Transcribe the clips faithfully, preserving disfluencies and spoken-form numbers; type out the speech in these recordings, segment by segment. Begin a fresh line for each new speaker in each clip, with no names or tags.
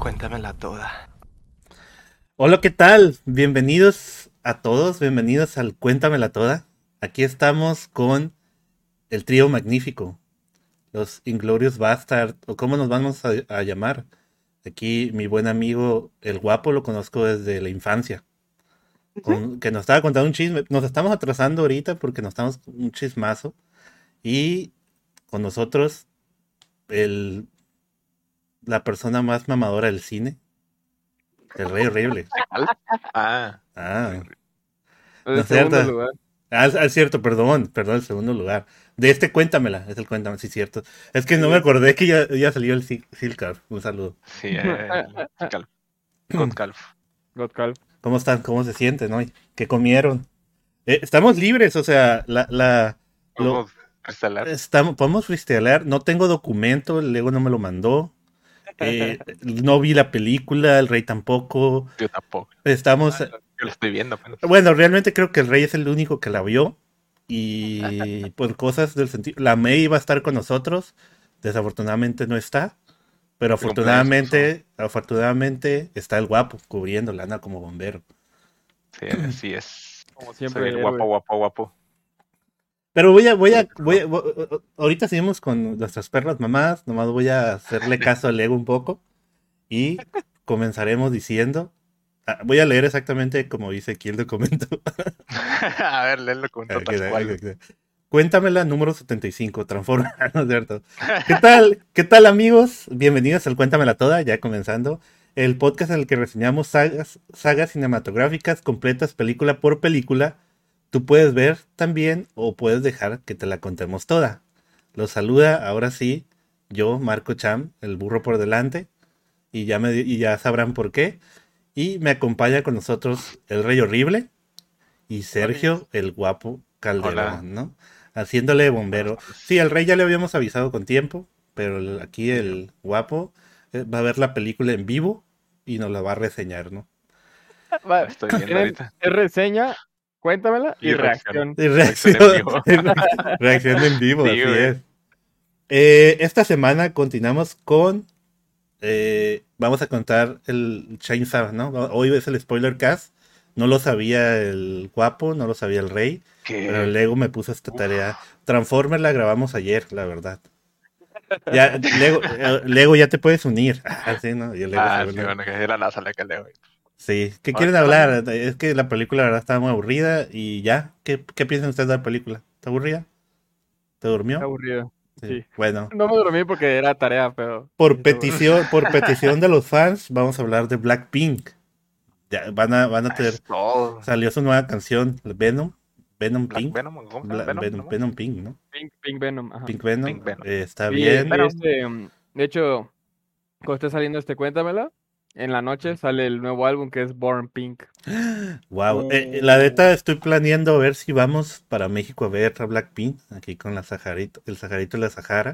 Cuéntamela toda.
Hola, ¿qué tal? Bienvenidos a todos, bienvenidos al Cuéntamela Toda. Aquí estamos con el trío magnífico, los Inglorious Bastard, o cómo nos vamos a, a llamar. Aquí mi buen amigo el Guapo lo conozco desde la infancia, con, que nos estaba contando un chisme. Nos estamos atrasando ahorita porque nos estamos un chismazo. Y con nosotros el, la persona más mamadora del cine, el Rey Horrible.
Ah,
Ah,
El
no es
segundo
cierto.
lugar.
Ah, es, es cierto, perdón, perdón, el segundo lugar. De este cuéntamela, es el cuéntame, sí, cierto. Es que no me acordé que ya, ya salió el Sil- Silcar. Un saludo.
sí, eh, Calf. God Calf.
Godcalf.
¿Cómo están? ¿Cómo se sienten hoy? ¿Qué comieron? Eh, estamos libres, o sea, la, la, lo,
Podemos instalar.
estamos, podemos freestylear. No tengo documento, el Lego no me lo mandó. Eh, no vi la película, el Rey tampoco.
Yo tampoco.
Estamos,
Yo lo estoy viendo apenas.
bueno, realmente creo que el Rey es el único que la vio. Y por cosas del sentido. La May iba a estar con nosotros. Desafortunadamente no está. Pero
Mi cumpleaños
afortunadamente, afortunadamente está el Guapo cubriéndola, anda como bombero.
Sí, así es.
Como
Soy
siempre,
el
héroe.
guapo, guapo, guapo.
Pero voy a, voy a, voy a, voy- ahorita seguimos con nuestras perlas mamás. Nomás voy a hacerle caso al Ego un poco. Y comenzaremos diciendo. ah, Voy a leer exactamente como dice aquí el documento.
A ver, léelo con
Ah,
tal
que-
cual.
que- Cuéntamela número setenta y cinco, transforma, ¿no es cierto? ¿Qué tal? ¿Qué tal, amigos? Bienvenidos al Cuéntamela Toda, ya comenzando. El podcast en el que reseñamos sagas, sagas cinematográficas completas película por película. Tú puedes ver también o puedes dejar que te la contemos toda. Los saluda, ahora sí, yo, Marco Cham, el burro por delante. Y ya, me, y ya sabrán por qué. Y me acompaña con nosotros el Rey Horrible y Sergio, el Guapo Calderón,
Hola.
¿no? Haciéndole bombero. Sí, al Rey ya le habíamos avisado con tiempo, pero el- aquí el Guapo eh, va a ver la película en vivo y nos la va a reseñar, ¿no?
Va,
La estoy viendo
tienen-
ahorita.
es reseña, cuéntamela y,
Y reacción.
reacción.
Y
Reacción
reacción,
en vivo.
reacción en vivo,
Sí,
así
güey.
es. Eh, esta semana continuamos con... eh, vamos a contar el Chainsaw, ¿no? Hoy es el spoiler cast. No lo sabía el Guapo, no lo sabía el Rey. Pero el
Que
Lego me puso esta tarea. Transformers la grabamos ayer, la verdad. Ya, Lego, eh, Lego ya te puedes unir. Ah, sí, ¿no? Y el Lego
Ah,
se
sí,
une.
bueno, que era la sala que leo.
Sí, ¿qué
Ah,
quieren
claro.
hablar? Es que la película, la verdad, estaba muy aburrida. Y ya, ¿qué, qué piensan ustedes de la película? ¿Está aburrida? ¿Te
Qué
durmió?
aburrido.
Sí.
Sí.
Bueno,
No me dormí porque era tarea, pero.
por
sí, está aburrido.
petición, por petición de los fans, vamos a hablar de Blackpink. Ya, van a, van a tener,
Es todo.
salió su nueva canción, Venom, Venom
Black
Pink,
Venom, ¿cómo se llama?
Bla-
Venom,
Venom,
¿no?
Venom Pink, ¿no?
Pink, Pink Venom. Ajá.
Pink Venom,
Pink Venom.
eh, está
Sí,
bien.
sí,
Venom.
este, um, de hecho, cuando esté saliendo este Cuéntamela, en la noche sale el nuevo álbum que es Born Pink.
Wow, eh, la neta estoy planeando a ver si vamos para México a ver a Blackpink, aquí con la Saharito, el Saharito y la Sahara,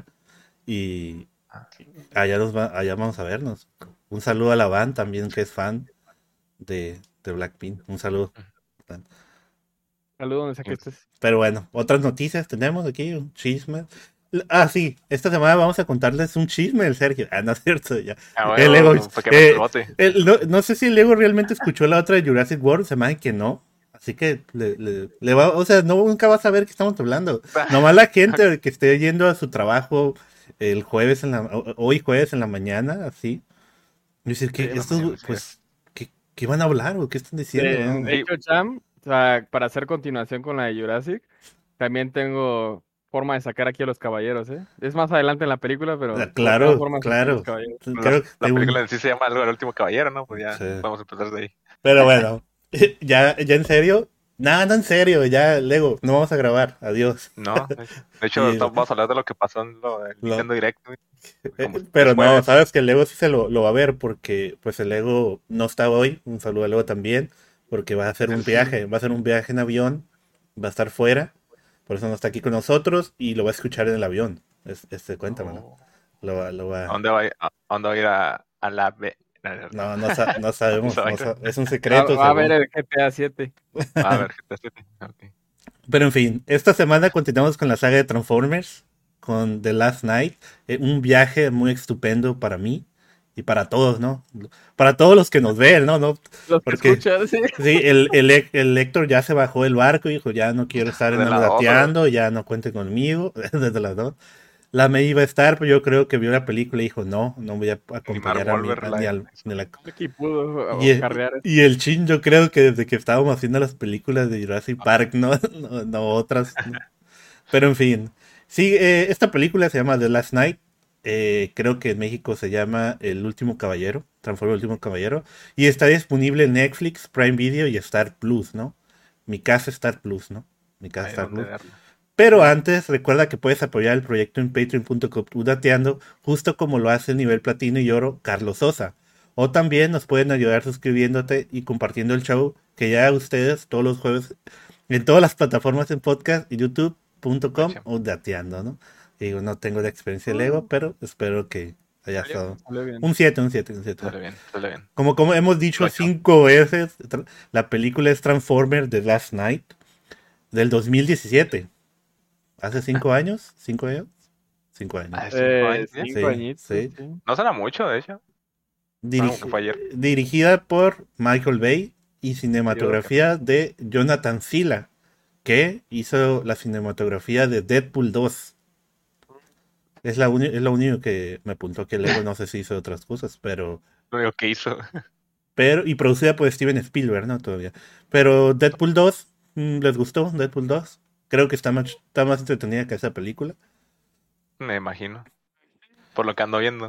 y allá nos va, allá vamos a vernos. Un saludo a la Van también que es fan de, de Blackpink, un saludo.
Saludos donde sea que estés.
Pero bueno, otras noticias tenemos aquí, un chisme. Ah, sí, esta semana vamos a contarles un chisme del Sergio. Ah, no es cierto, ya.
Ah,
El
bueno,
Lego,
para que me
eh,
rebote.
el- no, no sé si el Lego realmente escuchó la otra de Jurassic World, se me hace que no. Así que le, le- le va, o sea, no, nunca va a saber que estamos hablando. Nomás la gente que esté yendo a su trabajo el jueves en la, o- hoy jueves en la mañana, así. Y decir que
Sí, en la
estos,
mañana, sí.
pues, ¿qué, qué van a hablar o qué están diciendo?
Eh,
¿No?
de hecho, Cham, o sea, para hacer continuación con la de Jurassic, también tengo forma de sacar aquí a los caballeros, ¿eh? Es más adelante en la película, pero
Ah,
tengo
claro,
forma de sacar a los
claro.
caballeros.
La,
Creo que
la
tengo un-
película en sí se llama algo El último caballero, ¿no? Pues ya
Sí.
vamos a empezar de ahí.
Pero bueno, ya, ya en serio, nada, en serio, ya, Lego, no vamos a grabar, adiós.
No, de de hecho,
Y-
vamos a hablar de lo que pasó en lo del
Lo-
Nintendo Direct, güey.
Eh,
Como
pero
es
no,
jueves.
sabes que el Lego sí se lo, lo va a ver porque pues el Lego no está hoy, un saludo al Lego también, porque va a hacer un
Sí.
viaje, va a hacer un viaje en avión, va a estar fuera, por eso no está aquí con nosotros y lo va a escuchar en el avión. Es, este, cuéntame, ¿no?
Oh.
Lo, va- lo
¿A
va,
dónde va a ir a, a dónde va a, ir a, a la B? No, no, no.
no, no, sa- no sabemos,
Se va a
no
ir.
sa- es un
Va,
secreto.
va a ver
según.
el G T A siete.
A ver, G T A siete. Ok.
Pero en fin, esta semana continuamos con la saga de Transformers, con The Last Night, eh, un viaje muy estupendo para mí y para todos, ¿no? Para todos los que nos ven, ¿no? ¿No?
Los que
Porque
escuchan, sí.
sí, el, el, Hec- el Héctor ya se bajó del barco y dijo, ya no quiero estar en
De
el
la dos,
dateando, ya no cuente conmigo, desde las dos. La me iba a estar, pero yo creo que vio la película y dijo, no, no voy a
Ni
acompañar
Mark
a mi,
Wahlberg
ni,
la
al- ni la...
Aquí pudo
Y el,
carrear.
y el Chin, yo creo que desde que estábamos haciendo las películas de Jurassic Park, no, no, no otras. No. Pero en fin. Sí, eh, esta película se llama The Last Night. Eh, creo que en México se llama El Último Caballero. Transforma el Último Caballero. Y está disponible en Netflix, Prime Video y Star Plus, ¿no? Mi casa Star Plus, ¿no? Mi casa
Ahí
Star
donde
Plus.
verlo.
Pero antes, recuerda que puedes apoyar el proyecto en patreon punto com dateando, justo como lo hace el nivel platino y oro Carlos Sosa. O también nos pueden ayudar suscribiéndote y compartiendo el show que ya ustedes todos los jueves en todas las plataformas en podcast y youtube punto com o dateando, ¿no? Digo, no tengo la experiencia de Lego, pero espero que haya
Salió
estado
bien, salió bien.
un siete, un siete, un siete.
Sale bien, sale bien.
Como, como hemos dicho
Ocho.
cinco veces, tra- la película es Transformer The Last Night del dos mil diecisiete. ¿Hace cinco años? ¿Cinco años? Cinco años.
Hace cinco
Eh,
años, ¿ya?
cinco
Sí,
añitos,
sí.
sí.
No suena mucho, de hecho.
Dirigi-
Como que fue ayer.
dirigida por Michael Bay y cinematografía de Jonathan Silla, que hizo la cinematografía de Deadpool dos. Es, la uni- es lo único que me apuntó que luego no sé si hizo otras cosas, pero...
Lo único que hizo.
pero y producida por Steven Spielberg, ¿no? Todavía. Pero Deadpool dos, mm, ¿les gustó Deadpool dos? Creo que está más, está más entretenida que esa película.
Me imagino. Por lo que ando viendo.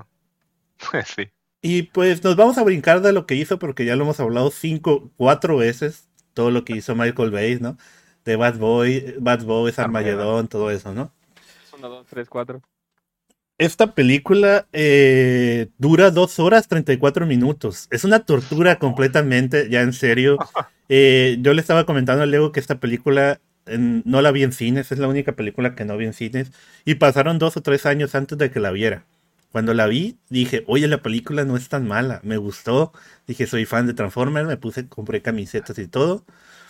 Sí.
Y pues nos vamos a brincar de lo que hizo porque ya lo hemos hablado cinco, cuatro veces. Todo lo que hizo Michael Bay, ¿no? De Bad Boy, Bad Boys,
Armageddon.
Armageddon, todo eso, ¿no?
Uno, dos, tres, cuatro.
Esta película eh, dura dos horas treinta y cuatro minutos. Es una tortura completamente, ya en serio. Eh, yo le estaba comentando a Leo que esta película en- no la vi en cines, es la única película que no vi en cines. Y pasaron dos o tres años antes de que la viera. Cuando la vi, dije, oye, la película no es tan mala, me gustó. Dije, soy fan de Transformers, me puse, compré camisetas y todo.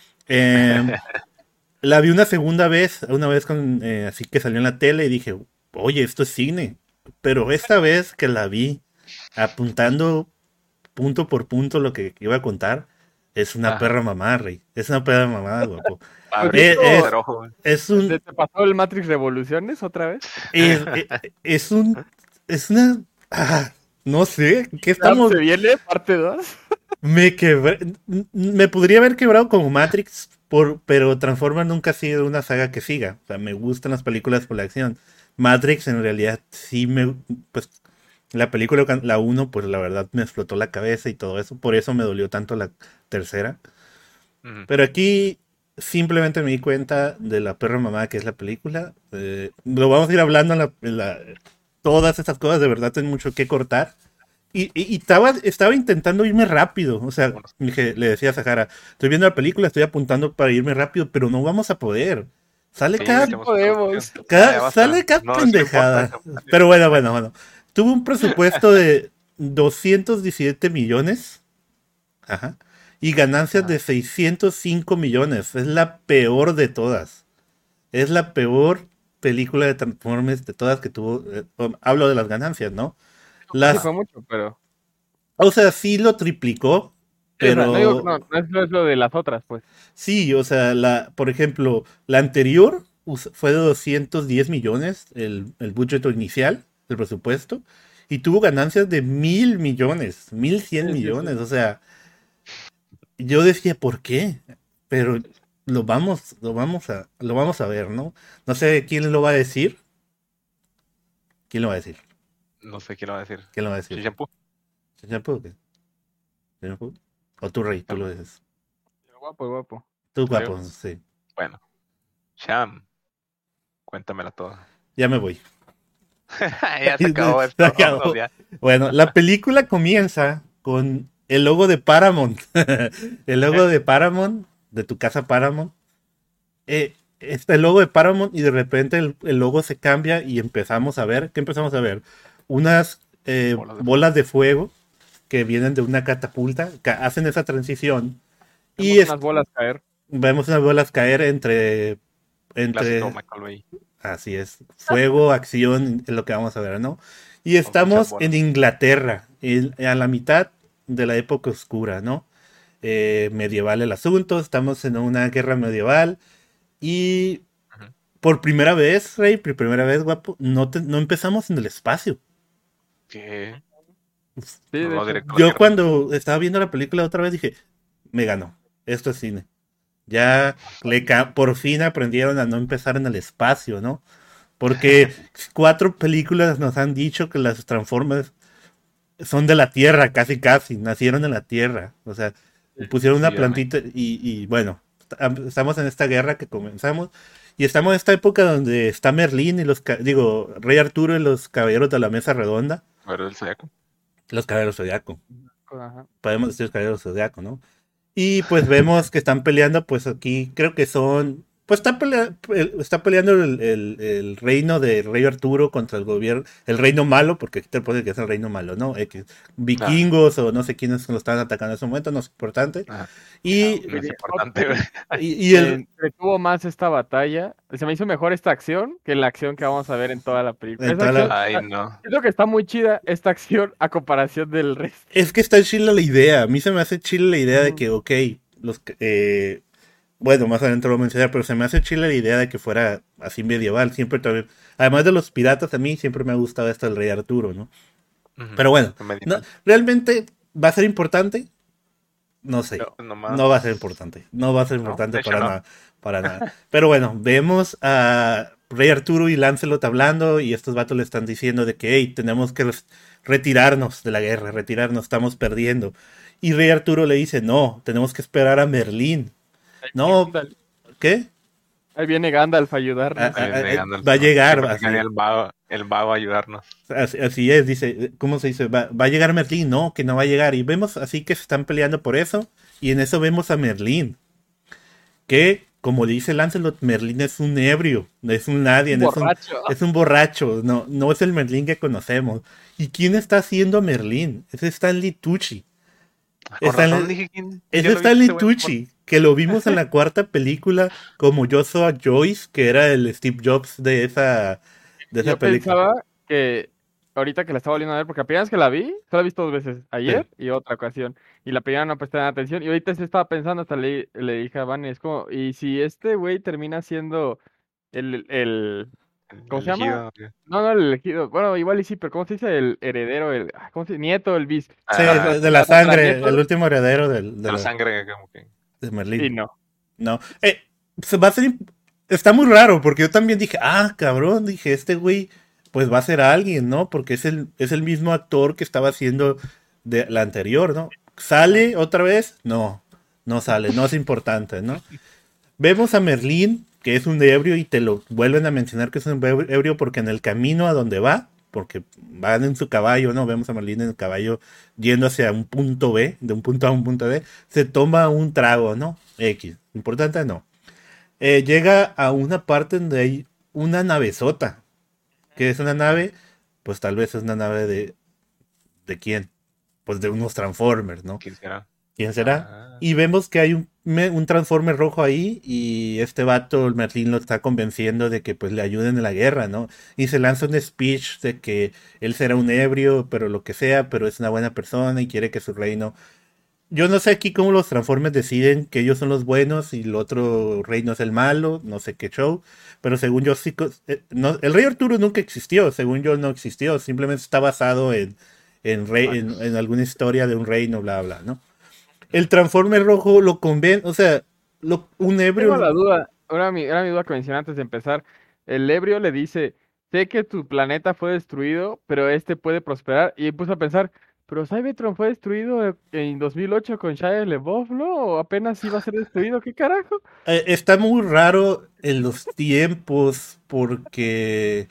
Eh, la vi una segunda vez, una vez con, eh, así que salió en la tele y dije, oye, esto es cine. Pero esta vez que la vi, apuntando punto por punto lo que iba a contar, es una
Ajá.
perra mamá, rey. Es una perra mamá, guapo.
Abre
Eh,
el
es-
tercer ojo, güey.
Es un,
¿Te te pasó el Matrix Revoluciones otra vez?
es, es, es un, es una, ah, no sé, ¿qué estamos?
¿Se viene parte dos?
Me quebré, me podría haber quebrado como Matrix, por, pero Transformers nunca ha sido una saga que siga. O sea, me gustan las películas por la acción. Matrix en realidad sí me, pues la película, la uno, pues la verdad me explotó la cabeza y todo eso. Por eso me dolió tanto la tercera.
Ujú.
Pero aquí simplemente me di cuenta de la perra mamá que es la película. Eh, lo vamos a ir hablando en la, en la- todas estas cosas, de verdad tengo mucho que cortar. Y, y- y estaba, estaba intentando irme rápido. O sea, dije- le decía a Sahara, estoy viendo la película, estoy apuntando para irme rápido, pero no vamos a poder. Sale
Sí,
cada,
metemos
podemos.
introducción.
cada-
Ah, ya basta.
sale cada
No, es que no
pendejada.
importa.
Pero bueno, bueno, bueno. Tuvo un presupuesto de doscientos diecisiete millones. Ajá. Y ganancias
Ah.
de seiscientos cinco millones. Es la peor de todas. Es la peor película de Transformers de todas que tuvo. eh, hablo de las ganancias, ¿no?
Sí
Las,
fue mucho, pero...
o sea, sí lo triplicó,
Sí, o sea,
pero
no, digo- no, no es, no es lo de las otras, pues.
sí, o sea, la, por ejemplo, la anterior us- fue de doscientos diez millones, el, el budget inicial, el presupuesto, y tuvo ganancias de mil millones, mil cien
Sí, sí,
millones,
sí.
o sea, yo decía, ¿por qué? Pero lo vamos, lo vamos a, lo vamos a ver, ¿no? No sé quién lo va a decir. ¿Quién lo va a decir?
No sé quién lo va a decir.
¿Quién lo va a decir?
Chichampú.
¿Chachapu o qué? ¿Chachapu? ¿O tú, Rey? Tú lo dices.
Guapo, guapo.
Tú,
Creo.
guapo, sí.
Bueno. Sham. Cuéntamela toda.
Ya me voy.
Ya se acabó
Se
esto.
acabó.
Vámonos ya.
Bueno, la película comienza con el logo de Paramount. El logo de Paramount, de tu casa Paramount. Eh, está el logo de Paramount y de repente el, el logo se cambia y empezamos a ver, ¿qué empezamos a ver? Unas eh,
Bolas de
bolas de fuego que vienen de una catapulta, que hacen esa transición y
Vemos
es-
unas bolas caer.
vemos unas bolas caer entre... entre
Clásico Michael Bay.
Así es. Fuego, acción, es lo que vamos a ver, ¿no? Y estamos
muchas bolas.
en Inglaterra. el- a la mitad de la época oscura, ¿no? Eh, medieval el asunto, estamos en una guerra medieval y
Ujú.
por primera vez, Rey, por primera vez, guapo, no, te- no empezamos en el espacio.
Que
Sí, de
nos vamos
hecho.
directo a la
Yo
Tierra.
cuando estaba viendo la película otra vez dije, me ganó, esto es cine. Ya le ca- por fin aprendieron a no empezar en el espacio, ¿no? Porque cuatro películas nos han dicho que las Transformers son de la Tierra, casi casi, nacieron en la Tierra. O sea, pusieron una
Sí,
plantita y, y bueno, est- estamos en esta guerra que comenzamos. Y estamos en esta época donde está Merlín y los, ca- digo, Rey Arturo y los caballeros de la mesa redonda.
¿verdad? El Zodiaco.
Los caballeros zodiaco.
Ajá.
Podemos decir caballeros zodiaco, ¿no? Y pues vemos que están peleando, pues aquí creo que son. Pues está, pelea- el- está peleando el, el- el reino de Rey Arturo contra el gobierno, el reino malo, porque aquí te pone que es el reino malo, ¿no? X, vikingos o no sé quiénes lo estaban atacando en ese momento, no es importante.
Ajá.
Y,
No es importante, güey.
y, y el,
Me entretuvo más esta batalla. Se me hizo mejor esta acción que la acción que vamos a ver en toda la película.
En
Esa
toda la-
acción,
Ay, no.
siento que está muy chida esta acción a comparación del resto.
es que está chila la idea. A mí se me hace chila la idea de
Mm.
que, ok, los que- eh, bueno, más adelante lo voy a mencionar, pero se me hace chila la idea de que fuera así medieval. Siempre también, además de los piratas, a mí siempre me ha gustado esto del Rey Arturo, ¿no?
Ujú.
Pero bueno,
Medieval.
no, ¿realmente va a ser importante? No sé.
No.
Nomás.
No va a ser importante. No va a ser
No,
importante
de hecho
para
no.
nada. Para nada. Pero bueno, vemos a Rey Arturo y Lancelot hablando y estos vatos le están diciendo de que, hey, tenemos que res- retirarnos de la guerra, retirarnos, estamos perdiendo. Y Rey Arturo le dice, no, tenemos que esperar a Merlín. No,
Gandalf.
¿qué?
Ahí viene Gandalf a ayudarnos.
Ah,
Ahí
ah,
viene
ah,
Gandalf,
va a
¿no?
llegar,
Sí, porque
así.
quería el vago, el vago a ayudarnos.
Así, así es, dice, ¿cómo se dice? ¿Va, va a llegar Merlín? No, que no va a llegar. Y vemos así que se están peleando por eso. Y en eso vemos a Merlín. Que, como dice Lancelot, Merlín es un ebrio, es un nadie,
Un
es un,
borracho.
es un borracho, no, no es el Merlín que conocemos. ¿Y quién está haciendo a Merlín? Es Stanley Tucci.
Con
Stanley-
razón dije quién.
Es
yo lo vi
Stanley
ese güey
Tucci, que lo vimos en la cuarta película como yo soy a Joyce, que era el Steve Jobs de esa, de esa
Yo
película.
pensaba que ahorita que la estaba volviendo a ver, porque apenas que la vi, solo la he visto dos veces, ayer y otra ocasión, y la primera no presté atención, y ahorita se estaba pensando, hasta le, le dije a Vane, es como, y si este güey termina siendo el, el,
por-
¿cómo
el
se llama?
elegido, güey.
No, no, el elegido, bueno, igual y sí, pero ¿cómo se dice? El heredero, el, ah, ¿cómo se dice? Nieto, el bis,
Sí,
Ah,
de, de la
Contra
sangre,
nietos.
el último heredero del- de,
de la
la-
sangre, como que.
de
y
Merlín.
no.
No. Eh, se va a ser. imp- Está muy raro, porque yo también dije, ah, cabrón, dije, este güey, pues va a ser alguien, ¿no? Porque es el, es el mismo actor que estaba haciendo de la anterior, ¿no? ¿Sale otra vez? No, no sale, no es importante, ¿no? Vemos a Merlín, que es un ebrio, y te lo vuelven a mencionar que es un ebrio ebrio porque en el camino a donde va, porque van en su caballo, ¿no? Vemos a Merlín en el caballo yendo hacia un punto B, de un punto A a un punto B, se toma un trago, ¿no? X. Importante, no. Eh, llega a una parte donde hay una navezota, que es una nave, pues tal vez es una nave de... ¿De quién? Pues de unos Transformers, ¿no?
¿Quién será?
¿Quién será?
Ah.
Y vemos que hay un, me- un Transformer rojo ahí y este vato, el Merlín, lo está convenciendo de que pues le ayuden en la guerra, ¿no? Y se lanza un speech de que él será un ebrio, pero lo que sea, pero es una buena persona y quiere que su reino... Yo no sé aquí cómo los Transformers deciden que ellos son los buenos y el otro reino es el malo, no sé qué show, pero según yo sí... co- eh, no, el rey Arturo nunca existió, según yo no existió, simplemente está basado en, en, rey, en, en alguna historia de un reino, bla, bla, ¿no? El Transformer rojo lo convence, o sea, lo, un ebrio...
Tengo la duda, ahora mi, era mi duda que mencioné antes de empezar. El ebrio le dice, sé que tu planeta fue destruido, pero este puede prosperar. Y puse a pensar, pero Cybertron fue destruido en dos mil ocho con Shia LaBeouf, ¿no? ¿O apenas iba a ser destruido? ¿Qué carajo?
Eh, está muy raro en los tiempos porque...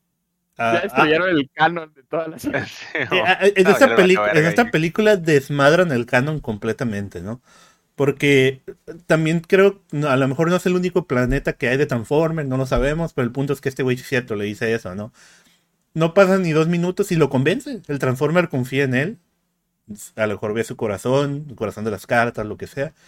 Ya
ah, ah,
destruyeron el canon de todas las...
Sí,
eh,
no.
ah, en,
No,
esta
ya le
peli-
valió
en
verga
esta
ahí.
película desmadran el canon completamente, ¿no? Porque también creo, no, a lo mejor no es el único planeta que hay de Transformers, no lo sabemos, pero el punto es que este güey sí es cierto, le dice eso, ¿no? No pasan ni dos minutos y lo convence. El Transformer confía en él. A lo mejor ve su corazón, el corazón de las cartas, lo que sea.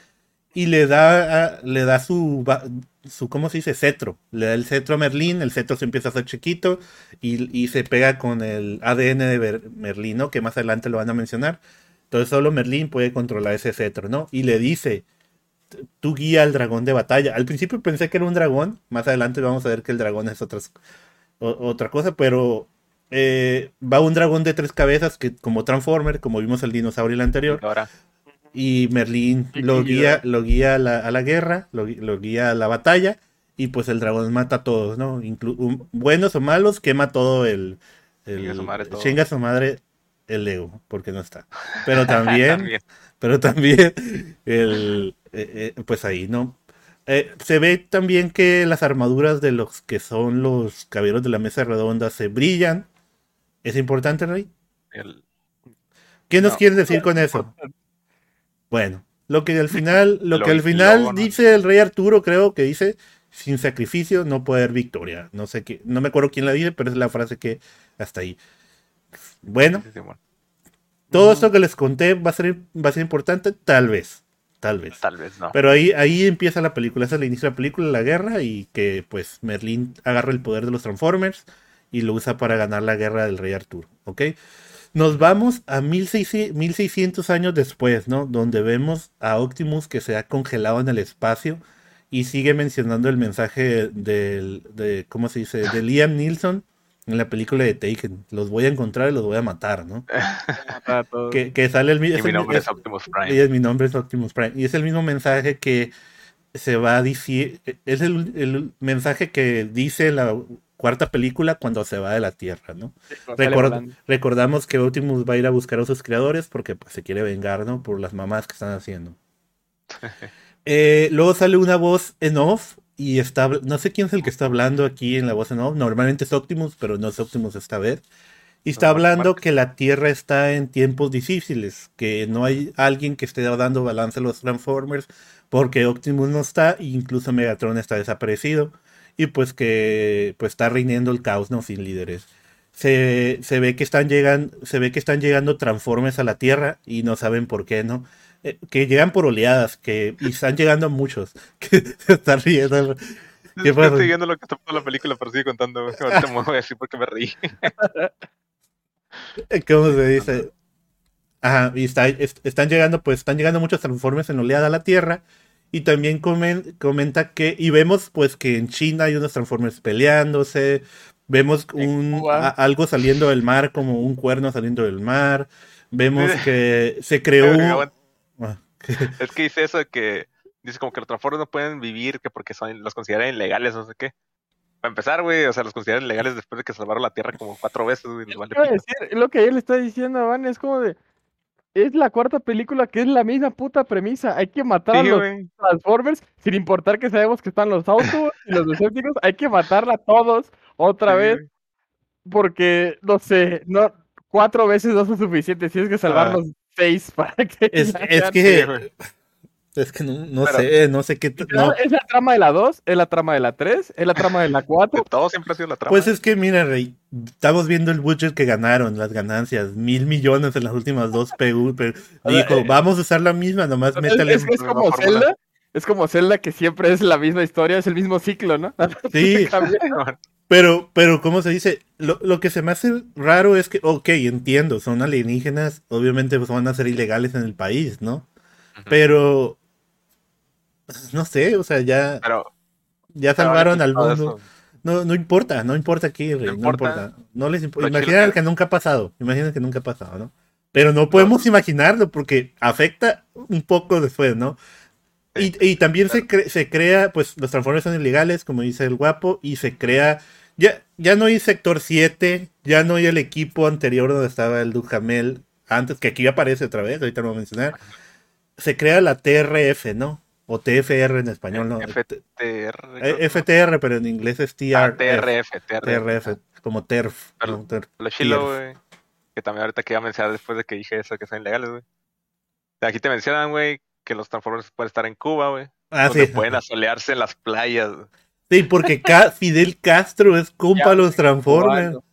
y le da, a- le da su, va- su, ¿cómo se dice? Cetro. Le da el cetro a Merlín, el cetro se empieza a hacer chiquito y, y se pega con el A D N de Ver- Merlín, ¿no? Que más adelante lo van a mencionar. Entonces solo Merlín puede controlar ese cetro, ¿no? Y le dice, tú guía al dragón de batalla. Al principio pensé que era un dragón, más adelante vamos a ver que el dragón es otras- o- otra cosa, pero eh, va un dragón de tres cabezas que como Transformer, como vimos el dinosaurio en el
Y
anterior,
ahora,
y Merlín
Y,
lo
y
guía,
Ghidorah.
lo guía a la, a la guerra, lo, gui- lo guía a la batalla, y pues el dragón mata a todos, ¿no? Inclu- um, buenos o malos, quema todo el,
chingue su
el
madre todo.
chinga a su madre el ego, porque no está. Pero también,
También.
pero también, el, eh, eh, pues ahí, ¿no? Eh, se ve también que las armaduras de los que son los caballeros de la mesa redonda se brillan. ¿Es importante, Rey?
El,
¿Qué nos
No.
quieres decir con eso? Bueno, lo que al final, lo
el,
que al
el
final
logo, ¿no?
dice el rey Arturo, creo que dice, sin sacrificio no puede haber victoria. No sé qué, no me acuerdo quién la dice, pero es la frase que hasta ahí.
Sí,
Bueno,
sí, sí, bueno.
todo
Ujú.
esto que les conté va a ser, va a ser importante, tal vez, tal vez.
Tal vez no.
Pero ahí, ahí empieza la película, ese es el inicio de la película, la guerra, y que pues Merlín agarra el poder de los Transformers y lo usa para ganar la guerra del rey Arturo, ¿ok? Nos vamos a mil seiscientos, mil seiscientos años después, ¿no? Donde vemos a Optimus que se ha congelado en el espacio y sigue mencionando el mensaje del, de, ¿cómo se dice? De Liam Neeson en la película de Taken. Los voy a encontrar y los voy a matar, ¿no?
Matar a todos.
Que, que sale el mismo...
Y mi nombre es Optimus
Y
Prime.
es, mi nombre es Optimus Prime. Y es el mismo mensaje que se va a decir... Es el, el mensaje que dice la cuarta película cuando se va de la Tierra, ¿no?
Sí, cuando sale
Record-
volando.
recordamos que Optimus va a ir a buscar a sus creadores porque pues, se quiere vengar, ¿no? Por las mamás que están haciendo. Eh, luego sale una voz en off y está, no sé quién es el que está hablando aquí en la voz en off. Normalmente es Optimus, pero no es Optimus esta vez. Y está
No, Marco
hablando
Márquez.
que la Tierra está en tiempos difíciles, que no hay alguien que esté dando balance a los Transformers, porque Optimus no está, e incluso Megatron está desaparecido, y pues que pues está reinando el caos, ¿no? Sin líderes. Se, se ve que están llegando, se ve que están llegando Transformers a la Tierra y no saben por qué, ¿no? Eh, que llegan por oleadas, que y están llegando muchos, que se están riendo. ¿Qué
Es que estoy
pasa?
viendo lo que está pasando en la película, pero sigue contando. güey. Ahorita me voy a decir porque me reí.
¿Cómo
Sigue
se
contando.
dice? Ajá, y está, est- están llegando, pues están llegando muchos Transformers en oleada a la Tierra. Y también comen- comenta que, y vemos pues que en China hay unos Transformers peleándose. Vemos
En
un, a-
Cuba.
algo saliendo del mar, como un cuerno saliendo del mar. Vemos que se creó.
Aguanta.
Ah,
Es que dice eso de que dice como que los Transformers no pueden vivir, que porque son, los consideran ilegales, no sé qué. Para empezar, güey, o sea, los consideran ilegales después de que salvaron la Tierra como cuatro veces, güey, les
Es
vale
que iba a
pito.
decir, lo que él está diciendo, Van, es como de, es la cuarta película que es la misma puta premisa. Hay que matar a
Sí,
los
güey.
Transformers, sin importar que sabemos que están los autos y los Decepticons, hay que matarla a todos otra
Sí,
vez,
güey.
porque, no sé, no, cuatro veces no son suficientes, tienes que salvar
Ah,
los seis para que
es,
ya
es
sean.
sí, güey.
que. Es que no, no
Pero
sé, no sé qué. t-
Literal,
No,
es la trama de la dos, es la trama de la tres, es la trama de la
de
cuatro.
todo siempre ha sido la
pues
trama.
es que, mira, Rey, estamos viendo el budget que ganaron, las ganancias, mil millones en las últimas dos P U. Pero
O sea,
dijo,
eh,
vamos a usar la misma, nomás
es,
métale.
es que es
La misma
como
fórmula.
Zelda, es como Zelda que siempre es la misma historia, es el mismo ciclo, ¿no?
Sí,
Cambia.
pero, pero, ¿cómo se dice? Lo, lo que se me hace raro es que, ok, entiendo, son alienígenas, obviamente pues, van a ser ilegales en el país, ¿no?
Ujú.
Pero, no sé, o sea, ya,
Pero,
ya
pero vale
salvaron
pito
al
todo
mundo.
eso.
No, no importa, no importa aquí,
No
Rey, no
importa.
importa. No les importa.
Lo chido
Imaginen
que
que nunca ha pasado, imaginen que nunca ha pasado, ¿no? Pero no
los,
podemos imaginarlo porque afecta un poco después, ¿no?
sí,
Y, y también
pero,
se, cre- se crea, pues los Transformers son ilegales, como dice el guapo, y se crea, ya, ya no hay Sector siete, ya no hay el equipo anterior donde estaba el Duhamel, antes, que aquí aparece otra vez, ahorita lo voy a mencionar. Se crea la T R F, ¿no? O T F R en español, ¿no?
F T R,
Eh,
creo que
F T R, pero en inglés es
Ah,
T R F,
T R F, T R F.
T R F, como T E R F,
Pero
¿no? T E R F,
lo
T E R
chilo,
F.
güey, que también ahorita que iba a mencionar después de que dije eso, que son ilegales, güey. Aquí te mencionan, güey, que los Transformers pueden estar en Cuba, güey,
Ah,
donde
sí.
pueden asolearse en las playas, güey.
Sí, porque Ca- Fidel Castro es compa
Ya,
de los Transformers.
cubano.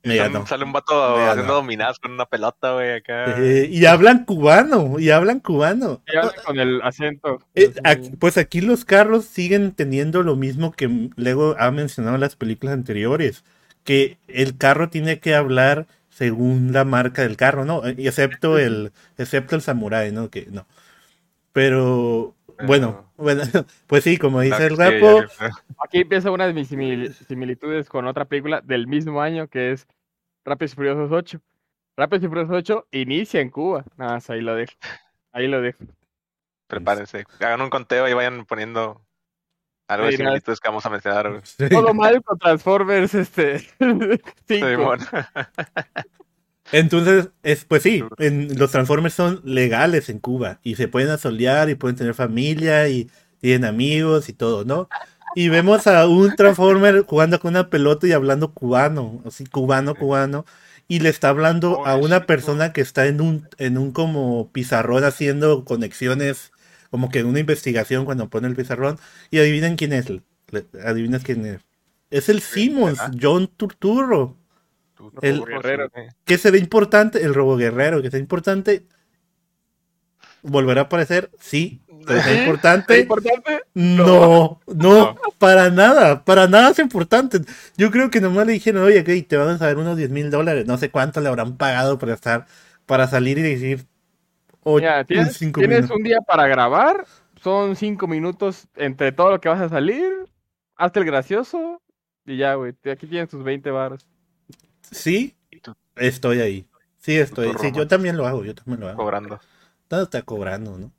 Me
Son-
ganó.
Sale un vato
Me ganó.
haciendo dominadas con una pelota, güey, acá.
Eh, y hablan cubano, y hablan cubano.
Y habla con el acento.
Eh,
así.
ac- pues aquí los carros siguen teniendo lo mismo que m- Lego ha mencionado en las películas anteriores, que el carro tiene que hablar según la marca del carro, ¿no? Eh, y excepto el, excepto el Samurai, ¿no? Que no. Pero bueno, bueno, pues sí, como
Claro
dice el
que sí,
Rapo,
ya que-
Aquí empieza una de mis simil- similitudes con otra película del mismo año que es Rápidos y Furiosos ocho. Rápidos y Furiosos ocho inicia en Cuba. Nada más ahí lo dejo. Ahí lo dejo.
Prepárense. Hagan un conteo y vayan poniendo algo de
Sí, nada,
similitudes que vamos a mencionar, güey.
sí.
todo mal con Transformers este cinco.
Simón.
Entonces, es, pues sí, en, los Transformers son legales en Cuba y se pueden asolear y pueden tener familia y tienen amigos y todo, ¿no? Y vemos a un Transformer jugando con una pelota y hablando cubano, así cubano, cubano, y le está hablando
Oh,
a una
chico.
persona que está en un, en un como pizarrón haciendo conexiones, como que en una investigación cuando pone el pizarrón, y adivinen quién es, le- adivinas quién es. Es el Simmons,
¿verdad?
John Turturro.
Tú,
El-
tú,
Guerrero.
sí.
Que será importante, el Robo Guerrero, que sea importante. ¿Volverá a aparecer? Sí. ¿Será
¿Sí? ¿Es
importante?
importante?
No, no,
No.
para nada, para nada es importante. Yo creo que nomás le dijeron, oye, ok, te van a dar unos diez mil dólares, no sé cuánto le habrán pagado para estar, para salir y decir, oye,
Mira, tienes,
cinco
tienes
minutos.
un día para grabar, son cinco minutos entre todo lo que vas a salir, hazte el gracioso y ya, güey. te- Aquí tienes tus veinte baros.
Sí,
Y tú
estoy ahí. Sí, estoy. Sí, yo
Román.
también lo hago, yo también lo hago.
cobrando.
Todo está cobrando, ¿no?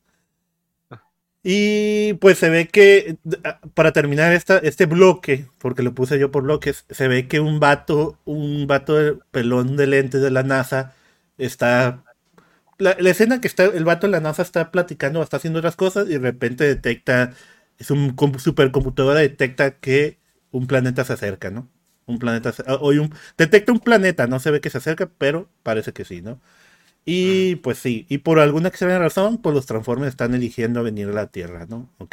Y pues se ve que, para terminar esta, este bloque, porque lo puse yo por bloques, se ve que un vato, un vato de pelón de lentes de la NASA está... La, la escena que está, el vato de la NASA está platicando, está haciendo otras cosas y de repente detecta, es un com- supercomputadora, detecta que un planeta se acerca, ¿no? Un planeta, se- ah, hoy un, detecta un planeta, no se ve que se acerca, pero parece que sí, ¿no? Y pues sí, y por alguna extraña razón, pues los Transformers están eligiendo venir a la Tierra, ¿no? ¿Ok?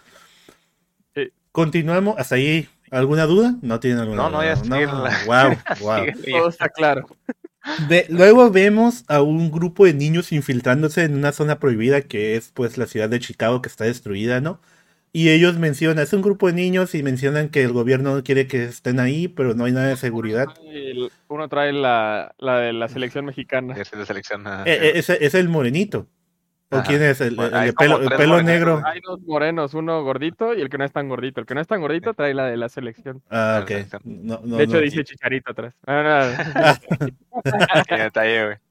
Sí.
Continuamos, hasta ahí, ¿alguna duda? No tienen alguna
No, no,
duda.
ya sigue la-
Wow, wow.
Síguele,
Todo está claro.
Ve- luego vemos a un grupo de niños infiltrándose en una zona prohibida que es pues la ciudad de Chicago que está destruida, ¿no? Y ellos mencionan, es un grupo de niños y mencionan que el gobierno no quiere que estén ahí, pero no hay nada de seguridad.
El- Uno trae la, la de la selección mexicana.
Ya se le selecciona.
Eh, eh, ese es el morenito. ¿O
Ajá.
quién es? El,
Bueno,
el
hay
de
como
pelo, el
tres
pelo
morenos,
negro.
güey.
Hay dos morenos, uno gordito y el que no es tan gordito. El que no es tan gordito trae la de la selección.
Ah,
Ah,
ok.
exacto.
No, no,
De hecho,
no.
dice Chicharito atrás. Ah, no.
Tiene detalle, güey.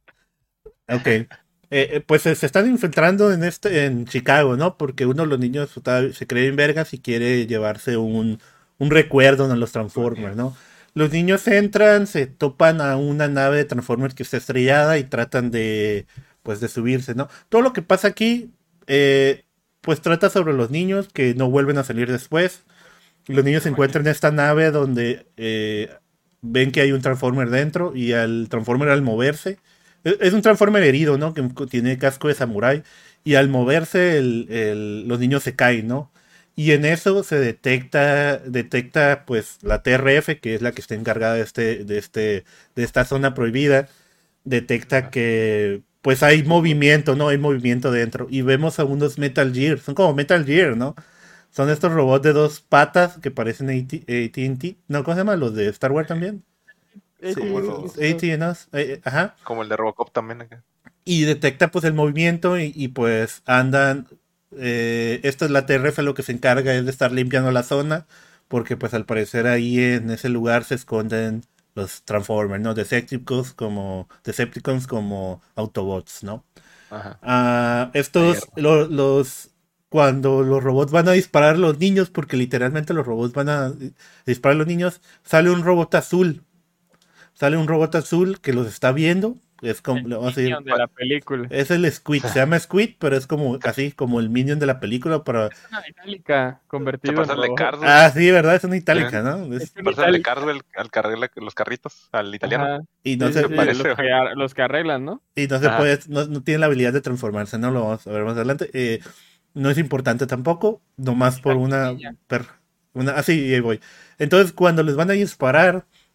Ok. Eh, eh, pues se, se están infiltrando en este en Chicago, ¿no? Porque uno de los niños está- se cree en vergas y quiere llevarse un, un recuerdo de los Transformers, ¿no? Los niños entran, se topan a una nave de Transformers que está estrellada y tratan de, pues, de subirse, ¿no? Todo lo que pasa aquí, eh, pues trata sobre los niños que no vuelven a salir después. Los niños se encuentran en esta nave donde eh, ven que hay un Transformer dentro y al Transformer al moverse, es es un Transformer herido, ¿no? Que tiene casco de samurái y al moverse el- el- los niños se caen, ¿no? Y en eso se detecta, detecta pues la T R F, que es la que está encargada de este, de este, de esta zona prohibida, detecta que pues hay movimiento, ¿no? Hay movimiento dentro. Y vemos a unos Metal Gear, son como Metal Gear, ¿no? Son estos robots de dos patas que parecen A T and T. No, ¿cómo se llama? Los de Star Wars también.
Eh,
Sí,
sí,
los-
sí,
A T and us, eh, eh, ajá.
Como el de Robocop también acá.
Y detecta pues el movimiento y, y, pues andan. Eh, esta es la T R F, lo que se encarga es de estar limpiando la zona. Porque pues al parecer ahí en ese lugar se esconden los Transformers, ¿no? Decepticons como, Decepticons como Autobots, ¿no?
Ajá.
Ah, estos, lo- los, cuando los robots van a disparar a los niños, porque literalmente los robots van a disparar a los niños, sale un robot azul. Sale un robot azul que los está viendo. Es como, le vamos a decir,
Minion de la película.
es el Squid, se llama Squid, pero es como así como el minion de la película para...
Es una itálica
Se
convertido en
pasa el de
robot.
Cars, güey.
Ah, sí, ¿verdad? Es una itálica, ¿no? Es-
Es
Se
una
pasa el de
itálica.
Cars, güey, al- al cargarle los carritos, al italiano.
Ajá.
y no
Sí,
se,
sí, sí,
parece,
los, que, ar- los que arreglan, ¿no?
y no se
Ajá.
puede, no, no tiene la habilidad de transformarse, no lo vamos a ver más adelante. Eh, no es importante tampoco, nomás por una...
Niña.
per- una así, ahí voy. Entonces, cuando les van a disparar,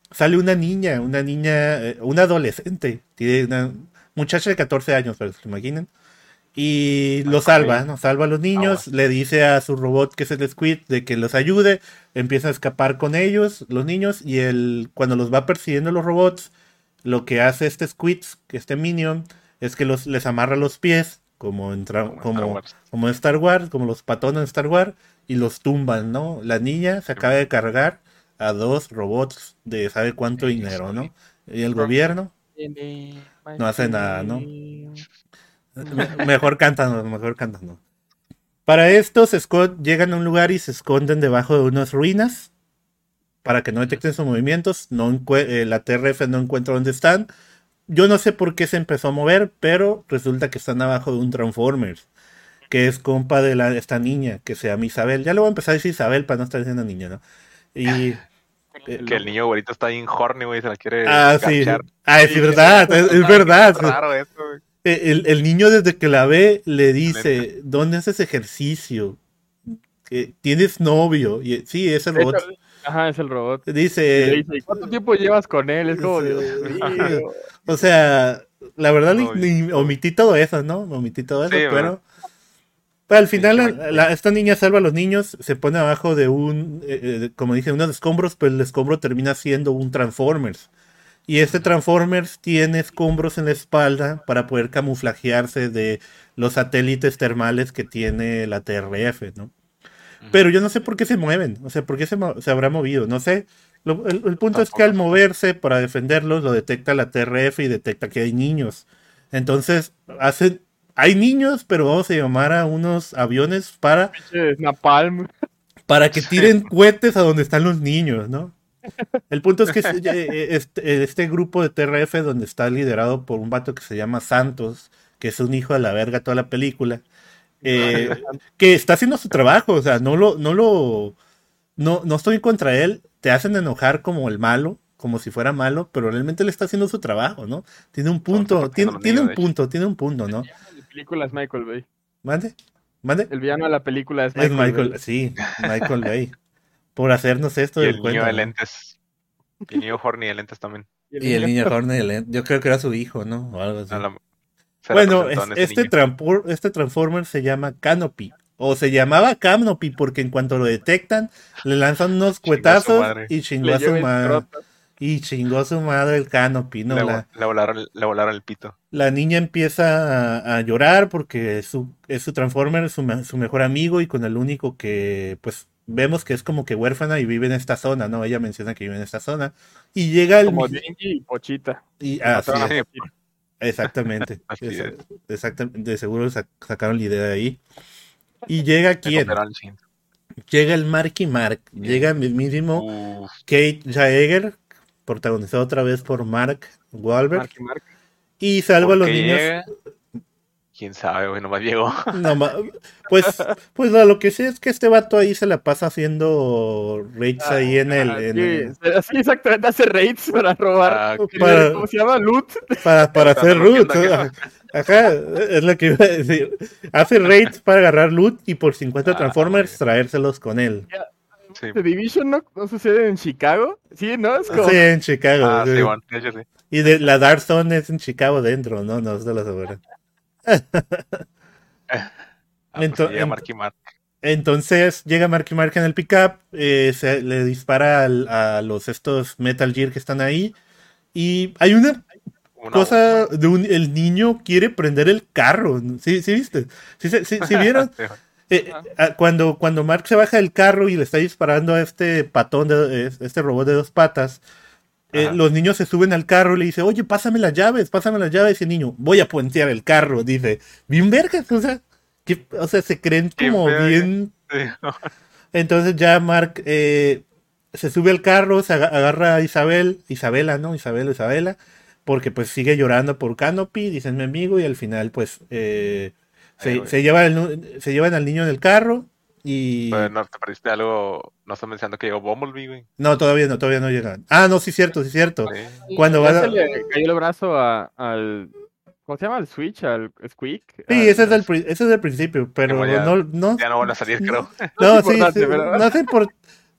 sale una niña, una niña, eh, una adolescente, tiene una muchacha de catorce años, para que se imaginen, y lo salva, ¿no? Salva a los niños, le dice a su robot que es el Squid de que los ayude, empieza a escapar con ellos, los niños, y él, cuando los va persiguiendo los robots, lo que hace este Squid, este Minion, es que los, les amarra los pies, como en, tra-
Como en Star
como,
Wars.
como en Star Wars, como los patones en Star Wars, y los tumban, ¿no? La niña se acaba de cargar a dos robots de sabe cuánto
Sí,
dinero, ¿no?
sí.
Y el gobierno no hace nada, ¿no? Me- mejor cántanos, mejor cántanos. Para esto, se esco- llegan a un lugar y se esconden debajo de unas ruinas para que no detecten sus movimientos. No encue- eh, la T R F no encuentra dónde están. Yo no sé por qué se empezó a mover, pero resulta que están abajo de un Transformers, que es compa de la, esta niña, que se llama Isabel. Ya le voy a empezar a decir Isabel para no estar diciendo niña, ¿no? Y... eh,
Que el niño güerito está bien horny, güey, se la quiere
ah, sí.
garchar.
Ah, es
Sí,
verdad, es, es
está
verdad.
raro eso, güey.
El, el niño desde que la ve le dice,
Neta.
¿dónde haces ejercicio? Que ¿tienes novio? Y, sí, es el
De hecho,
robot.
ajá, es el robot. Y le
Dice,
dice, ¿y cuánto tiempo llevas con él? Es como, Dios
dice,
mío.
o sea, la verdad
No,
ni, ni omití todo eso, ¿no? Omití todo eso,
Sí,
pero,
¿verdad?
pero al final
Pinche
la-
Mike.
la- esta niña salva a los niños, se pone abajo de un, eh, eh, como dije, unos escombros, pero el escombro termina siendo un Transformers. Y este Transformers tiene escombros en la espalda para poder camuflajearse de los satélites termales que tiene la T R F, ¿no? Pero yo no sé por qué se mueven, o sea, por qué se, mo- se habrá movido, no sé. Lo- el, el punto es que
Tampoco
al
sé.
moverse para defenderlos lo detecta la T R F y detecta que hay niños. Entonces, hacen, hay niños, pero vamos a llamar a unos aviones para,
Pinche Napalm.
para que
Sí.
tiren cohetes a donde están los niños, ¿no? El punto es que es- eh, este, este grupo de T R F donde está liderado por un vato que se llama Santos, que es un hijo de la verga toda la película, eh, que está haciendo su trabajo, o sea, no lo, no lo, no, no estoy contra él, te hacen enojar como el malo, como si fuera malo, pero realmente él está haciendo su trabajo, ¿no? Tiene un
Son
punto, tiene,
protegiendo a los
tiene
niños,
un
de hecho.
punto, tiene un punto, ¿no?
La película es Michael Bay.
¿Mande? ¿Mande?
El villano de la película es
Es
Michael,
Michael,
Bay.
sí, Michael Bay, por hacernos esto
Y
del
el niño
cuento,
de
¿no?
lentes. Y el niño horny de lentes también.
Y el
Y el
niño-
niño Horner, el- yo creo que era su hijo, ¿no? O algo así.
A la- se
Bueno,
representó
es-
en ese
este,
niño.
trampor- este Transformer se llama Canopy. O se llamaba Canopy porque en cuanto lo detectan, le lanzan unos
Chingó a su
cuetazos
madre.
y chingó
le
a su
lleva el
madre.
escroto.
Y chingó a su madre el Canopy, ¿no?
Le,
La,
le volaron, le volaron el pito.
la niña empieza a, a llorar porque es su, es su Transformer, es su, me- su mejor amigo y con el único que, pues, vemos que es como que huérfana y vive en esta zona, ¿no? Ella menciona que vive en esta zona. Y llega el...
Como
mi-
Denji y Pochita.
Y,
Que
así
mataron a
es.
Pochita.
Exactamente.
Así
Es-
es.
exactamente. De seguro sac- sacaron la idea de ahí. Y llega
Le
quién?
copiaron el cinto.
Llega el Marky Mark.
Bien.
Llega el mismísimo
Uf,
Kate Jaeger, protagonizado otra vez por Mark Wahlberg.
Marky Mark.
Y salva a
¿por
los
qué
niños.
llega? Quién sabe, güey, nomás llegó.
No, ma- pues, pues a lo que sé es que este vato ahí se la pasa haciendo raids ahí en el.
Ah,
en
sí,
el-
sí, exactamente, hace raids para robar.
Ah,
¿Qué-
para-
¿Cómo se llama? Loot.
para, para
Están
hacer
bloqueando
loot.
acá.
Ajá, es lo que iba a decir. Hace raids para agarrar loot y por cincuenta
Ah,
Transformers
muy
traérselos con él.
sí.
The Division no, no sucede en Chicago. Sí, ¿no? Es como.
Sí, en Chicago.
Ah,
sí.
sí, bueno, de hecho sí.
Y de, la Dark Zone es en Chicago dentro, ¿no? No, se lo aseguro.
Ah,
Ento-
pues llega
ent-
Marky Mark.
Entonces llega Marky Mark en el pickup, eh, se le dispara al- a los estos Metal Gear que están ahí. Y hay una
Una
cosa
bomba.
de un, el niño quiere prender el carro. ¿Sí, sí viste? ¿Sí, sí, sí- sí vieron?
Sí,
Eh, ah, cuando, cuando Mark se baja del carro y le está disparando a este patón, de, este robot de dos patas, eh,
Ajá.
los niños se suben al carro y le dicen, oye, pásame las llaves, pásame las llaves. Y el niño, voy a puentear el carro. Dice, bien vergas, o sea, que, o sea, se creen
Qué
como
verga.
bien.
Sí.
Entonces ya Mark eh, se sube al carro, se aga- agarra a Isabel, Isabela, ¿no? Isabel, Isabela, porque pues sigue llorando por Canopy, dicen mi amigo, y al final pues eh,
Ay,
se,
güey.
se, lleva el- se llevan al niño en el carro y...
Pero no te perdiste algo. No estás mencionando que llegó Bumblebee, güey.
No, todavía no, todavía no llegan. Ah, no, sí, cierto, sí, cierto.
Sí.
Cuando
Ya
van a-
se le cayó el brazo a- al. ¿Cómo se llama? Al Switch, al Squeak.
Sí,
al-
ese es, el, pri- ese es el principio, pero
Igual ya-
no, no,
Ya no van a salir, creo.
no,
es
sí,
importante,
sí,
¿verdad?
no sé por...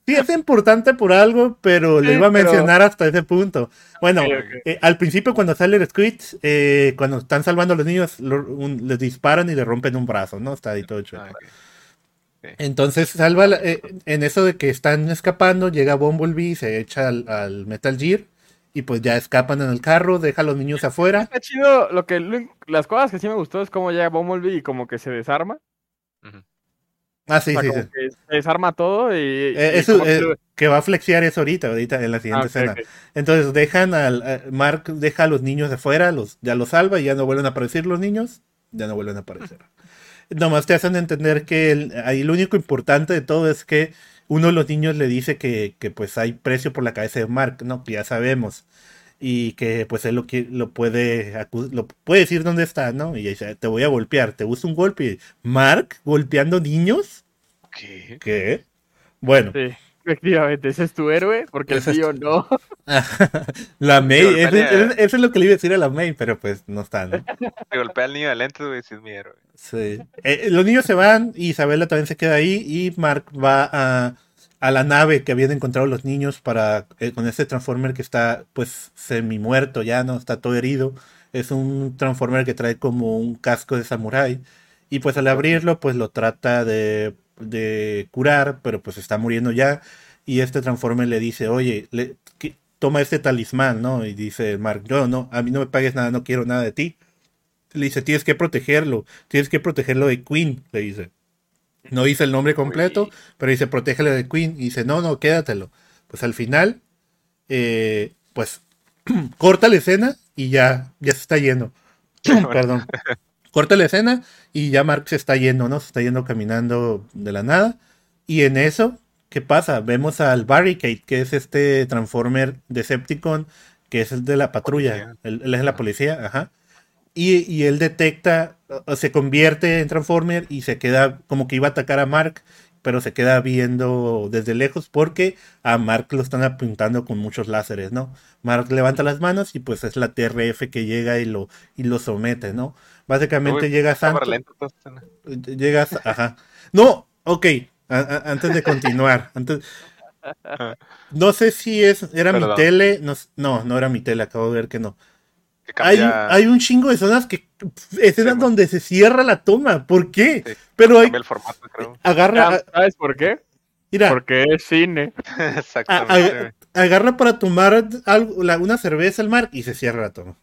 sí es importante por algo, pero
Sí,
lo iba a
pero-
mencionar hasta ese punto. Bueno,
Ok, ok.
eh, al principio cuando sale el Squid, eh, cuando están salvando a los niños, lo- un- les disparan y le rompen un brazo, ¿no? Está ahí todo chueco.
Ah, ok. Ok.
Entonces salva, la- eh, en eso de que están escapando, llega Bumblebee, se echa al, al Metal Gear y pues ya escapan en el carro, deja a los niños afuera.
Está chido, lo que, lo- las cosas que sí me gustó es cómo llega Bumblebee y como que se desarma.
Ujú.
Ah, sí,
O sea,
sí,
como
sí.
que se desarma todo y,
Eh,
y
eso,
como que
eh,
lo-
que va a flexear eso ahorita, ahorita en la
Ah,
siguiente
ok,
escena.
ok.
Entonces dejan al a- Mark deja a los niños de afuera, los, ya los salva y ya no vuelven a aparecer los niños, ya no vuelven a aparecer. Nomás te hacen entender que el- ahí lo único importante de todo es que uno de los niños le dice que, que pues hay precio por la cabeza de Mark, ¿no? Que ya sabemos. Y que pues él lo, qui- lo puede acu- lo puede decir dónde está, ¿no? Y dice, te voy a golpear, ¿te gusta un golpe? ¿Mark golpeando niños?
¿Qué?
¿Qué? Bueno,
Sí, efectivamente, ese es tu héroe, porque el
ese es-
mío no.
la
Te
May,
golpea
eso,
ni
eso-
a-
eso es lo que le iba a decir a la May, pero pues no está, ¿no?
te golpea al niño de lentes, güey, si es mi héroe.
Sí. Eh, los niños se van y Isabela también se queda ahí y Mark va a, a la nave que habían encontrado los niños para eh, con este Transformer que está pues semi muerto ya, no está todo herido. Es un Transformer que trae como un casco de samurái y pues al abrirlo pues lo trata de, de curar, pero pues está muriendo ya y este Transformer le dice, oye, le, que- toma este talismán, ¿no? Y dice Mark, yo no, a mí no me pagues nada, no quiero nada de ti. Le dice, tienes que protegerlo, tienes que protegerlo de Queen, le dice. No dice el nombre completo,
Uy.
pero dice, protégelo de Queen. Y dice, no, no, quédatelo. Pues al final, eh, pues corta la escena y ya, ya se está yendo. Perdón. Corta la escena y ya Mark se está yendo, ¿no? Se está yendo caminando de la nada. Y en eso, ¿qué pasa? Vemos al Barricade, que es este Transformer Decepticon, que es el de la patrulla.
Policía.
Él, él es la policía, ajá. Y, y él detecta, o se convierte en Transformer y se queda como que iba a atacar a Mark, pero se queda viendo desde lejos porque a Mark lo están apuntando con muchos láseres, ¿no? Mark levanta las manos y pues es la T R F que llega y lo, y lo somete, ¿no? Básicamente
Uy,
llega
cámara
Santo,
lenta toda esta escena.
llegas, ajá. No, ok, a- a- antes de continuar, antes,
Ah,
no sé si es, era mi
Perdón.
tele, no, s- no, no era mi tele, acabo de ver que no.
Que
Hay, un-
cambia,
hay un chingo de zonas que. Escenas
Sí,
donde se cierra la toma. ¿Por qué?
sí,
Pero hay.
cambia el formato, creo.
Agarra. a-
¿Sabes por qué?
Mira,
Porque es cine.
a-
Exactamente,
a-
güey.
agarra para tomar algo, la- una cerveza al mar y se cierra la toma.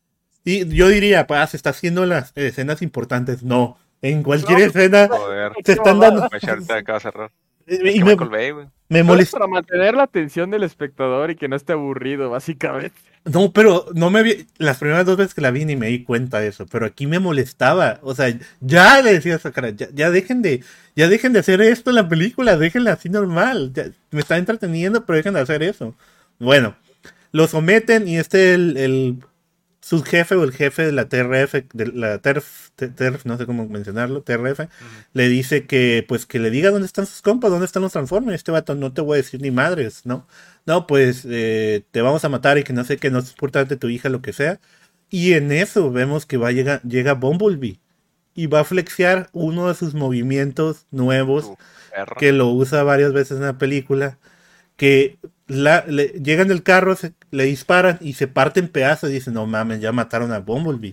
Y yo diría, pa, se está haciendo las escenas importantes. No. En cualquier
No.
escena
Joder.
se están dando.
Güey, ahorita acaba de cerrar.
Y
Es que
me,
Michael Bay, güey.
me
Solo es
molesta.
para mantener la atención del espectador y que no esté aburrido, básicamente.
No, pero no me vi. Las primeras dos veces que la vi ni me di cuenta de eso. Pero aquí me molestaba. O sea, ya le decía a esa cara, ya, ya dejen de. Ya dejen de hacer esto en la película. Déjenla así normal. Ya, me está entreteniendo, pero dejen de hacer eso. Bueno, lo someten y este el, el subjefe o el jefe de la T R F, de la T R F, T- T R F, no sé cómo mencionarlo, T R F,
Ujú.
le dice que pues que le diga dónde están sus compas, dónde están los Transformers. Este vato, no te voy a decir ni madres, ¿no? No, pues eh, te vamos a matar y que no sé qué, no es importante tu hija, lo que sea. Y en eso vemos que va llega, llega Bumblebee y va a flexear uno de sus movimientos nuevos
Tu perro.
que lo usa varias veces en la película, que la, le, llegan del carro, se, le disparan y se parte en pedazos y dicen, no mames, ya mataron a Bumblebee.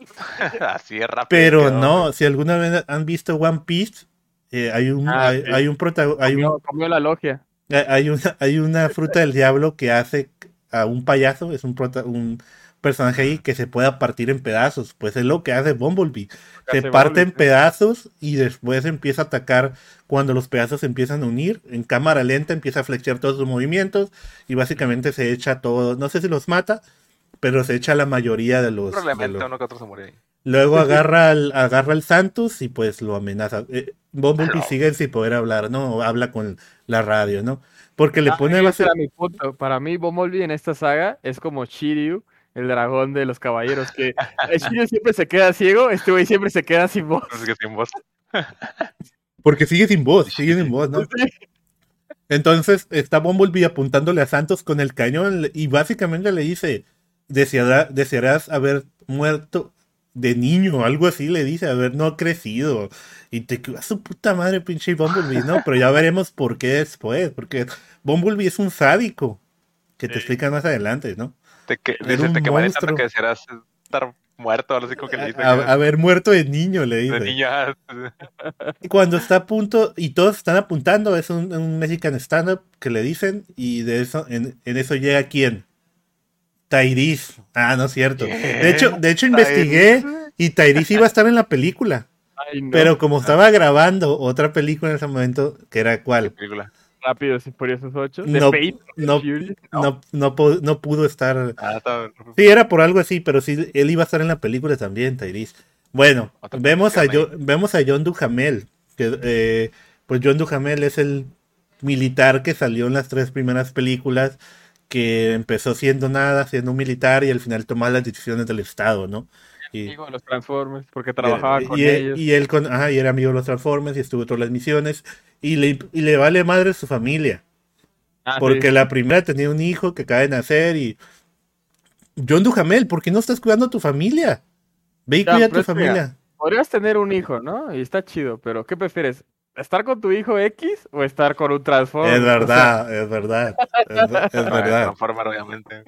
Así es rápido.
Pero
quedó,
no,
güey.
si alguna vez han visto One Piece, eh, hay un
Ah,
hay,
sí.
hay un protago- hay un
Comió, comió la logia.
hay hay una hay una fruta del diablo que hace a un payaso, es un prota- un personaje ahí que se pueda partir en pedazos, pues es lo que hace Bumblebee. Se
hace
parte en
Bumblebee, sí.
pedazos y después empieza a atacar cuando los pedazos se empiezan a unir. En cámara lenta empieza a flexear todos sus movimientos y básicamente se echa todo. No sé si los mata, pero se echa la mayoría de los. de
Probablemente
los-
uno que otro se murió ahí.
Luego agarra al, agarra al Santos y pues lo amenaza. Eh, Bumblebee
No.
sigue sin poder hablar, ¿no? Habla con la radio, ¿no? Porque le
Ah,
pone
ese
base.
era mi punto. Para mí, Bumblebee en esta saga es como Shiryu, el dragón de los caballeros, que eh, Shiryu siempre se queda ciego, este güey siempre se queda sin voz.
Entonces que sin voz.
Porque sigue sin voz, sigue sin voz, ¿no? Entonces está Bumblebee apuntándole a Santos con el cañón y básicamente le dice, deseará- desearás haber muerto, de niño, algo así le dice, a ver, no ha crecido. Y te a su puta madre, pinche Bumblebee, ¿no? Pero ya veremos por qué después, porque Bumblebee es un sádico, que te
Sí.
explican más adelante, ¿no?
Te, que,
Era
dice,
un
te quemaría tanto
monstruo.
que desearás estar muerto, algo así como que le dice
A-
acá,
haber muerto de niño, le
de
dice.
niño. ah,
Y cuando está a punto, y todos están apuntando, es un, un Mexican stand-up que le dicen, y de eso, en, en eso llega quién. Tyrese. Ah, no es cierto. De hecho,
¿Qué?
de hecho investigué
Tyrese.
y Tyrese iba a estar en la película.
Ay, no.
Pero como estaba grabando otra película en ese momento, que era
¿Qué
cuál,
película?
Rápidos y Furiosos ocho.
no,
The Fate of the
no,
Furious.
no, no, pu- no pudo estar.
Ah, está-
Sí, era por algo así, pero sí, él iba a estar en la película también, Tyrese. Bueno,
Otra
vemos a,
película
Jo- vemos a John Duhamel, que eh, pues John Duhamel es el militar que salió en las tres primeras películas, que empezó siendo nada, siendo un militar y al final tomaba las decisiones del Estado, ¿no? Y,
Amigo de los Transformers, porque
y,
trabajaba con
y-
ellos.
y él con, ajá, y era amigo de los Transformers y estuvo en todas las misiones y le, y le vale madre su familia.
Ah,
Porque
sí.
la primera tenía un hijo que acaba de nacer y... John Duhamel, ¿por qué no estás cuidando a tu familia? Ve y
Ya,
cuida a
pero
tu
es que, mira,
familia.
podrías tener un hijo, ¿no? Y está chido, pero ¿qué prefieres? ¿Estar con tu hijo X o estar con un Transformer?
Es
O sea,
verdad, es verdad, es, ver- es
Ah,
verdad.
Transformer, obviamente.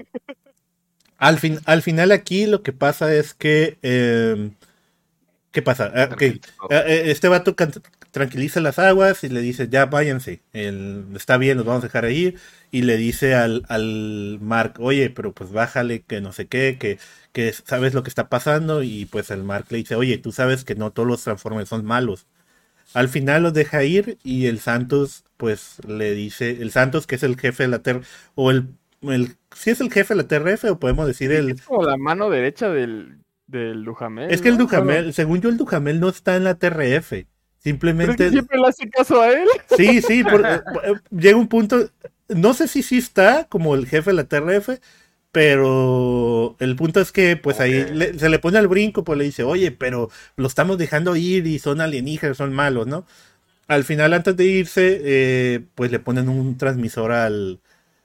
Al, fin, al final aquí lo que pasa es que... eh, ¿qué pasa? Ah, ok.
Tranquilo.
Ah, eh, Este vato can- tranquiliza las aguas y le dice, ya váyanse, el- está bien, los vamos a dejar ahí. Y le dice al, al Mark, oye, pero pues bájale, que no sé qué, que, que sabes lo que está pasando. Y pues el Mark le dice, oye, tú sabes que no todos los Transformers son malos. Al final los deja ir y el Santos, pues le dice, el Santos que es el jefe de la T R, o el, el, si es el jefe de la T R F, o podemos decir el,
es como la mano derecha del, del Duhamel,
es que el
¿no?
Duhamel,
Bueno,
según yo el Duhamel no está en la T R F,
pero es que
simplemente,
siempre le hace caso a él.
sí, sí, por- eh, eh, llega un punto, no sé si sí está como el jefe de la T R F, pero el punto es que pues ahí
Ok.
le- se le pone al brinco, pues le dice, oye, pero lo estamos dejando ir y son alienígenas, son malos, ¿no? Al final, antes de irse, eh, pues le ponen un transmisor al,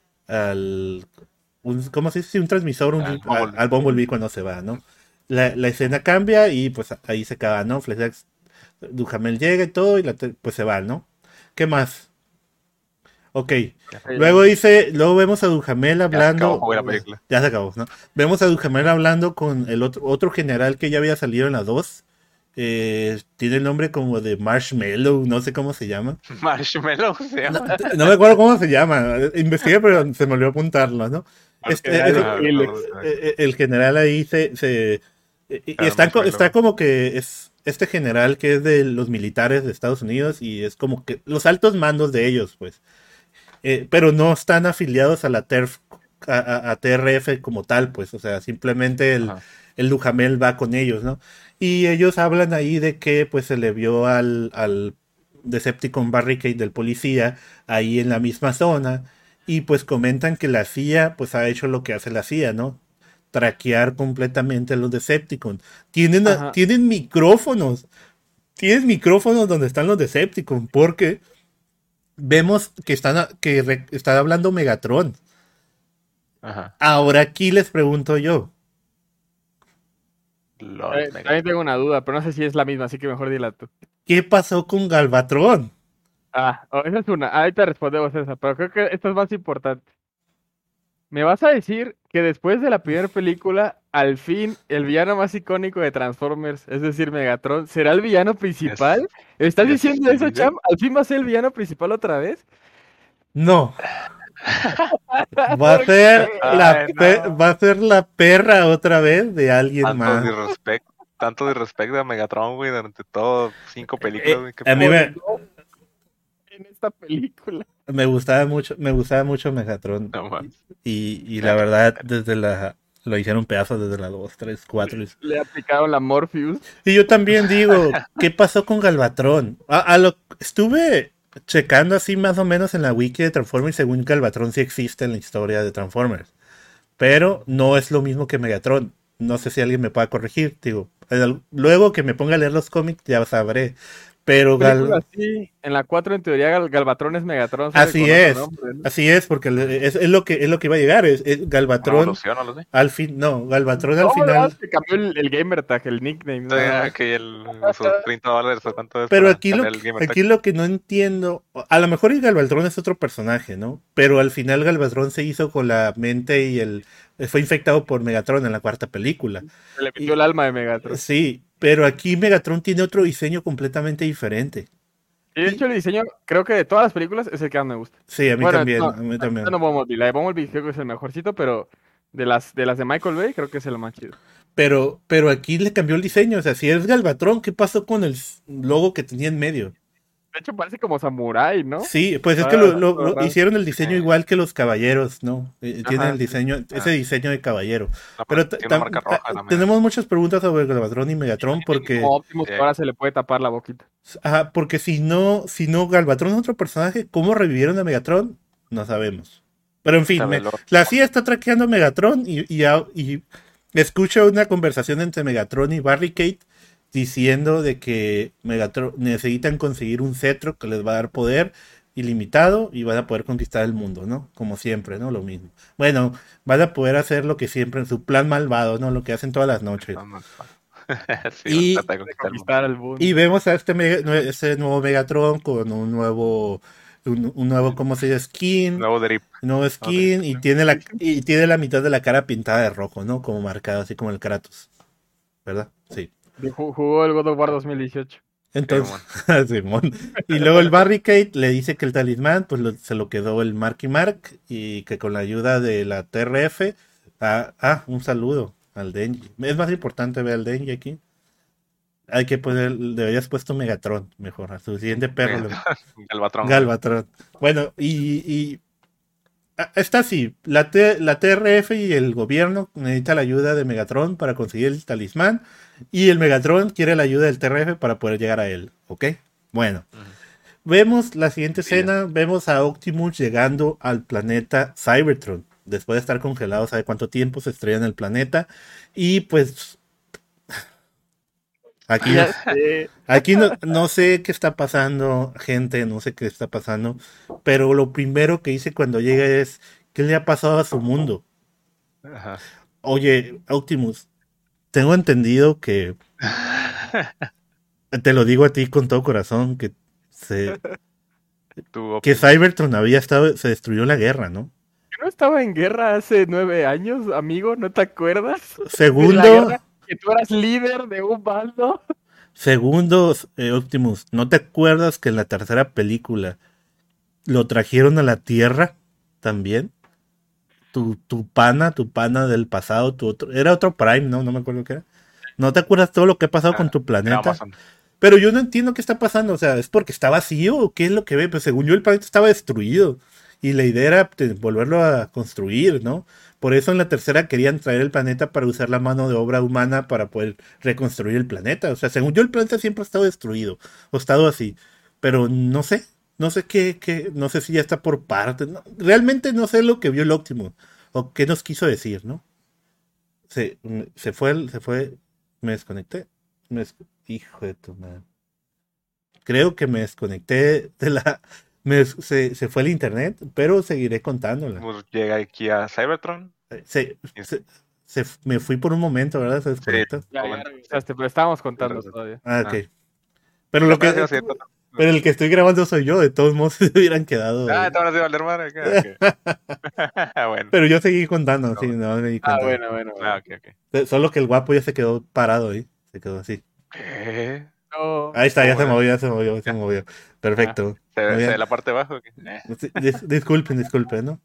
al un- ¿cómo se dice? Sí, un transmisor un-
Al
al,
Bumblebee.
al Bumblebee cuando se va, ¿no? La, la escena cambia y pues ahí se acaba, ¿no? Flashbacks, Duhamel llega y todo y la te- pues se va, ¿no? ¿Qué más? Ok. Luego dice, luego vemos a Duhamel
Ya se acabó,
hablando.
jugué la película.
Ya se acabó, ¿no? Vemos a Duhamel hablando con el otro, otro general que ya había salido en la dos. Eh, tiene el nombre como de Marshmallow, no sé cómo se llama.
Marshmallow se
No,
llama.
no me acuerdo cómo se llama. Investigué, pero se me olvidó apuntarlo, ¿no? Este,
General
es-
Ah,
Alex.
no,
eh, eh, el general ahí se, se y y
Ah,
está, co-
Marshmallow.
está como que es este general que es de los militares de Estados Unidos y es como que los altos mandos de ellos, pues. Eh, pero no están afiliados a la T R F, a, a- a T R F como tal, pues. O sea, simplemente el,
Ajá.
el Duhamel va con ellos, ¿no? Y ellos hablan ahí de que pues se le vio al, al Decepticon Barricade del policía ahí en la misma zona y pues comentan que la C I A pues ha hecho lo que hace la C I A, ¿no? Traquear completamente a los Decepticons. Tienen, a-
Ajá.
tienen micrófonos. Tienen micrófonos donde están los Decepticons porque vemos que están a- que re- está hablando Megatron.
Ajá.
Ahora aquí les pregunto yo,
Lord
Eh,
Megatron.
También tengo una duda, pero no sé si es la misma, así que mejor dila tú.
¿qué pasó con Galvatron?
Ah, oh, esa es una. Ah, ahorita respondemos esa, pero creo que esta es más importante. ¿Me vas a decir que después de la primera película, al fin el villano más icónico de Transformers, es decir, Megatron, será el villano principal? ¿Estás
yes,
diciendo eso,
sí.
Cham? ¿Al fin va a ser el villano principal otra vez?
No, va a
¿Por
ser
qué?
la
Ay,
pe-
no.
va a ser la perra otra vez de alguien
Tanto
más.
disrespect, tanto disrespect a Megatron, güey, durante todo cinco películas,
Eh,
güey. qué
a mí
pedo.
me,
No, en esta película.
me gustaba mucho, me gustaba mucho Megatron
No mames.
y, y la verdad desde la lo hicieron pedazos desde la dos, tres, cuatro.
Le aplicaron la Morpheus.
Y yo también digo, ¿qué pasó con Galvatron? A, a lo estuve checando así más o menos en la wiki de Transformers, según Galvatron sí existe en la historia de Transformers, pero no es lo mismo que Megatron. No sé si alguien me pueda corregir, digo. el- Luego que me ponga a leer los cómics ya sabré. Pero
Película
Gal...
así, en la cuatro en teoría Gal- Galvatron es Megatron, solo que
Así
con otro
es,
nombre, ¿no?
así es, porque le- es, es lo que es lo que iba a llegar. Es, es
Una
Galvatron
evolución, no lo sé.
al fin, no, Galvatron al
No, ¿verdad?
final.
Se cambió el, el gamer tag, el nickname,
Sí,
nada
ah,
más.
que él usó treinta dólares o cuánto es
Pero
para
aquí lo,
cambiar el
que-
gamer tag.
aquí lo que no entiendo, a lo mejor el Galvatron es otro personaje, ¿no? Pero al final Galvatron se hizo con la mente y el fue infectado por Megatron en la cuarta película.
Se le metió
Y,
el alma de Megatron.
sí, pero aquí Megatron tiene otro diseño completamente diferente.
Y de
Y,
hecho el diseño, creo que de todas las películas es el que más me gusta.
sí, a mí
Bueno,
también,
no,
a mí
no,
también.
no Bumblebee, la de Bumblebee creo que es el mejorcito, pero de las de las de Michael Bay creo que es el más chido.
Pero, pero aquí le cambió el diseño. O sea, si es Galvatron, ¿qué pasó con el s- logo que tenía en medio?
De hecho parece como samurái, ¿no?
Sí, pues es
Ah,
que lo, lo-
todo
lo
raro.
hicieron el diseño
Eh.
igual que los caballeros, ¿no? Eh, tienen
Ajá,
el
sí.
diseño, ese
Ah.
diseño de caballero.
La
Pero
mar-
ta-
tiene una
tam-
marca
ah,
roja también.
tenemos muchas preguntas sobre Galvatron y Megatron porque,
Como Optimus
Sí.
que ahora se le puede tapar la boquita.
ajá, porque si no, si no Galvatron es otro personaje, ¿cómo revivieron a Megatron? No sabemos. Pero en fin,
Sabe
me-
lo-
la C I A está traqueando a Megatron y, y, a- y escucho una conversación entre Megatron y Barricade diciendo de que Megatron necesitan conseguir un cetro que les va a dar poder ilimitado y van a poder conquistar el mundo, ¿no? Como siempre, ¿no? Lo mismo. Bueno, van a poder hacer lo que siempre en su plan malvado, ¿no? Lo que hacen todas las noches.
No, no, no. Sí,
Y-
trata de
De
conquistar el mundo.
conquistar al mundo.
Y vemos a este, me- nue- este nuevo Megatron con un nuevo, un, un nuevo, ¿cómo se llama? Skin.
Nuevo drip.
Nuevo skin y tiene la y tiene la mitad de la cara pintada de rojo, ¿no? Como marcado, así como el Kratos. ¿Verdad? Sí.
Y ju- Jugó el God of War dos mil dieciocho.
Entonces, Simón. Y luego el Barricade le dice que el talismán, pues lo- se lo quedó el Marky Mark y que con la ayuda de la T R F, ah, ah, un saludo al Denji. Es más importante ver al Denji aquí. Hay que poner, deberías puesto Megatron, mejor, a su siguiente perro. le-
Galvatron.
Galvatron. Bueno, y, y ah, está así. La, T- la T R F y el gobierno necesitan la ayuda de Megatron para conseguir el talismán. Y el Megatron quiere la ayuda del T R F para poder llegar a él. ¿Ok? Bueno.
Ujú.
Vemos la siguiente
Sí.
escena. Vemos a Optimus llegando al planeta Cybertron. Después de estar congelado, ¿sabe cuánto tiempo? Se estrella en el planeta. Y pues... Aquí, no,
Ya sé.
aquí no, no sé qué está pasando, gente, no sé qué está pasando, pero lo primero que hice cuando llega es, ¿qué le ha pasado a su mundo?
Ajá.
Oye, Optimus, tengo entendido que, te lo digo a ti con todo corazón, que, se,
Tu
que
Optimus.
Cybertron había estado, se destruyó en la guerra, ¿no?
¿Yo no estaba en guerra hace nueve años, amigo? ¿No te acuerdas? De la
Segundo,
guerra que tú eras líder de un bando.
segundo, eh, Optimus, ¿no te acuerdas que en la tercera película lo trajeron a la Tierra también? Tu, tu pana, tu pana del pasado, tu otro, era otro Prime, ¿no? No me acuerdo qué era. ¿No te acuerdas todo lo que ha pasado con tu
Era
planeta?
Amazon.
Pero yo no entiendo qué está pasando, o sea, ¿es porque está vacío o qué es lo que ve? Pues según yo el planeta estaba destruido y la idea era pues, volverlo a construir, ¿no? Por eso en la tercera querían traer el planeta para usar la mano de obra humana para poder reconstruir el planeta. O sea, según yo el planeta siempre ha estado destruido o ha estado así, pero no sé, no sé qué, qué no sé si ya está por parte, no, realmente no sé lo que vio el Optimus o qué nos quiso decir, ¿no? Se, se fue, el- se fue, me desconecté, me des- hijo de tu madre. Creo que me desconecté de la, me- se, se fue el internet, pero seguiré contándola.
Pues llega aquí a Cybertron.
Se, se, se- me fui por un momento, ¿verdad? Se desconectó.
Ya, ya
Momento.
regresaste, pero estábamos contando todavía.
Ah, ok.
Ah.
Pero lo
Apenas
que,
iba a seguir contando.
pero el que estoy grabando soy yo, de todos modos se hubieran quedado.
Ah, te van a decir valer madre. Ok, ok. Bueno.
Pero yo seguí contando, sí, no me di
Ah,
cuenta.
bueno, bueno. bueno.
Ah, ok, ok.
Solo que el guapo ya se quedó parado ahí. Se quedó así.
¿Qué?
No.
Ahí está, ya se
Bueno.
movió, ya se movió, ya se movió. Perfecto.
¿Se,
Muy
se
bien.
ve la parte de abajo? Eh.
Sí, dis- disculpen, disculpen, ¿no?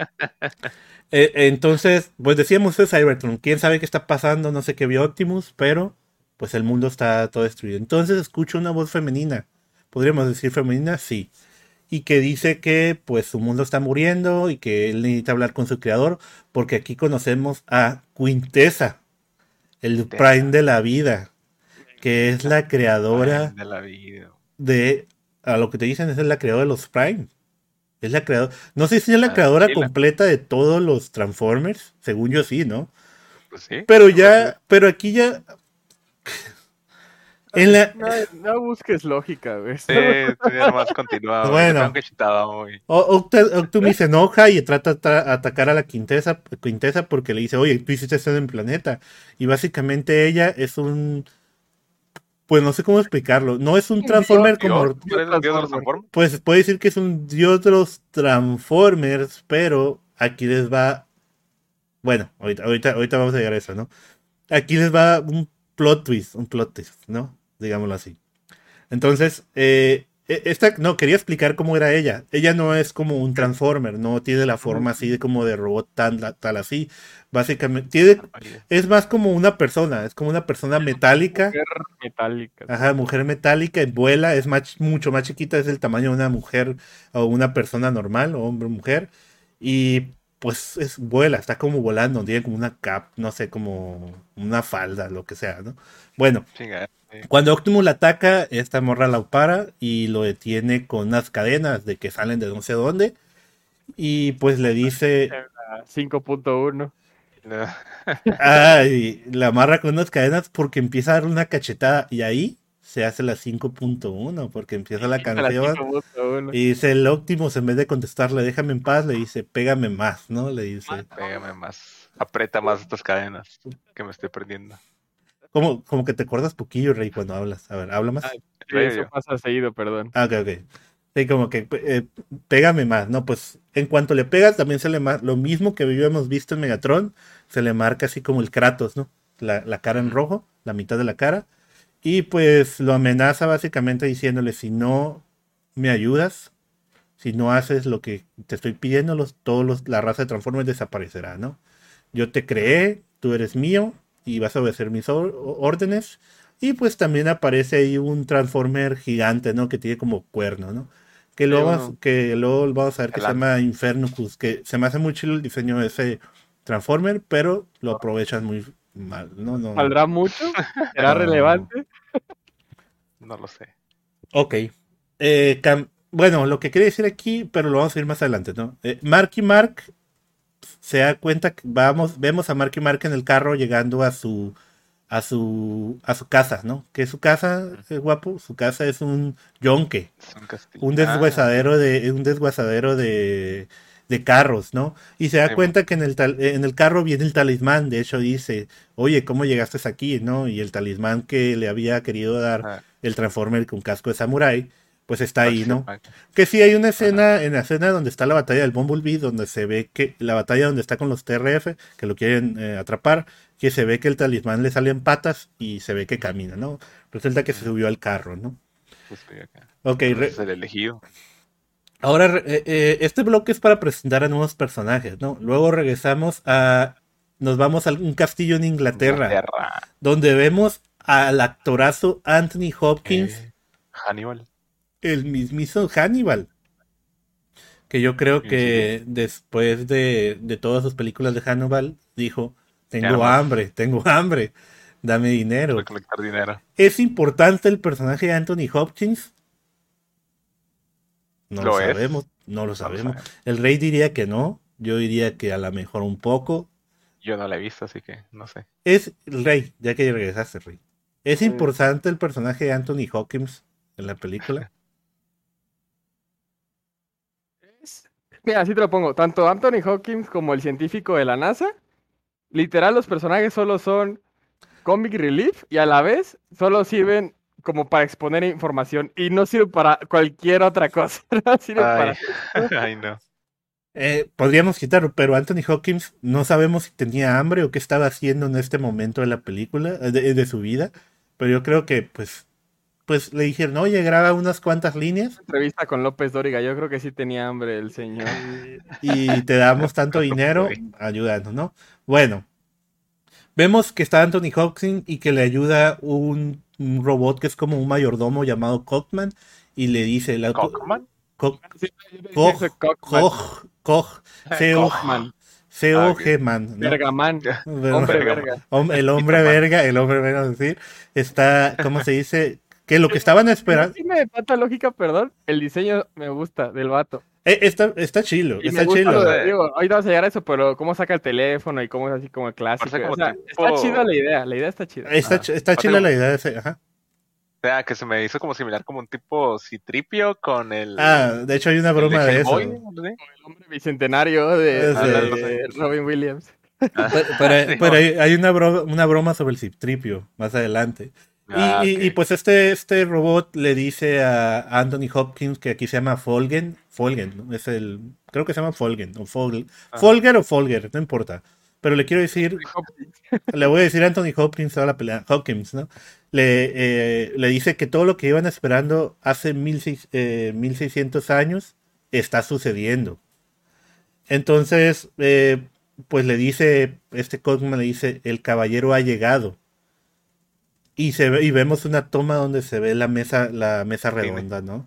Eh, entonces, pues decíamos de Cybertron, quién sabe qué está pasando, no sé qué vio Optimus, pero pues el mundo está todo destruido. Entonces escucho una voz femenina, podríamos decir femenina, sí, y que dice que pues su mundo está muriendo y que él necesita hablar con su creador, porque aquí conocemos a Quintessa, el
Quintessa.
Prime de la vida, que es la creadora
Ay, de la vida.
de, a lo que te dicen es la creadora de los Prime. Es la creadora, no sé si es la
Ah,
creadora
sí, la-
completa de todos los Transformers, según yo sí, ¿no?
Pues sí.
Pero
Pues
ya, pero aquí ya, En la...
No, no busques lógica, güey.
Sí, ya nomás continúa.
Bueno.
Bueno. Que chitado, güey.
Octumi se enoja y trata de atacar a la Quintesa, Quintesa porque le dice, oye, tú hiciste esto en el planeta. Y básicamente ella es un... Pues no sé cómo explicarlo. No es un Transformer como...
¿Dios? ¿Dios de los Transformers?
Pues puede decir que es un dios de los Transformers, pero aquí les va... Bueno, ahorita, ahorita, ahorita vamos a llegar a eso, ¿no? Aquí les va un plot twist, un plot twist, ¿no? Digámoslo así. Entonces, eh, esta, no, quería explicar cómo era ella. Ella no es como un Transformer, no tiene la forma así de como de robot tan, tal así. Básicamente, tiene, es más como una persona, es como una persona metálica.
Mujer metálica.
Ajá, mujer metálica, vuela, es más, mucho más chiquita, es el tamaño de una mujer o una persona normal, hombre o mujer. Y pues es, vuela, está como volando, tiene como una cap, no sé, como una falda, lo que sea, ¿no? Bueno,
Chinga, sí.
Cuando Optimus la ataca, esta morra la para y lo detiene con unas cadenas de que salen de no sé dónde. Y pues le dice...
cinco punto uno.
No.
Ay, la amarra con unas cadenas porque empieza a dar una cachetada. Y ahí se hace la cinco punto uno porque empieza la canción. Y dice el Optimus, en vez de contestarle, déjame en paz, le dice, pégame más, ¿no? Le dice.
Pégame más. Aprieta más estas cadenas que me estoy perdiendo.
Como, como que te acuerdas poquillo, Rey, cuando hablas. A ver, habla más.
Ay, sí, eso pasa seguido, perdón.
Ah, ok, ok. Sí, como que eh, pégame más, ¿no? Pues en cuanto le pegas, también se le marca lo mismo que habíamos visto en Megatron, se le marca así como el Kratos, ¿no? La, la cara en rojo, la mitad de la cara. Y pues lo amenaza básicamente diciéndole, si no me ayudas, si no haces lo que te estoy pidiendo, los, todos los, la raza de Transformers desaparecerá, ¿no? Yo te creé, tú eres mío y vas a obedecer mis or- órdenes. Y pues también aparece ahí un Transformer gigante, ¿no? Que tiene como cuerno, ¿no? Que luego, sí, que luego vamos a ver que se llama Infernucus, que se me hace muy chido el diseño de ese Transformer, pero lo aprovechan muy mal, ¿no? no
¿Valdrá mucho? ¿Será no. relevante?
No lo sé.
Ok. Eh, cam- bueno, lo que quería decir aquí, pero lo vamos a ir más adelante, ¿no? Eh, Marky Mark se da cuenta que vamos, vemos a Marky Mark en el carro llegando a su a su a su casa, ¿no? Que su casa, eh, guapo, su casa es un yonque, un, un desguazadero ah. de un desguazadero de, de carros, ¿no? Y se da sí, cuenta que en el tal, en el carro viene el talismán, de hecho dice, "Oye, ¿cómo llegaste aquí?", ¿no? Y el talismán que le había querido dar ah. el Transformer con casco de samurái, pues está ahí, ¿no? Que sí hay una escena, ajá, en la escena donde está la batalla del Bumblebee, donde se ve que la batalla donde está con los T R F, que lo quieren eh, atrapar, que se ve que el talismán le sale en patas y se ve que camina, ¿no? Resulta que se subió al carro, ¿no?
Estoy acá.
Ok,
re- es el elegido.
Ahora, eh, eh, este bloque es para presentar a nuevos personajes, ¿no? Luego regresamos a... Nos vamos a un castillo en Inglaterra,
Inglaterra.
donde vemos al actorazo Anthony Hopkins.
Eh, Hannibal.
El mismísimo Hannibal. Que yo creo que sí, después de, de todas sus películas de Hannibal, dijo, tengo hambre, tengo hambre, dame dinero.
Recolectar dinero.
¿Es importante el personaje de Anthony Hopkins? No lo, lo sabemos, no lo sabemos. No lo el Rey diría que no, yo diría que a lo mejor un poco.
Yo no la he visto, así que no sé.
Es el Rey, ya que regresaste, Rey. ¿Es sí. importante el personaje de Anthony Hopkins en la película?
Mira, así te lo pongo. Tanto Anthony Hopkins como el científico de la NASA, literal, los personajes solo son comic relief y a la vez solo sirven como para exponer información y no sirven para cualquier otra cosa. No sirven
ay,
para...
ay, no.
Eh, podríamos quitarlo, pero Anthony Hopkins no sabemos si tenía hambre o qué estaba haciendo en este momento de la película, de, de su vida, pero yo creo que pues pues le dijeron, oye, graba unas cuantas líneas.
Entrevista con López Dóriga, yo creo que sí tenía hambre el señor.
Y te damos tanto dinero, ayudando, ¿no? Bueno, vemos que está Anthony Hopkins y que le ayuda un, un robot que es como un mayordomo llamado Cockman y le dice... La,
¿Cockman?
Co sí, Koch, Koch, Koch,
Cochman.
C O G man,
¿no? Vergaman, hombre verga.
El hombre verga, el hombre verga, es decir, está, ¿cómo se dice? Que lo que estaban esperando...
Sí me falta lógica, perdón, el diseño me gusta, del vato.
Eh, está, está chilo, y está chilo.
De, digo, ahorita vamos a llegar a eso, pero cómo saca el teléfono y cómo es así como el clásico. Como o sea, tipo... Está chida la idea, la idea está chida.
Está, está chila la idea, ese, ajá.
sea, que se me hizo como similar como un tipo Citripio con el...
Ah, de hecho hay una
el
broma de eso.
Hellboy, ¿no? ¿Sí?
El hombre bicentenario de,
Es,
Ándale,
eh,
algo así.
de Robin Williams.
Ah,
Pero, pero-
sí,
pero
mo-
hay, hay una, bro- una broma sobre el Citripio más adelante. Y,
ah,
y- y,
ok.
pues este, este robot le dice a Anthony Hopkins que aquí se llama Folgen. Folgen, ¿no? Es el. Creo que se llama Folgen. O Fol-
Ajá.
Folger o Folger, no importa. Pero le quiero decir, le voy a decir a Anthony Hopkins toda la pelea. Hopkins, ¿no? Le, eh, le dice que todo lo que iban esperando hace mil seis- eh, mil seiscientos años está sucediendo. Entonces, eh, pues le dice, este Cosmo le dice, el caballero ha llegado. Y se ve, y vemos una toma donde se ve la mesa, la mesa
Cine.
redonda, ¿no?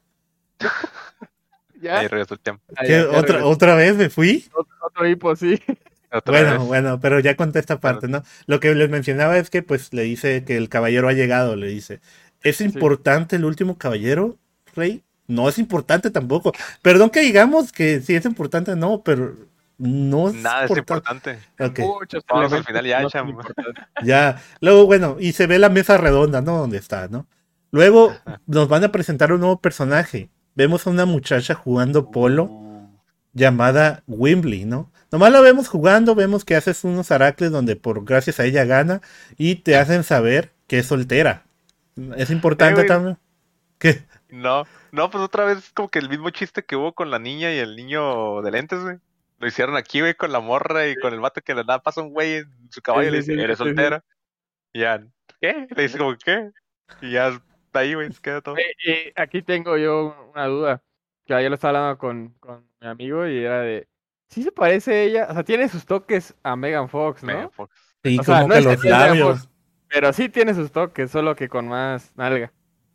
¿Ya?
Ahí regresó el tiempo.
Ah,
¿Qué?
ya, ya
¿Otra,
regresó.
¿Otra vez me fui?
Otro, otro hipo, sí.
Otra
Bueno,
vez.
bueno, pero ya conté esta
Bueno,
parte, ¿no? Lo que les mencionaba es que pues le dice que el caballero ha llegado, le dice. ¿Es
Sí.
importante el último caballero, Rey? No es importante tampoco. Perdón que digamos que sí es importante, no, pero no es
nada es
importante.
importante.
Ok.
Muchos
Vamos al
elementos
final ya,
no son
chamo.
importantes.
Ya, luego, bueno, y se ve la mesa redonda, ¿no? Donde está, ¿no? Luego nos van a presentar un nuevo personaje. Vemos a una muchacha jugando polo
Uh,
llamada Wimbley, ¿no? Nomás la vemos jugando, vemos que haces unos aracles donde por gracias a ella gana y te hacen saber que es soltera. Es importante
Eh, güey.
también. ¿Qué?
no, no, pues otra vez como que el mismo chiste que hubo con la niña y el niño de lentes, güey. Lo hicieron aquí, güey, con la morra y con el vato que le da pasa un güey en su caballo y le
Sí, sí,
dice,
sí,
¿eres
sí, sí.
soltera? Y ya, ¿qué? Le dice como, ¿qué? Y ya está ahí, güey, se queda todo.
Eh, eh, aquí tengo yo una duda, que ayer lo estaba hablando con, con mi amigo y era de, ¿sí se parece ella? O sea, tiene sus toques a Megan Fox,
Megan
¿no?
Fox.
Sí,
O sea,
como
no
que
es que
los
sea Megan
labios.
Fox, pero sí tiene sus toques, solo que con más nalga.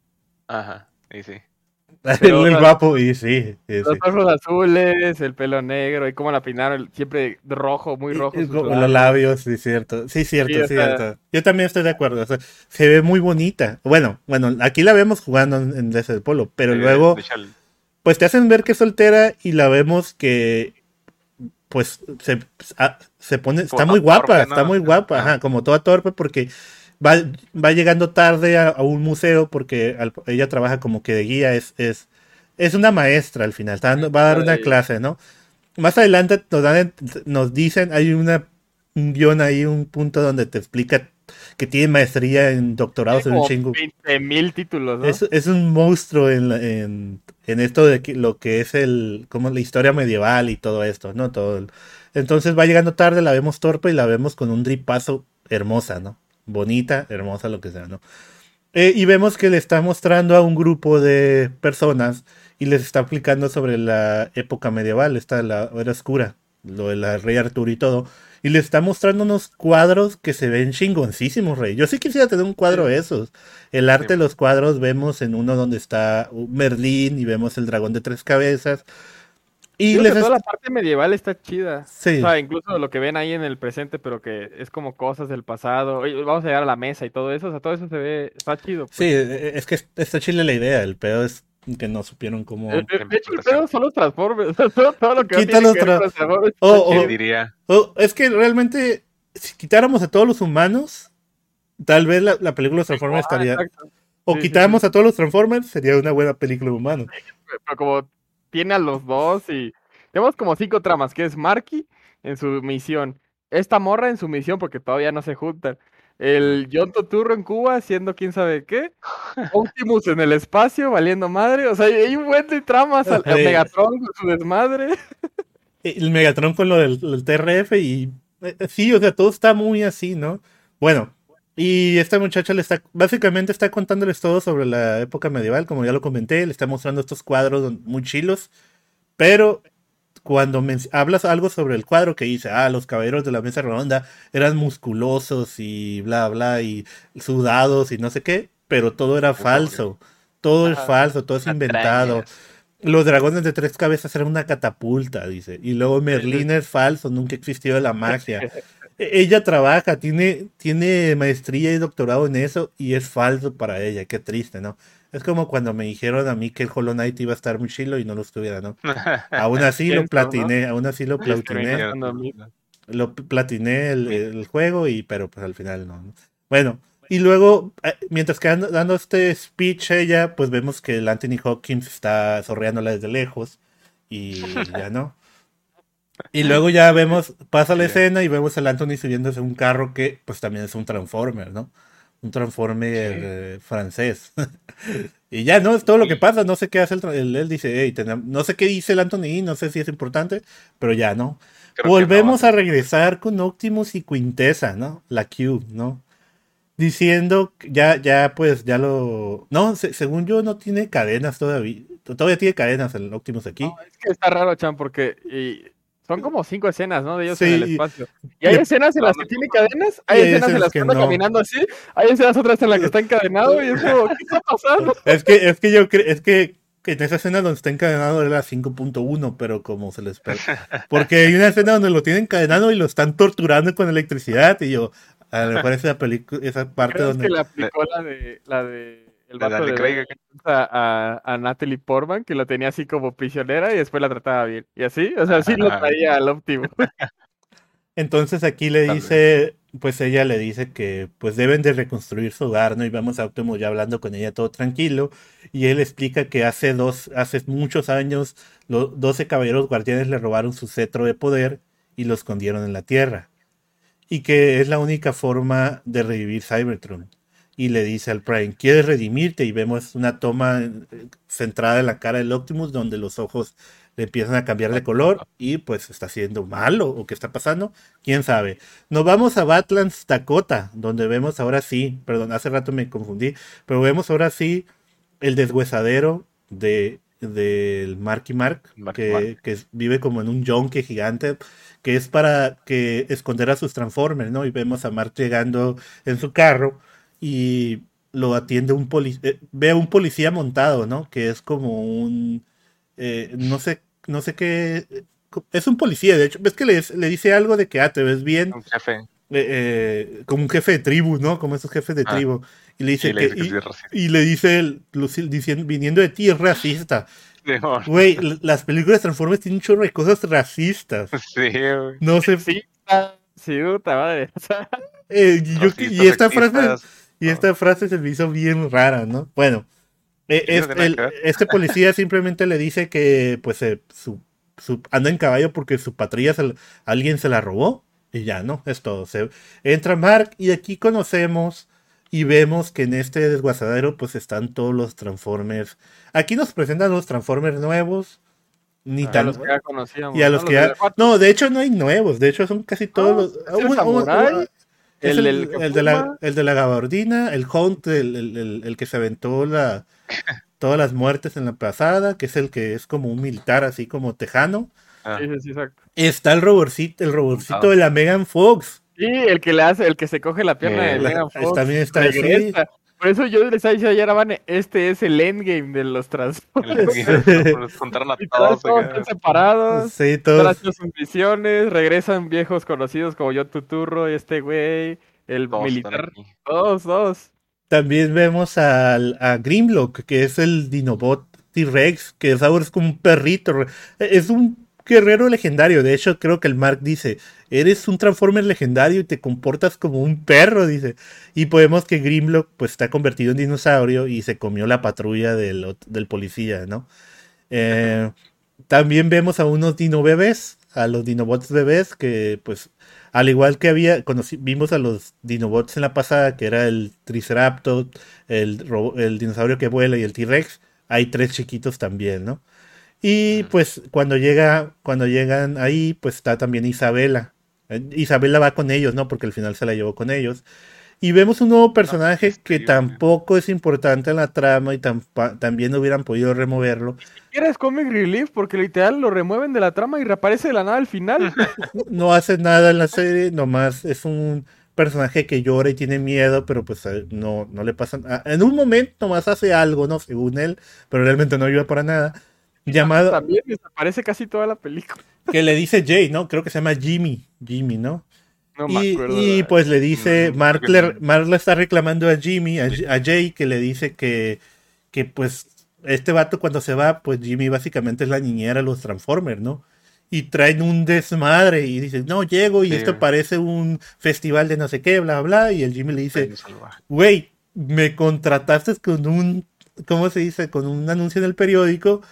Ajá, y sí.
Pero, o
El
sea,
guapo, y sí, sí,
los
sí.
ojos azules, el pelo negro y cómo la peinaron, siempre de rojo, muy
Y-
rojo
y
sus
co- los
labios.
labios, sí, cierto. Sí,
Sí,
cierto,
o sea,
cierto. Yo también estoy de acuerdo. O sea, se ve muy bonita. Bueno, bueno, aquí la vemos jugando en, en desde el polo, pero
De,
luego,
de hecho, el-
pues te hacen ver que es soltera y la vemos que, pues, se, ah, se pone, está
como
muy
todo
guapa,
torpe,
está
¿no?
muy guapa,
Ajá.
ajá, como toda torpe porque va, va llegando tarde a, a un museo porque al- ella trabaja como que de guía, es, es, es una maestra al final, está dando- va a dar una
ay,
clase, ¿no? Más adelante nos, dan, nos dicen, hay una, un guión ahí, un punto donde te explica que tiene maestría en doctorados
tiene
en un
como
chingo.
veinte mil títulos, ¿no?
Es, es un monstruo en, la- en, en esto de que- lo que es el, como la historia medieval y todo esto, ¿no? Todo el- entonces va llegando tarde, la vemos torpe y la vemos con un dripazo hermosa, ¿no? Bonita, hermosa, lo que sea, ¿no? Eh, y vemos que le está mostrando a un grupo de personas y les está explicando sobre la época medieval, esta la era oscura, lo de la rey Arturo y todo. Y le está mostrando unos cuadros que se ven chingoncísimos, rey. Yo sí quisiera tener un cuadro de esos. El arte
Sí.
de los cuadros, vemos en uno donde está Merlín y vemos el dragón de tres cabezas. Y
Digo
les
que toda
es-
la parte medieval está chida.
Sí.
O sea, incluso lo que ven ahí en el presente, pero que es como cosas del pasado. Oye, vamos a llegar a la mesa y todo eso. O sea, todo eso se ve, está chido,
Sí,
pues.
eh, es que está chile la idea. El pedo es que no supieron cómo.
Eh, eh,
la
De hecho, el
interpretación.
pedo son los Transformers. O sea, todo, todo lo que no
Quita
tiene
los
que ver
tra-
con los Transformers
Oh,
está
oh.
¿Quién
chido.
diría?
Oh, es que realmente, si quitáramos a todos los humanos, tal vez la, la película de los Transformers
Ah,
estaría.
exacto.
O
Sí, sí,
quitáramos
sí.
a todos los Transformers, sería una buena película de humanos.
Pero como tiene a los dos y tenemos como cinco tramas, que es Marky en su misión, esta morra en su misión porque todavía no se juntan, el John Turturro en Cuba haciendo quién sabe qué, Optimus en el espacio valiendo madre, o sea, hay un buen de tramas, al, al
Sí.
Megatron con su desmadre.
El Megatron con lo del, del T R F y. eh, Sí, o sea, todo está muy así, ¿no? Bueno, y esta muchacha le está. Básicamente está contándoles todo sobre la época medieval, como ya lo comenté, le está mostrando estos cuadros muy chilos, pero. Cuando men- hablas algo sobre el cuadro que dice, ah, los caballeros de la mesa redonda eran musculosos y bla, bla, y sudados y no sé qué, pero todo era falso. Todo es
Ajá.
falso, todo es inventado.
Patrañas.
Los dragones de tres cabezas eran una catapulta, dice. Y luego Merlín es falso, nunca existió la magia. E- Ella trabaja, tiene, tiene maestría y doctorado en eso y es falso para ella, qué triste, ¿no? Es como cuando me dijeron a mí que el Hollow Knight iba a estar muy chilo y no lo estuviera, ¿no? Aún así lo
Pienso, ¿no?
platiné, aún así lo
Y terminó
platiné,
estando a mí.
lo platiné el,
Mira.
el juego y pero pues al final no, ¿no? Bueno, Y luego, eh, mientras que anda dando este speech ella, pues vemos que el Anthony Hopkins está sorreándola desde lejos y ya no. Y luego ya vemos, pasa la
Sí.
escena y vemos al Anthony subiéndose a un carro que pues también es un Transformer, ¿no? Un Transformer
Sí.
eh, francés. Y ya, ¿no? Es todo lo que pasa, no sé qué hace el, tra- él, él dice, hey, tenem- no sé qué dice el Anthony, no sé si es importante, pero ya, ¿no?
Creo que
Volvemos
no,
a
no.
regresar con Optimus y Quintessa, ¿no? La Q, ¿no? Diciendo, que ya, ya, pues, ya lo... No, se- según yo no tiene cadenas todavía. Todavía tiene cadenas el Optimus
No,
aquí.
es que está raro, Chan, porque y son como cinco escenas, ¿no? De ellos en el
Sí,
espacio. Y hay
le-
escenas en
No,
las
no,
que tiene cadenas,
y
hay
hay
escenas en
escenas
las
que
que anda
no.
caminando así, hay escenas otras en las que está encadenado y es como, ¿qué está pasando?
Es que, es que yo creo, es que, que en esa escena donde está encadenado era cinco punto uno, pero como se le espera. Porque hay una escena donde lo tienen encadenado y lo están torturando con electricidad. Y yo, a lo mejor esa película, esa parte
¿Crees que
donde.
le
Le,
aplicó la de la de el
le
vato
Dale
de
Craig.
a, a, a Natalie Portman, que lo tenía así como prisionera y después la trataba bien? Y así, o sea, sí lo
Ajá,
traía al óptimo.
Entonces aquí le
tal vez.
dice, pues ella le dice que pues deben de reconstruir su hogar, ¿no? Y vamos a Optimus ya hablando con ella todo tranquilo. Y él explica que hace dos, hace muchos años, los doce caballeros guardianes le robaron su cetro de poder y lo escondieron en la tierra. Y que es la única forma de revivir Cybertron. Y le dice al Prime, ¿quieres redimirte? Y vemos una toma eh, centrada en la cara del Optimus donde los ojos le empiezan a cambiar de color y pues está siendo malo o qué está pasando, quién sabe. Nos vamos a Badlands, Dakota, donde vemos ahora sí, perdón, hace rato me confundí, pero vemos ahora sí el deshuesadero de del Marky Mark,
Marky Mark.
que, que vive como en un yonque gigante, que es para que esconder a sus Transformers, ¿no? Y vemos a Mark llegando en su carro y lo atiende un policía, eh, ve a un policía montado, ¿no? Que es como un, eh, no sé, no sé qué, eh, es un policía, de hecho, ves que le, le dice algo de que, ah, te ves bien,
Un jefe.
eh, eh, como un jefe de tribu, ¿no? Como esos jefes de
Ah,
tribu. Y le
y
dice
le
que,
dice que sí
y,
es racista.
y le dice, el- Lucille, diciendo, viniendo de ti es racista.
Simón.
Güey, l- las películas de Transformers tienen un chorro de cosas racistas.
Sí, güey.
No sé,
Sí, ah, sí, puta madre. O sea,
eh, y, yo, que- y
Racistas,
esta frase,
sexistas.
y
No,
esta frase se me hizo bien rara, ¿no? Bueno, eh,
sí, no
es,
tiene nada
el,
que ver.
este policía simplemente le dice que, pues, eh, su, su- anda en caballo porque su patrulla se, la- alguien se la robó. Y ya, ¿no? Es todo. Se, entra Mark y aquí conocemos y vemos que en este desguazadero, pues, están todos los Transformers. Aquí nos presentan los Transformers nuevos. Ni
a
tan,
los que ya
y
conocíamos,
a
¿no?
los
Los
que
de
ya...
la cuatro.
No, de hecho no hay nuevos, de hecho son casi todos
No,
los...
es el
un- un-
Samurai,
un- es
el del
el,
que
el de la,
fuma.
el de la gabardina, el Hunt, el, el- el- el que se aventó la, todas las muertes en la pasada, que es el que es como un militar así como tejano.
Ah,
Sí, sí, sí, exacto.
Está el robotcito, el robotcito
ah,
de la Megan Fox.
Sí, el que le hace, el que se coge la pierna de
eh,
La-
Megan
es-
Fox
también está así.
regresa. Por eso yo les estaba diciendo ayer a Vane, este es el endgame de los
el
Transformers.
nos juntaron a
Literal,
todos
todos
acá.
están separados,
Sí,
están
todos.
haciendo sus misiones, regresan viejos conocidos como yo Tuturro, este güey, el
Todos están
militar,
aquí.
todos, todos.
También vemos al, a Grimlock, que es el Dinobot T-Rex, que es ahora es como un perrito. re- Es un guerrero legendario. De hecho, creo que el Mark dice, eres un Transformer legendario y te comportas como un perro, dice. Y podemos que Grimlock pues está convertido en dinosaurio y se comió la patrulla del, ot- del policía, ¿no? Eh, también vemos a unos dino bebés, a los dinobots bebés, que pues al igual que había, conocí- vimos a los dinobots en la pasada, que era el Triceratops, el, ro- el dinosaurio que vuela y el T-Rex, hay tres chiquitos también, ¿no? Y
Ujú.
pues cuando llega, cuando llegan ahí, pues está también Isabela. Eh, Isabela va con ellos, ¿no? Porque al final se la llevó con ellos. Y vemos un nuevo personaje
este,
que
güey.
tampoco es importante en la trama y tampa- también hubieran podido removerlo.
¿Quieres Comic Relief? Porque literal lo remueven de la trama y reaparece de la nada al final.
No hace nada en la serie, nomás es un personaje que llora y tiene miedo, pero pues eh, no, no le pasa nada. En un momento nomás hace algo, ¿no? Según él, pero realmente no ayuda para nada. Llamado,
También desaparece casi toda la película.
que le dice Jay, ¿no? Creo que se llama Jimmy, Jimmy, ¿no?
No me
Y,
acuerdo.
y, pues le dice,
Mm,
Mark,
creo que
le,
sí.
Mark le está reclamando a Jimmy, a, a Jay, que le dice que, que pues este vato cuando se va, pues Jimmy básicamente es la niñera de los Transformers, ¿no? y traen un desmadre y dicen, no, llego y
Sí.
esto parece un festival de no sé qué, bla, bla, y el Jimmy le dice,
Reino salvaje.
güey, me contrataste con un, ¿cómo se dice? Con un anuncio en el periódico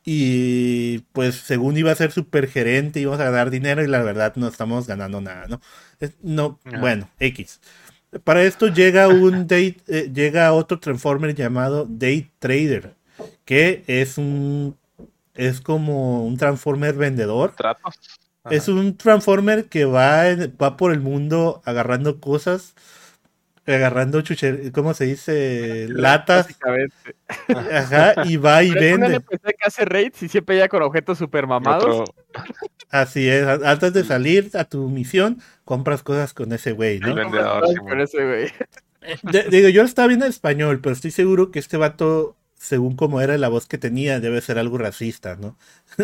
y pues según iba a ser super gerente, íbamos a ganar dinero y la verdad no estamos ganando nada, ¿no? Es- no,
Ajá.
bueno, X. Para esto llega un day, eh, llega otro Transformer llamado Day Trader, que es un es como un Transformer vendedor.
¿Tratos?
Es
Ajá.
un Transformer que va, en- va por el mundo agarrando cosas, agarrando chucher, ¿cómo se dice? Latas,
Básicamente.
ajá, y va y
Pero es un
vende.
N P C que hace raids y siempre llega con objetos super mamados.
Otro,
Así es, a- antes de salir a tu misión, compras cosas con ese güey,
el
¿no?
vendedor,
Ay,
Simón.
con ese güey.
De- digo, yo lo estaba viendo en español, pero estoy seguro que este vato, según como era la voz que tenía, debe ser algo racista, ¿no?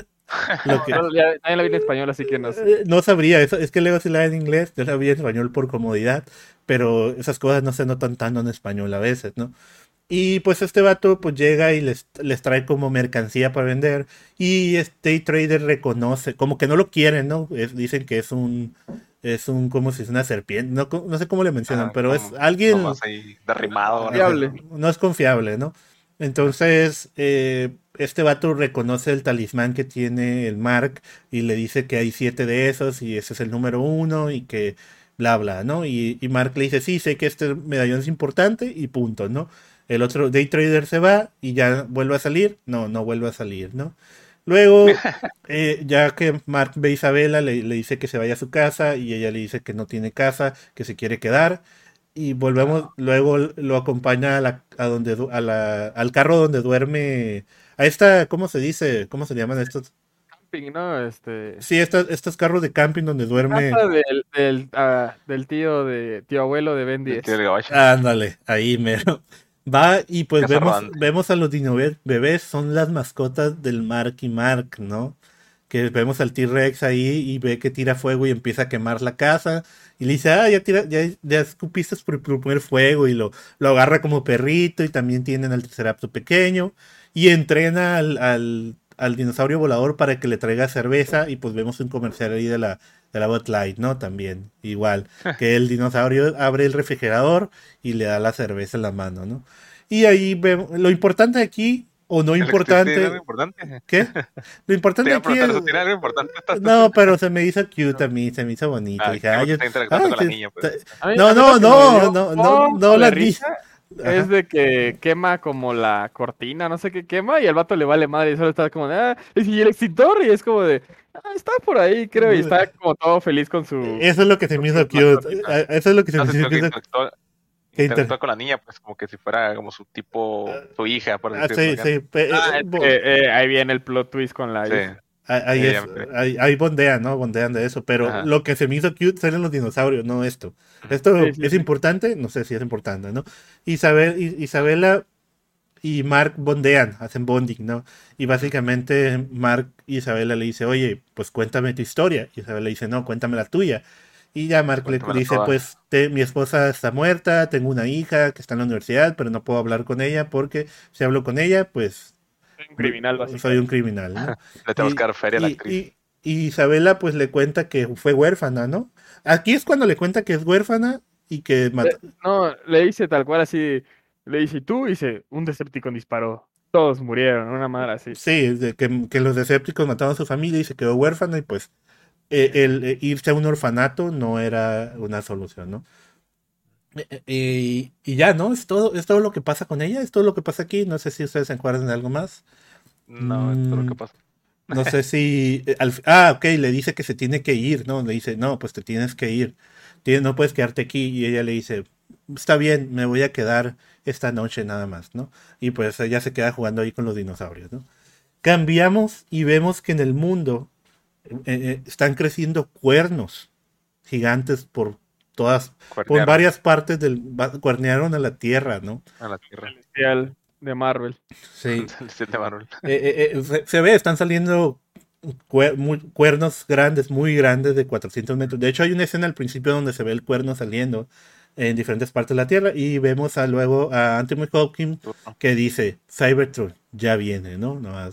Lo que,
No, ya- nadie la vi en español, así que no sé.
Eh, no sabría, eso, es que luego si la ve en inglés, yo la vi en español por comodidad, pero esas cosas no se notan tanto en español a veces, ¿no? Y pues este vato pues llega y les, les trae como mercancía para vender y este trader reconoce, como que no lo quieren, ¿no? Es- dicen que es un, es un, ¿cómo se dice? Una serpiente, no, co- no sé cómo le mencionan,
Ajá,
pero es
como
alguien,
nomás ahí derrimado.
ajá,
¿no?
Confiable.
no es confiable, ¿no? Entonces, eh, este vato reconoce el talismán que tiene el Mark y le dice que hay siete de esos y ese es el número uno y que bla bla, ¿no? Y, y Mark le dice, sí, sé que este medallón es importante y punto, ¿no? El otro Day Trader se va y ya vuelve a salir, no, no vuelve a salir, ¿no? Luego, eh, ya que Mark ve a Isabela, le, le dice que se vaya a su casa y ella le dice que no tiene casa, que se quiere quedar. Y volvemos, luego lo acompaña a la, a donde, du- a la, al carro donde duerme, a esta, ¿cómo se dice? ¿Cómo se llaman estos?
Camping, ¿no? Este.
Sí, estas, estos carros de camping donde duerme.
Casa del, del, ah, del tío de tío abuelo de Ben
El tío
diez.
del gabacho.
Ándale, ahí mero. Va y pues
Casa
vemos,
rodante.
vemos a los dino be- bebés, son las mascotas del Mark y Mark, ¿no? Que vemos al T-Rex ahí y ve que tira fuego y empieza a quemar la casa. Y le dice, ah, ya, tira, ya, ya escupiste por tu primer fuego. Y lo, lo agarra como perrito. Y también tienen al Triceratops pequeño. Y entrena al, al, al dinosaurio volador para que le traiga cerveza. Y pues vemos un comercial ahí de la, de la Bud Light, ¿no? También, igual. Que el dinosaurio abre el refrigerador y le da la cerveza en la mano, ¿no? Y ahí vemos, lo importante aquí, o no
¿El que ¿Tiene algo
importante,
importante?
¿qué? Lo
Te
importante
iba a
aquí
preguntar
es...
eso, ¿tiene algo importante? esta
No,
estación?
pero se me hizo cute a mí, se me hizo bonito.
Ah,
Dije,
creo
ay,
que
yo-
está interactuando
ay,
con la
que
niña, pues.
está-
A mí-
No,
a mí
no,
lo que me
no,
dio
no,
un
no, no,
poco de
la ni...
risa es de que quema como la cortina, no sé qué quema, y al vato le vale madre y solo está como de, ah, y el extintor, y es como de, ah, está por ahí, creo, y está como todo feliz con su,
Eso es lo que se
con
me
su
hizo cute.
mascotita.
Eso es lo que se me
Hace
hizo
que
cute.
interactúa,
Que
interactúa
inter...
con la niña, pues como que si fuera como su tipo, su hija, por
Ah,
decirlo.
sí,
acá.
sí. pe- eh,
Ah,
eh,
es
bo-
que, eh, ahí viene el plot twist con la
Sí,
hija.
ahí, ahí
ya, ya
es,
me enteré.
ahí, ahí bondean, ¿no? Bondean de eso. Pero
Ajá.
lo que se me hizo cute son los dinosaurios, no esto.
Ujú.
Esto
Sí, sí,
es
sí.
importante, no sé si es importante, ¿no? Isabel, I- Isabela y Mark bondean, hacen bonding, ¿no? Y básicamente Mark y Isabela le dice, oye, pues cuéntame tu historia. Y Isabela le dice, no, cuéntame la tuya. Y ya Mark le
Cuéntamela
dice,
toda.
pues te- mi esposa está muerta, tengo una hija que está en la universidad, pero no puedo hablar con ella porque si hablo con ella, pues
Soy un criminal,
soy un
básicamente.
criminal, ¿no?
Le tenemos
Y,
que dar feria a la
y,
actriz.
y- y Isabela pues le cuenta que fue huérfana, ¿no? Aquí es cuando le cuenta que es huérfana y que mató...
Eh, no, le dice tal cual así, le dice, ¿y tú? Y dice, un Decepticon disparó, todos murieron, una madre así.
Sí, de que, que los Decepticons mataron a su familia y se quedó huérfana y pues eh, el eh, irse a un orfanato no era una solución, ¿no? Eh, eh, Y, y ya, ¿no? Es todo, es todo lo que pasa con ella, es todo lo que pasa aquí. No sé si ustedes se acuerdan de algo más.
No, esto es lo
Mm,
que pasa.
no sé si... eh, al fi- ah, ok, le dice que se tiene que ir, ¿no? Le dice, no, pues te tienes que ir. Tienes- no puedes quedarte aquí. Y ella le dice, está bien, me voy a quedar esta noche nada más, ¿no? Y pues ella se queda jugando ahí con los dinosaurios, ¿no? Cambiamos y vemos que en el mundo eh, eh, están creciendo cuernos gigantes por todas, por
Cuernearon
varias partes del, va- cuernearon a la Tierra, ¿no?
a la tierra.
Celestial de Marvel.
Sí.
El de Marvel.
Eh, eh, eh, se, se ve, están saliendo cuer- muy- cuernos grandes, muy grandes de cuatrocientos metros. De hecho, hay una escena al principio donde se ve el cuerno saliendo en diferentes partes de la Tierra y vemos a luego a Anthony Hopkins
Turno.
que dice, Cybertron ya viene, ¿no? Nomás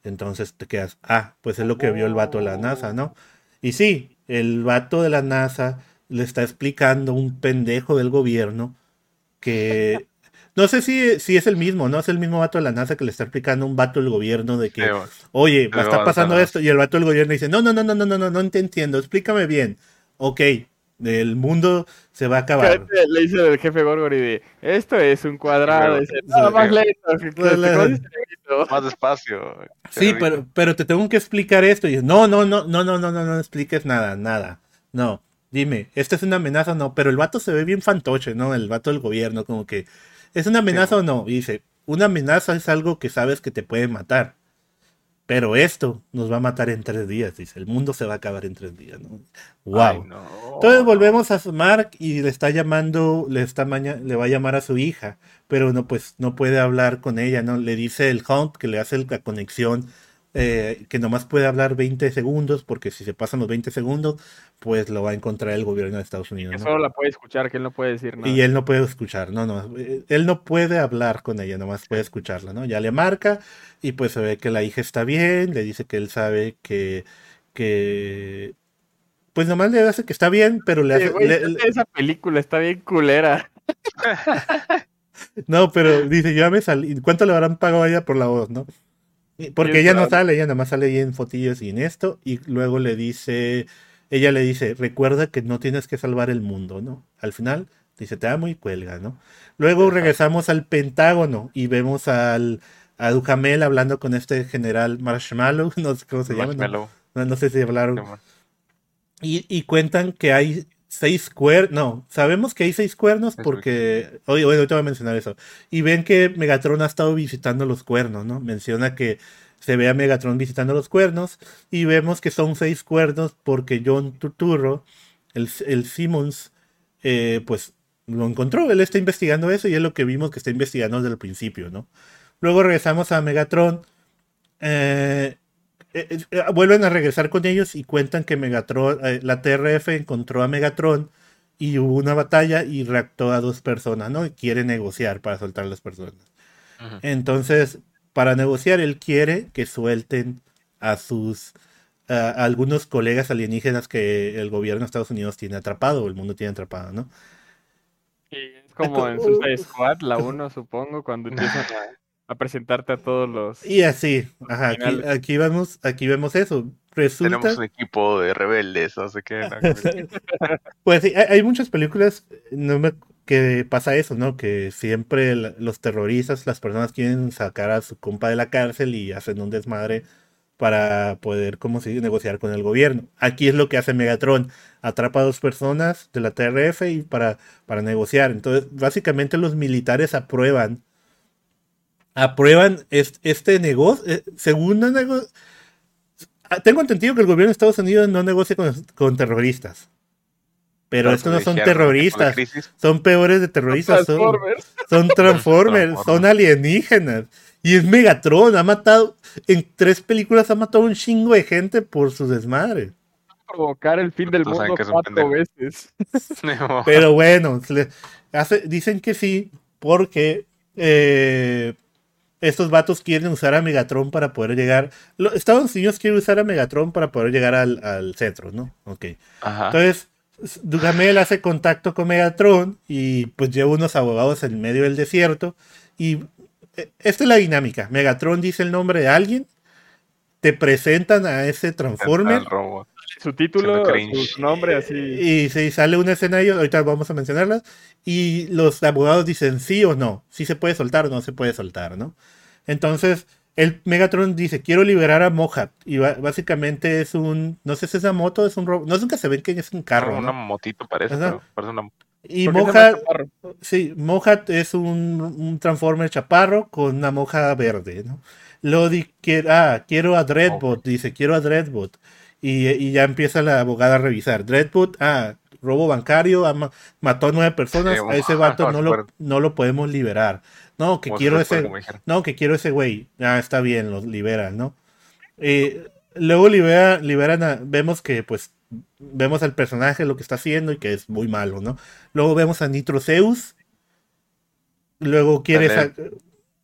Entonces te quedas, ah, pues es lo que vio el vato de la NASA, ¿no? Y sí, el vato de la NASA le está explicando un pendejo del gobierno que... No sé si, si es el mismo, ¿no? Es el mismo vato de la NASA que le está explicando a un vato del gobierno de que,
Sí, güey.
oye,
Sí,
va a estar
va,
pasando
está-
esto, y el vato del gobierno dice, no, no, no, no, no, no, no, no te entiendo, explícame bien. Ok, el mundo se va a acabar.
Cállate, le dice el jefe Gorgori de, esto es un cuadrado.
Sí,
Dice,
Sí.
nada más
sí.
lento, que, que te conoces el cerebrito".
Más despacio.
Sí,
cerebrito.
pero, pero te tengo que explicar esto. Y yo, no, no, no, no, no, no, no, no expliques nada, nada. No, dime, ¿esta es una amenaza o no? Pero el vato se ve bien fantoche, ¿no? El vato del gobierno, como que, ¿es una amenaza
Sí,
o no? Y dice, una amenaza es algo que sabes que te puede matar. Pero esto nos va a matar en tres días, dice. El mundo se va a acabar en tres días, ¿no?
Ay,
Wow.
no.
Entonces
no.
volvemos a Mark y le está llamando, le está maña- le va a llamar a su hija, pero no, pues no puede hablar con ella, ¿no? Le dice el Hunt que le hace la conexión, eh, que nomás puede hablar veinte segundos, porque si se pasan los veinte segundos, pues lo va a encontrar el gobierno de Estados Unidos,
Que
¿no?
solo la puede escuchar, que él no puede decir
Y
nada.
él no puede escuchar, no, no, eh, él no puede hablar con ella, nomás puede escucharla, ¿no? Ya le marca y pues se ve que la hija está bien, le dice que él sabe que, que, pues nomás le hace que está bien, pero le
Sí,
hace,
güey,
le-
neta, esa película está bien culera.
no, pero dice, yo ya me salí, ¿cuánto le habrán pagado a ella por la voz, no? Y- Porque
Bien
ella no
raro.
sale, ella nomás sale ahí en fotillos y en esto, y luego le dice, ella le dice, recuerda que no tienes que salvar el mundo, ¿no? Al final, dice, te amo y cuelga, ¿no? Luego
Ajá.
regresamos al Pentágono y vemos al, a Duhamel hablando con este general Marshmallow, no sé cómo se llama, no,
Marshmallow.
no, no sé si hablaron,
Simón.
y, y cuentan que hay seis cuernos. No, sabemos que hay seis cuernos
Sí, sí.
porque. Oye, oye, ahorita voy a mencionar eso. Y ven que Megatron ha estado visitando los cuernos, ¿no? Menciona que se ve a Megatron visitando los cuernos. Y vemos que son seis cuernos porque John Turturro, el, el Simmons, eh, pues lo encontró. Él está investigando eso y es lo que vimos que está investigando desde el principio, ¿no? Luego regresamos a Megatron. Eh, eh, eh, vuelven a regresar con ellos y cuentan que Megatron, eh, la T R F encontró a Megatron y hubo una batalla y raptó a dos personas, ¿no? Y quiere negociar para soltar a las personas.
Ujú.
Entonces, para negociar, él quiere que suelten a sus a, a algunos colegas alienígenas que el gobierno de Estados Unidos tiene atrapado, o el mundo tiene atrapado, ¿no?
Sí, es como en Suicide Squad, la uno, supongo, cuando empiezan a, a presentarte a todos los
Y así, ajá, aquí,
criminales.
aquí vamos, aquí vemos eso.
Tenemos
Resulta
un equipo de rebeldes, no sé qué. no, que-
Pues sí, hay, hay muchas películas no me- que pasa eso, ¿no? Que siempre la- los terroristas, las personas quieren sacar a su compa de la cárcel y hacen un desmadre para poder, como si negociar con el gobierno. Aquí es lo que hace Megatron, atrapa a dos personas de la T R F y para, para negociar. Entonces, básicamente los militares aprueban, aprueban es- este negocio, eh, según no nego- ah, tengo entendido que el gobierno de Estados Unidos no negocia con, con terroristas. Pero
Pero
estos
pues
no
le
son
dijeron en tiempo de
terroristas,
crisis.
son peores de
Los
terroristas, son,
Transformers.
son Transformers, son
Transformers.
alienígenas. Y es Megatron, ha matado, en tres películas ha matado un chingo de gente por su desmadre.
Provocar el fin del
Todos saben
mundo
que es un
cuatro
pendejo.
veces.
Pero bueno, se le hace- dicen que sí, porque eh, estos vatos quieren usar a Megatron para poder llegar. lo- Estados Unidos quiere usar a Megatron para poder llegar al, al centro, ¿no? Ok.
Ajá.
Entonces, Duhamel hace contacto con Megatron y pues lleva unos abogados en medio del desierto. Y eh, esta es la dinámica. Megatron dice el nombre de alguien, te presentan a ese Transformer
El robot.
Su título,
Siendo cringe.
su, su nombre así.
y se sale una escena de ellos, ahorita vamos a mencionarlas, y los abogados dicen sí o no, si se puede soltar o no se puede soltar, ¿no? Entonces, el Megatron dice, quiero liberar a Mohat, y ba- básicamente es un, no sé si es una moto, es un robot, no nunca se ven que es un carro,
Una
¿no?
motito parece,
Ajá.
pero parece una.
Y
Porque es el más
Mohat,
chaparro.
sí, Mohat es un, un Transformer chaparro con una moja verde, ¿no? Luego di, que, ah, quiero a Dreadbot, dice, quiero a Dreadbot. Y, y ya empieza la abogada a revisar. Dreadbot, ah, robo bancario, ah, ma- mató a nueve personas,
Sí,
a ese vato
como
no
si
lo,
fuera-
no lo podemos liberar. No, que
como si
quiero
fuera,
ese,
como dijeron.
no, que quiero ese güey. Ah, está bien, los liberan, ¿no? Eh, luego libera, liberan a, vemos que pues vemos al personaje lo que está haciendo y que es muy malo, ¿no? Luego vemos a Nitroceus. Luego quiere
Sale
sa-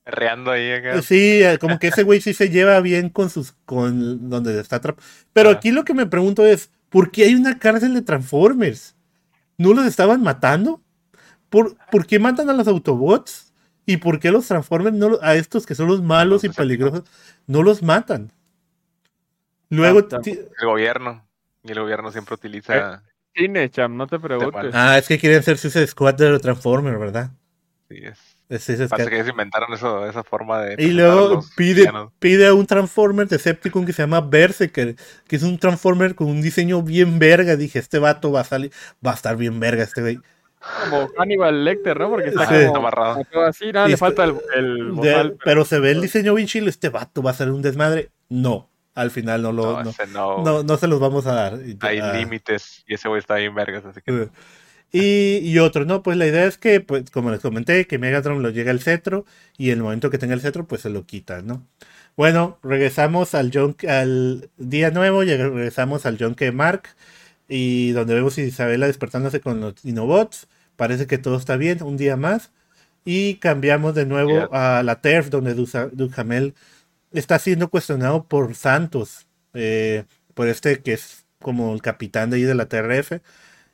Reando ahí acá.
Sí, como que ese güey sí se lleva bien con sus, con donde está atrapado. Pero
Ah.
aquí lo que me pregunto es, ¿por qué hay una cárcel de Transformers? ¿No los estaban matando? ¿Por, ¿por qué matan a los Autobots? ¿Y por qué los Transformers, no, lo- a estos que son los malos y
Los
peligrosos, no los matan? Luego,
Ah,
ti-
El gobierno. Y el gobierno siempre utiliza.
Cine, cham, no te preguntes.
ah, es que quieren hacer Suicide Squad de los Transformers, ¿verdad?
Sí, es.
Es Suicide
Parece
Squad.
que ellos inventaron eso, esa forma de
Y
presentar a
luego
los
pide,
villanos.
pide a un Transformer Decepticon que se llama Berserker, que es un Transformer con un diseño bien verga. Dije, este vato va a salir, va a estar bien verga este güey.
Como Hannibal Lecter, ¿no? Porque está
Sí.
como
Está amarrado.
como todo así, nada,
Y
le
está-
falta el, el
De-
bozal.
pero se ve el diseño bien chilo. Este vato va a ser un desmadre. No, al final no lo,
No,
no,
ese no.
no, no se los vamos a dar. Y-
Hay
ah,
límites. Y ese güey está bien vergas, así que.
eh. Y, y otro, ¿no? Pues la idea es que, pues, como les comenté, que Megatron lo llega el cetro y el momento que tenga el cetro, pues se lo quita, ¿no? Bueno, regresamos al, John, al día nuevo, y regresamos al John K. Mark, y donde vemos a Isabela despertándose con los Dinobots. Parece que todo está bien, un día más. Y cambiamos de nuevo a la T E R F, donde Dusa- Duhamel está siendo cuestionado por Santos, eh, por este que es como el capitán de ahí de la T R F.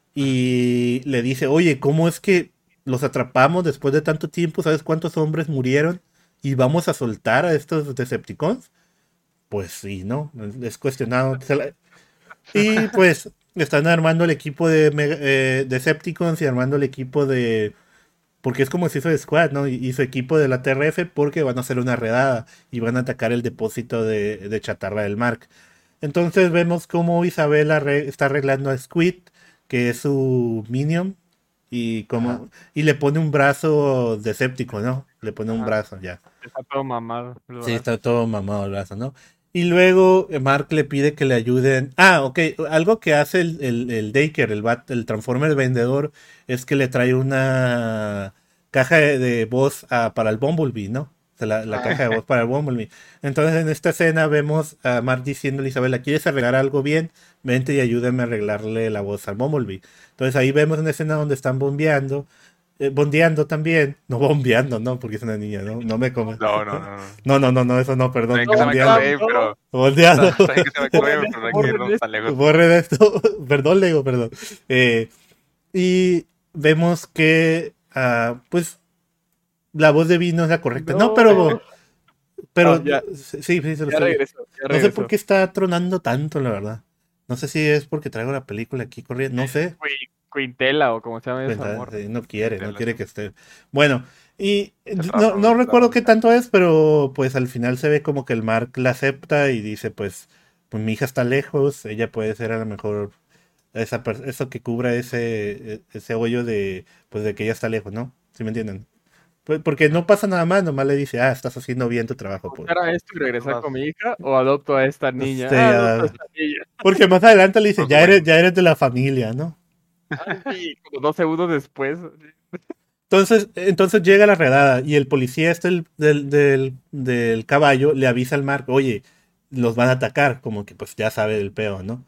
Y le dice, oye, ¿cómo es que los atrapamos después de tanto tiempo? ¿Sabes cuántos hombres murieron? ¿Y vamos a soltar a estos Decepticons? Pues sí, ¿no? Es cuestionado. Se la- Y pues están armando el equipo de Mega- eh, Decepticons y armando el equipo de... Porque es como si hizo de Squad, ¿no? Y, y su equipo de la T R F porque van a hacer una redada y van a atacar el depósito de, de chatarra del Mark. Entonces vemos cómo Isabela re- está arreglando a Squid, que es su minion, y como
Ajá.
y le pone un brazo Deceptico, ¿no? Le pone un
Ajá.
brazo ya.
Está todo mamado. el
Sí,
brazo.
está todo mamado el brazo, ¿no? Y luego eh, Mark le pide que le ayuden. Ah, ok. Algo que hace el, el, el Daker, el, bat, el Transformer vendedor, es que le trae una caja de, de voz a- para el Bumblebee, ¿no? O sea, la, la
Ah.
caja de voz para el Bumblebee. Entonces en esta escena vemos a Mark diciéndole a Isabela, ¿quieres arreglar algo bien? Vente y ayúdame a arreglarle la voz al Bumblebee. Entonces ahí vemos una escena donde están bombeando. Eh, bondeando también, no bombeando, no, porque es una niña, no, no me come.
No, no, no. no.
No, no, no, no, eso no, perdón.
Está bien que se me
Bondeando.
acabe, pero.
Bondeando.
Está bien que se me acabe, pero no hay que
Borren
irnos tan lejos.
Borren esto. Perdón, Lego, perdón. Eh, y vemos que, ah, pues, la voz de Vino es la correcta. No,
No.
pero, pero,
Ah, ya.
sí, sí, se lo
Ya
estoy-
regresó, ya
No sé
regresó.
por qué está tronando tanto, la verdad. No sé si es porque traigo la película aquí corriendo, no sé.
Quin- Quintela o como se llama esa
Cuenta,
morra.
sí, no quiere, no
Quintela,
quiere
sí.
que esté. Bueno, y eh,
El
no,
rato,
no
el
recuerdo
rato.
qué tanto es, pero pues al final se ve como que el Mark la acepta y dice, pues, pues mi hija está lejos, ella puede ser a lo mejor esa per- eso que cubra ese, ese hoyo de, pues de que ella está lejos, ¿no? ¿Sí me entienden? Pues porque no pasa nada más, nomás le dice, ah, estás haciendo bien tu trabajo. Pues.
¿Era esto y regresar
Más.
con mi hija o adopto a esta niña?
Sí,
Ah,
ah.
adopto a esta niña.
Porque más adelante le dice,
Pues
ya
bueno.
eres, ya eres de la familia, ¿no?
Y como dos segundos después.
Entonces, entonces llega la redada y el policía este del, del, del, del caballo le avisa al Mark, oye, los van a atacar, como que pues ya sabe el peo, ¿no?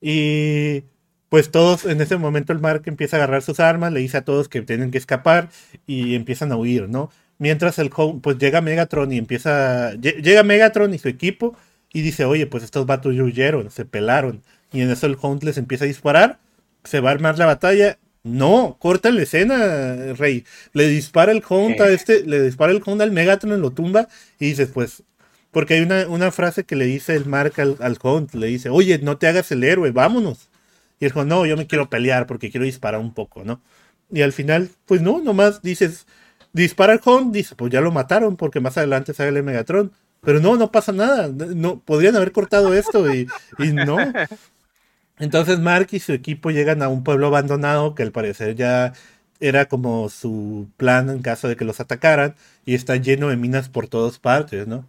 Y pues todos, en ese momento el Mark empieza a agarrar sus armas, le dice a todos que tienen que escapar y empiezan a huir, ¿no? Mientras el Hulk, pues llega Megatron y empieza, lle- llega Megatron y su equipo y dice, oye, pues estos vatos ya huyeron, se pelaron. Y en eso el Hulk les empieza a disparar, se va a armar la batalla. No, corta la escena, Rey. Le dispara el Hound a
¿Qué?
este, le dispara el Hound al Megatron, lo tumba y dices, pues, porque hay una, una frase que le dice el Mark al, al Hound, le dice, oye, no te hagas el héroe, vámonos. Y el Hound, no, yo me quiero pelear porque quiero disparar un poco, ¿no? Y al final, pues no, nomás dices, dispara el Hound, dice, pues ya lo mataron porque más adelante sale el Megatron. Pero no, no pasa nada, no, podrían haber cortado esto y, y no. Entonces Mark y su equipo llegan a un pueblo abandonado que al parecer ya era como su plan en caso de que los atacaran y está lleno de minas por todas partes, ¿no?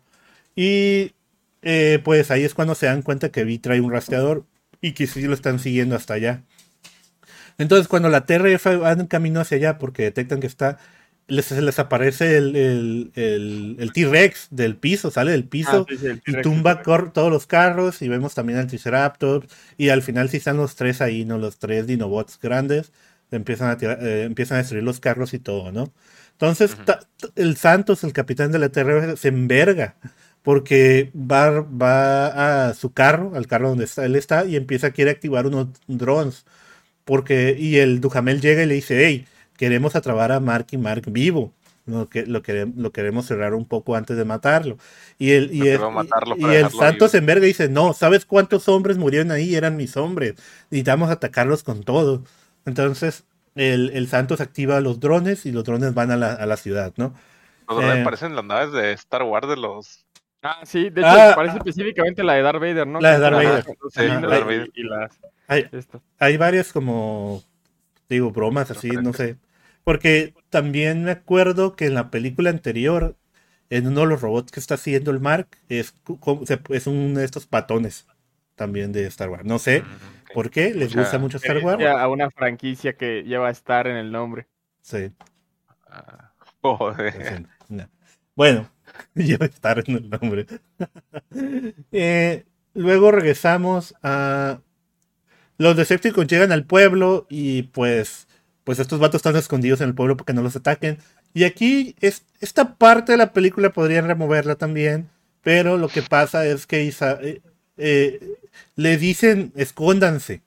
Y eh, pues ahí es cuando se dan cuenta que Vi trae un rastreador y que sí lo están siguiendo hasta allá. Entonces cuando la T R F va en camino hacia allá porque detectan que está, les, se les aparece el, el, el, el T-Rex del piso, sale del piso.
Ah, sí, sí, el
Y
T-Rex,
tumba
el T-Rex.
cor- todos los carros y vemos también al Triceratops y al final sí están los tres ahí, ¿no? Los tres Dinobots grandes empiezan a tirar- eh, empiezan a destruir los carros y todo, ¿no? Entonces,
Ujú.
ta- ta- el Santos, el capitán de la Tierra, se enverga porque va, va a su carro, al carro donde está, él está, y empieza a quiere activar unos drones. Porque, y el Duhamel llega y le dice, hey, queremos atrabar a Mark y Mark vivo. Lo, que, lo, quere- lo queremos cerrar un poco antes de matarlo. Y el, y el,
Prefiero matarlo
y
para
el
dejarlo
Santos
vivo.
se enverga y dice, no, ¿sabes cuántos hombres murieron ahí? Eran mis hombres. Necesitamos atacarlos con todo. Entonces, el, el Santos activa los drones y los drones van a la, a la ciudad, ¿no?
Los drones
Eh,
parecen las naves de Star Wars de los...
Ah, sí, de hecho,
ah,
parece
ah,
específicamente la de Darth Vader, ¿no?
la
Que
de
es
Darth
como
Ajá,
los,
Vader.
los
sí, de
Ajá,
cilindros
Darth
hay,
Vader.
y, y las
hay,
estas.
hay varias como digo, bromas así, no
Referencias.
sé. Porque también me acuerdo que en la película anterior, en uno de los robots que está haciendo el Mark, es, cu- como- se- es uno de estos patones también de Star Wars. No sé
Mm, ok.
por qué, les gusta
Mucha
mucho Star Wars.
referencia.
Referencia a una franquicia que lleva a estar en el nombre.
Sí,
Ah,
pues,
joder.
sí, no. Bueno, lleva estar en el nombre. Eh, luego regresamos a... Los Decepticons llegan al pueblo y pues, pues estos vatos están escondidos en el pueblo porque no los ataquen. Y aquí es, esta parte de la película podrían removerla también, pero lo que pasa es que Isa- eh, eh, le dicen escóndanse.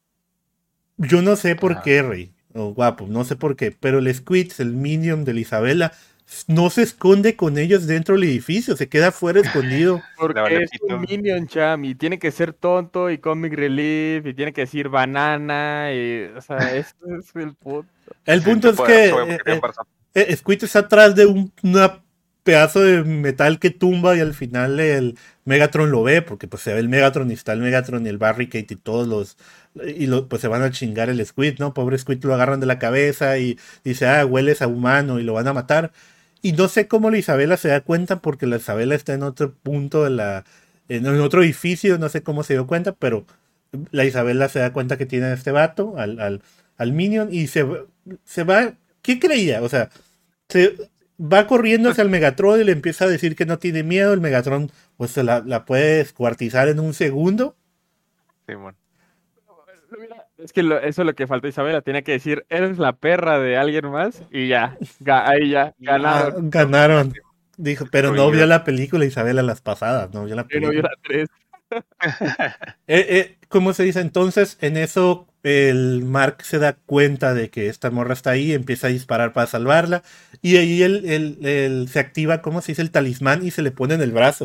Yo no sé por
Ajá.
qué, Rey, o guapo, no sé por qué, pero el Squid, el Minion de la Isabela, no se esconde con ellos dentro del edificio, se queda afuera escondido.
Le vale
Porque es un
pito.
Minion, cham, y tiene que ser tonto y comic relief, y tiene que decir banana, y, o sea, eso es el punto.
El
Se
punto
sintió
es que
poderoso, güey,
eh,
porque tiene un
eh,
brazo.
eh, Squid está atrás de un una pedazo de metal que tumba y al final el Megatron lo ve, porque pues se ve el Megatron y está el Megatron y el Barricade y todos los... Y lo- pues se van a chingar el Squid, ¿no? Pobre Squid lo agarran de la cabeza y dice, ah, hueles a humano y lo van a matar. Y no sé cómo la Isabela se da cuenta porque la Isabela está en otro punto de la... En, en otro edificio, no sé cómo se dio cuenta, pero la Isabela se da cuenta que tiene a este vato, al, al, al Minion, y se, se va... ¿Qué creía? O sea, se va corriendo hacia el Megatron y le empieza a decir que no tiene miedo. El Megatron, pues se la, la puede descuartizar en un segundo.
Simón.
Mira, es que lo- eso es lo que falta Isabela, tiene que decir, eres la perra de alguien más, y ya, ga- ahí ya,
Ah,
ganaron.
ganaron. Dijo, pero no vio
Destruido.
la película Isabela las pasadas, no vio la
Yo no vi
película.
la tres.
Eh, eh, ¿cómo se dice? Entonces, en eso, el Mark se da cuenta de que esta morra está ahí, empieza a disparar para salvarla, y ahí él, él- él se activa, ¿cómo se dice? El talismán y se le pone en el brazo.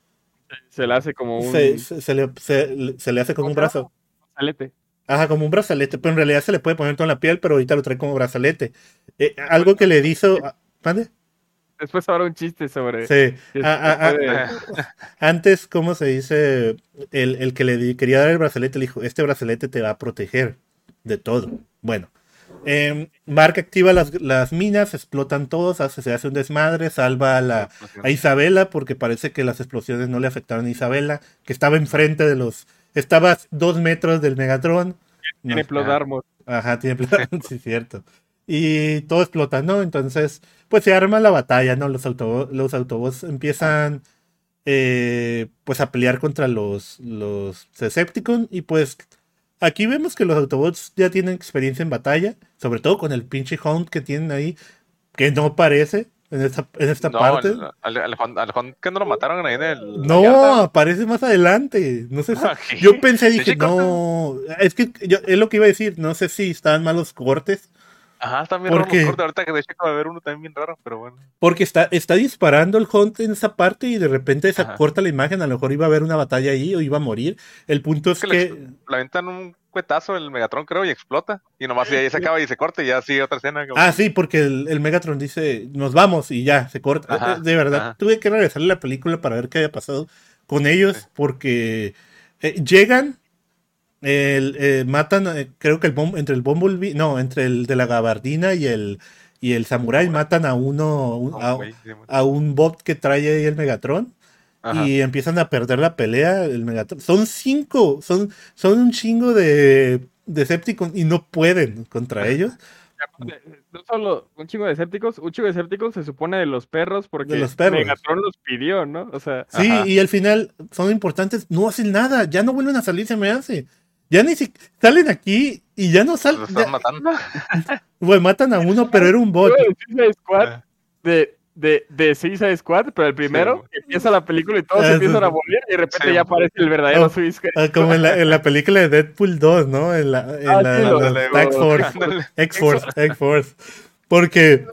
Se le hace como
Se,
un,
se, se le, se, se le hace como
¿cómo
un
se llama?
brazo.
Salete.
Ajá, como un brazalete, pero en realidad se le puede poner todo en la piel, pero ahorita lo trae como brazalete. Eh, algo que le hizo... ¿Mande?
Después habrá un chiste sobre
Sí.
que
Ah,
se
ah, ah,
puede-
antes, ¿cómo se dice? El, el que le di- quería dar el brazalete le dijo, este brazalete te va a proteger de todo. Bueno, eh, Mark activa las, las minas, explotan todos, hace, se hace un desmadre, salva a, la, a Isabela porque parece que las explosiones no le afectaron a Isabela, que estaba enfrente de los... Estaba a dos metros del Megatron. No,
tiene plot
Ajá.
armor.
ajá, tiene plan, sí, cierto. Y todo explota, ¿no? Entonces, pues se arma la batalla, ¿no? Los, autobo- los autobots empiezan, eh, pues, a pelear contra los, los Decepticons. Y pues, aquí vemos que los autobots ya tienen experiencia en batalla, sobre todo con el pinche Hound que tienen ahí, que no parece en esta, en esta
No,
parte.
al, al, al, Juan- al Juan que no lo mataron ahí en el, la
No,
yarda.
aparece más adelante. No sé si...
¿Qué?
Yo pensé, dije,
Pinche corte.
no. Es que yo, es lo que iba a decir. No sé si estaban malos cortes.
Ajá, están bien
¿Por
raros los
qué?
cortes. Ahorita que de hecho acaba de ver uno también bien raro, pero bueno.
Porque está, está disparando el Hunt en esa parte y de repente se
Ajá.
corta la imagen. A lo mejor iba a haber una batalla ahí o iba a morir. El punto
Es
es
que le,
que.
ex- le aventan un cuetazo el Megatron, creo, y explota. Y nomás y ahí se acaba y se corta y ya sigue otra escena. como
Ah,
que-
sí, porque el, el Megatron dice, nos vamos y ya, se corta.
Ajá,
Eh, De verdad,
ajá.
tuve que regresar a la película para ver qué había pasado con ellos
Sí.
porque eh, llegan, el, eh, matan, eh, creo que el bom- entre el Bumblebee, no, entre el de la gabardina y el, y el Samurai
Samurai.
matan a uno, un-
No,
a,
güey, sí, güey.
a un bot que trae ahí el Megatron.
Ajá.
Y empiezan a perder la pelea. El Megatron. Son cinco. Son, son un chingo de Decepticons y no pueden contra ellos.
No solo un chingo de escépticos, un chingo de escépticos se supone de los perros porque
De los perros.
Megatron los pidió, ¿no? O sea,
Sí,
Ajá.
y al final son importantes. No hacen nada. Ya no vuelven a salir, se me hace. Ya ni si salen aquí y ya no salen.
Los están matando.
Güey, matan a uno, pero era un bot.
Yo de Suicide Squad,
Ah,
de, de, de Suicide Squad, pero el primero,
Sí,
que empieza la película y todos
Ah,
se empiezan
sí,
a
sí.
morir y de repente
Sí.
ya aparece el verdadero
Oh,
Suicide
ah, como en la, en la película de Deadpool dos, ¿no? En la, en
Ah,
la,
sí,
la
los-
ándale,
Task
los-
Force.
ándale.
X-Force, X-Force. Porque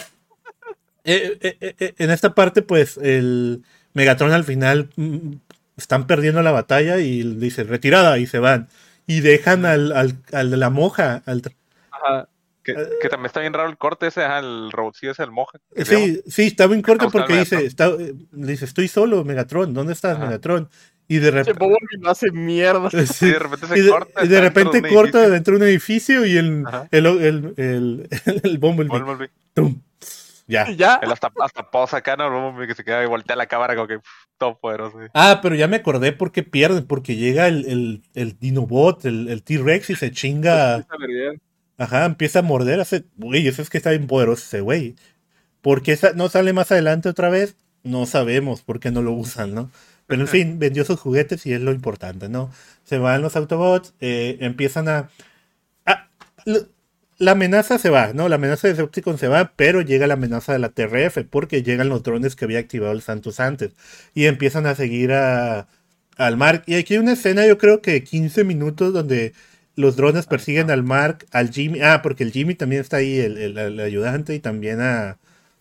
eh, eh, eh, eh, en esta parte, pues, el Megatron al final mm, están perdiendo la batalla y dice retirada y se van. Y dejan al, al, al de la moja. Al, tra-
Ajá.
Que, que también está bien raro el corte ese, ajá, el robotcillo ese, el moja. que se llama.
sí, sí, está bien corto
Buscar al
porque dice,
Megatron.
está, eh, dice, estoy solo, Megatron, ¿dónde estás,
Ajá.
Megatron? Y de
Ese
repente...
Bumblebee lo hace mierda.
Y de repente se
y de,
corta.
y de
está dentro
repente
un
corta
edificio.
dentro de un edificio y el,
Ajá.
el, el, el, el, el Bumblebee.
Bumblebee.
tum, ya.
Y ya,
Él hasta, hasta posa acá, ¿no? El Bumblebee que se queda y voltea la cámara como que pff, todo poderoso. güey.
Ah, pero ya me acordé por qué pierden, porque llega el, el, el Dinobot, el, el T-Rex y se chinga,
Esa verga.
ajá, empieza a morder, hace, güey, eso es que está bien poderoso ese güey. ¿Por qué sa- no sale más adelante otra vez? No sabemos por qué no lo usan, ¿no? Pero en fin, vendió sus juguetes y es lo importante, ¿no? Se van los Autobots, eh, empiezan a... ah, lo- la amenaza se va, ¿no? La amenaza de Decepticon se va, pero llega la amenaza de la T R F, porque llegan los drones que había activado el Santos antes. Y empiezan a seguir a, al Mark. Y aquí hay una escena, yo creo que quince minutos, donde los drones persiguen al Mark, al Jimmy. Ah, porque el Jimmy también está ahí, el, el- el ayudante, y también a,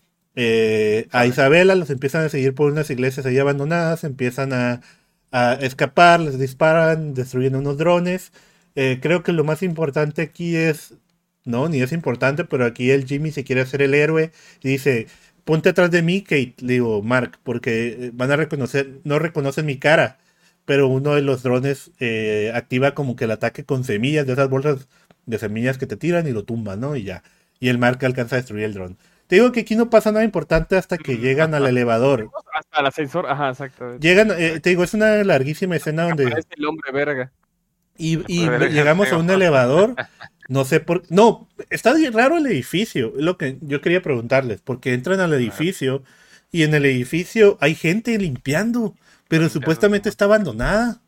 eh, a Isabela. Los empiezan a seguir por unas iglesias ahí abandonadas, empiezan a, a escapar, les disparan, destruyen unos drones. Eh, creo que lo más importante aquí es, no, ni es importante, pero aquí el Jimmy se quiere hacer el héroe y dice, ponte atrás de mí, Kate, le digo, Mark, porque eh, van a reconocer, no reconocen mi cara, pero uno de los drones eh, activa como que el ataque con semillas, de esas bolsas de semillas que te tiran y lo tumban, ¿no? Y ya. Y el Mark alcanza a destruir el dron. Te digo que aquí no pasa nada importante hasta que llegan al elevador.
Hasta el ascensor, ajá, exacto.
Llegan, eh, te digo, es una larguísima escena donde...
Aparece el hombre verga.
Y, y
Verga,
llegamos a
feo.
un elevador. No sé por... No, está bien raro el edificio. Es lo que yo quería preguntarles. Porque entran al edificio y en el edificio hay gente limpiando. Pero
Limpiando,
supuestamente
Simón.
está abandonada.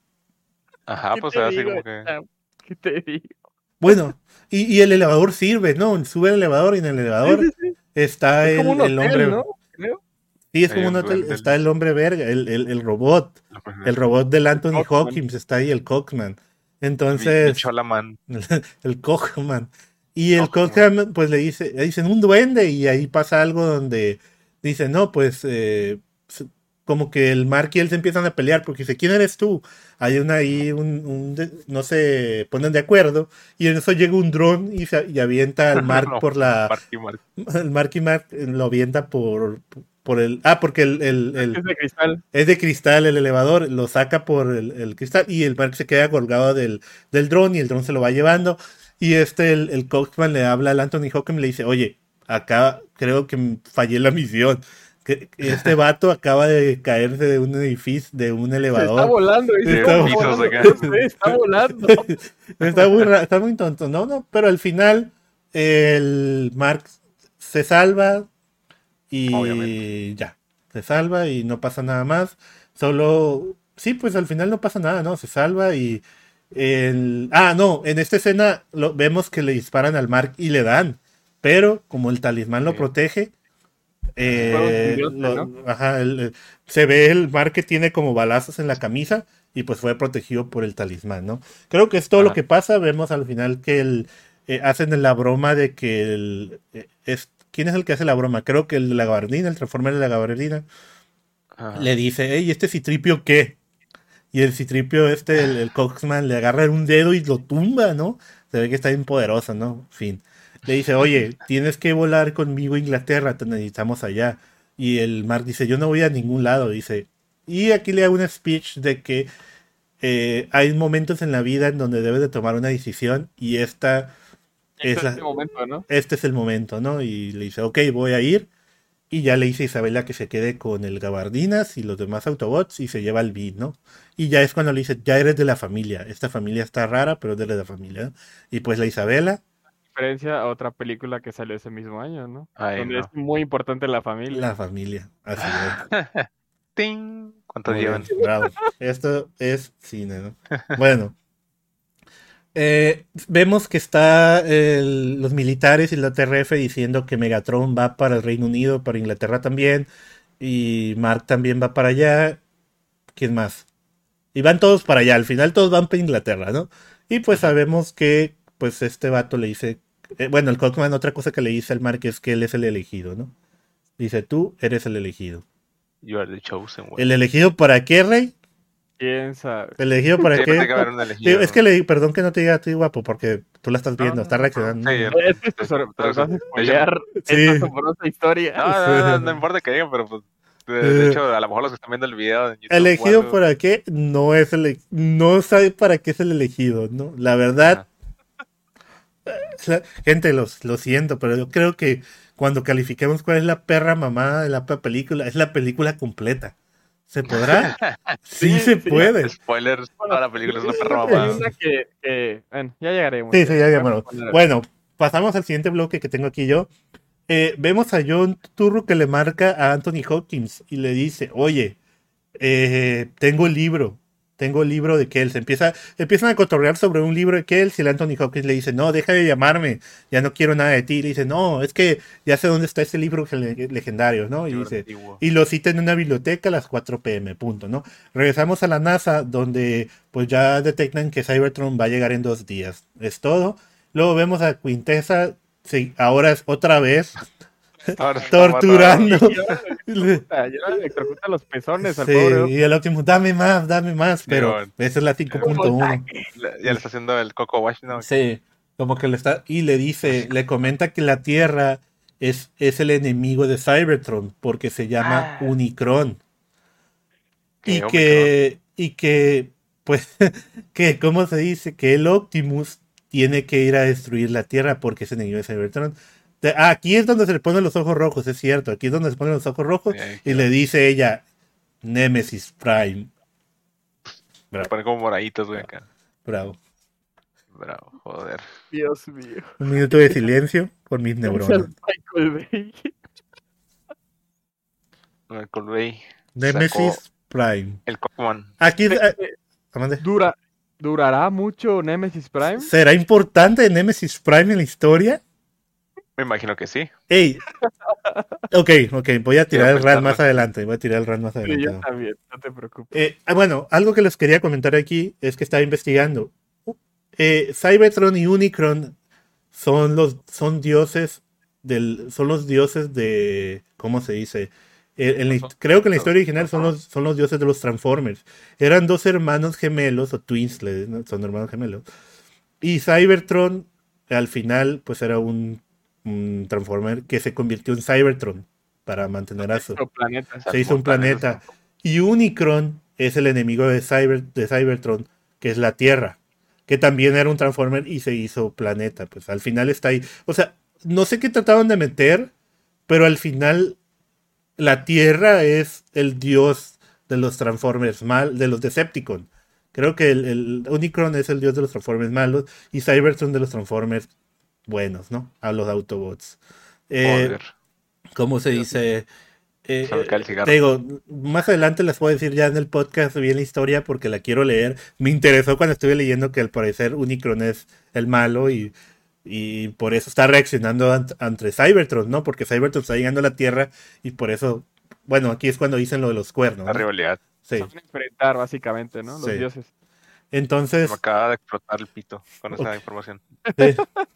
Ajá,
¿Qué
pues
te
así
digo,
como que.
chavo? ¿Qué te digo?
Bueno, y, y el elevador sirve, ¿no? Sube el elevador y en el elevador
Sí, sí, sí.
está
Es como
el,
un
el
hotel,
hombre...
¿no? Creo.
Sí, es
Hay
como un
un
hotel.
duende.
Está el hombre verga, el, el, el robot. El robot del Anthony
Cockman.
Hawkins está ahí, el Cockman.
Mi, mi
Entonces...
Cholaman.
el Cockman. Y el
Cockman.
Cockman, pues le dice, le dicen un duende, y ahí pasa algo donde dice, no, pues, eh, s- como que el Mark y él se empiezan a pelear, porque dice, ¿quién eres tú? Hay una ahí, un, un de- no se ponen de acuerdo, y en eso llega un dron y, se- y avienta al Mark
No,
por la,
Marky Mark.
el Mark y Mark eh, lo avienta por, por el, ah, porque el, el, el-
Es de cristal.
es de cristal el elevador, lo saca por el, el cristal y el Mark se queda colgado del, del dron y el dron se lo va llevando. Y este, el, el Coxman le habla al Anthony Hawkins y le dice, oye, acá creo que fallé en la misión. Que que este vato acaba de caerse de un edificio, de un
Se está
elevador.
volando. Dice,
Está
¿cómo
pisos
volando?
acá.
Sí, está volando.
está, muy ra- está muy tonto, no, no, pero al final el Mark se salva y
Obviamente.
ya, se salva y no pasa nada más. Solo, sí, pues al final no pasa nada, ¿no? Se salva y el... Ah, no, en esta escena lo, vemos que le disparan al Mark y le dan, pero como el talismán lo
Sí.
protege, eh,
Fue un simbionte,
lo-
¿no?
ajá, el- el- se ve el Mark que tiene como balazos en la camisa y pues fue protegido por el talismán, ¿no? Creo que es todo lo
Ajá.
que pasa. Vemos al final que el, eh, hacen la broma de que el, eh, es, ¿quién es el que hace la broma? Creo que el de la gabardina, el Transformer de la gabardina,
Ajá.
le dice, hey, ¿este Citripio qué? Y el Citripio, este, el, el Coxman, le agarra un dedo y lo tumba, ¿no? Se ve que está bien poderoso, ¿no? En fin. Le dice, oye, tienes que volar conmigo a Inglaterra, te necesitamos allá. Y el Mark dice, yo no voy a ningún lado, dice. Y aquí le hago un speech de que eh, hay momentos en la vida en donde debes de tomar una decisión y esta
Este
es
es
la-
el momento, ¿no?
este es el momento, ¿no? Y le dice, ok, voy a ir. Y ya le dice a Isabela que se quede con el Gabardinas y los demás Autobots y se lleva el beat, ¿no? Y ya es cuando le dice, ya eres de la familia. Esta familia está rara, pero eres de la familia, ¿no? Y pues la Isabela,
Diferencia a otra película que salió ese mismo año, ¿no?
Ay,
Donde
no.
es muy importante la familia.
la familia. Así es.
¡Ting! ¿Cuántos
Muy
llevan?
bien, bravo. Esto es cine, ¿no? Bueno. Eh, vemos que está el- los militares y la T R F diciendo que Megatron va para el Reino Unido, para Inglaterra también, y Mark también va para allá. ¿Quién más? Y van todos para allá, al final todos van para Inglaterra, ¿no? Y pues
Ujú.
sabemos que pues este vato le dice, eh, bueno, el Cockman otra cosa que le dice al Mark es que él es el elegido, ¿no? Dice, tú eres el elegido.
You are the chosen one.
¿El elegido para qué, Rey?
¿Quién sabe?
¿El elegido para
Sí, pero tiene
qué?
que haber un
Sí,
elegido.
es que le perdón que no te diga a ti, guapo, porque tú la estás
No,
viendo,
no,
estás
no,
reaccionando.
sí,
¿no?
el-
Es que te
es-
sor- te
es-
vas a
de hecho,
spoilear esta
Sí.
asombrosa historia.
no, no, no, no importa que digan, pero pues, de, de
Eh,
hecho, a lo mejor los que están viendo el video en YouTube o
elegido
algo,
para qué no es el no sabe para qué es el elegido, ¿no? La verdad,
ajá.
o sea, gente, los, lo siento, pero yo creo que cuando califiquemos cuál es la perra mamada de la pe- película, es la película completa. ¿Se podrá? Sí,
Sí,
se
sí.
puede.
Spoilers,
Bueno,
toda la película es una perra
hay
mamada.
una que, que- bueno, ya llegaremos.
Sí, sí, ya, ya,
Voy a
bueno.
poner-
Bueno, pasamos al siguiente bloque que tengo aquí yo. Eh, vemos a John Turro que le marca a Anthony Hopkins y le dice, oye, eh, tengo el libro, tengo el libro de Kells. Empieza, empiezan a cotorrear sobre un libro de Kells y el Anthony Hopkins le dice, no, deja de llamarme, ya no quiero nada de ti. Y le dice, no, es que ya sé dónde está ese libro le- legendario, ¿no? Y
Libro
dice,
antiguo.
y lo cita en una biblioteca a las cuatro pm, punto, ¿no? Regresamos a la NASA donde pues ya detectan que Cybertron va a llegar en dos días. Es todo. Luego vemos a Quintessa, sí, ahora es otra vez
Ahora está
torturando.
Y ahora le electrocuta, y ahora le electrocuta los pezones al
Sí,
pobre.
y el Optimus, dame más, dame más, pero
Simón.
esa es la cinco punto uno.
matado. Le- Ya le está haciendo el Coco Wash, ¿no?
Sí, como que le está, y le dice, le comenta que la Tierra es, es el enemigo de Cybertron, porque se llama
Ah.
Unicron.
¿Qué,
Y
Omicron?
que, y que, pues, que, ¿cómo se dice? Que el Optimus tiene que ir a destruir la Tierra porque es enemigo de Cybertron. De- ah, aquí es donde se le ponen los ojos rojos, es cierto, aquí es donde se ponen los ojos rojos,
Sí, ahí
y
quedó.
le dice ella, Nemesis Prime.
Le
Bravo,
ponen como moraditos, güey, acá.
bravo.
Bravo, joder.
Dios mío.
Un minuto de silencio por mis
Es
neuronas.
el Michael Bay.
Michael Bay
Nemesis
sacó
Prime.
el Cockman.
Aquí ah, mande.
Dura, ¿Durará mucho Nemesis Prime?
¿Será importante Nemesis Prime en la historia?
Me imagino que sí.
Ey. Ok, ok, voy a tirar
Sí,
el
pues,
run
está
más
re-
adelante. Voy a tirar el run más
Sí,
adelante.
yo también, no te preocupes.
Eh, ah, bueno, algo que les quería comentar aquí es que estaba investigando. Eh, Cybertron y Unicron son los son dioses del son los dioses de ¿cómo se dice? Eh, en la his- creo que en la historia original son los son los dioses de los Transformers. Eran dos hermanos gemelos o twins, le- ¿no? Son hermanos gemelos. Y Cybertron al final pues era un, un Transformer que se convirtió en Cybertron para mantener a su
Nuestro planeta.
se hizo un planeta. Y Unicron es el enemigo de, Cyber, de Cybertron, que es la Tierra, que también era un Transformer y se hizo planeta. Pues al final está ahí. O sea, no sé qué trataban de meter, pero al final la Tierra es el dios de los Transformers mal, de los Decepticons. Creo que el, el Unicron es el dios de los Transformers malos y Cybertron de los Transformers buenos, ¿no? A los Autobots. Eh,
Joder.
¿Cómo se dice? Eh,
Se me cae el cigarro.
te digo, más adelante les puedo decir ya en el podcast bien la historia porque la quiero leer. Me interesó cuando estuve leyendo que al parecer Unicron es el malo y, y por eso está reaccionando ant- ante Cybertron, ¿no? Porque Cybertron está llegando a la Tierra y por eso, bueno, aquí es cuando dicen lo de los cuernos,
La
¿no?
rivalidad.
Sí.
Se van a enfrentar, básicamente, ¿no? Los
Sí.
dioses.
Se
Entonces,
me acaba de explotar el pito con esa
Ok.
información.
sí.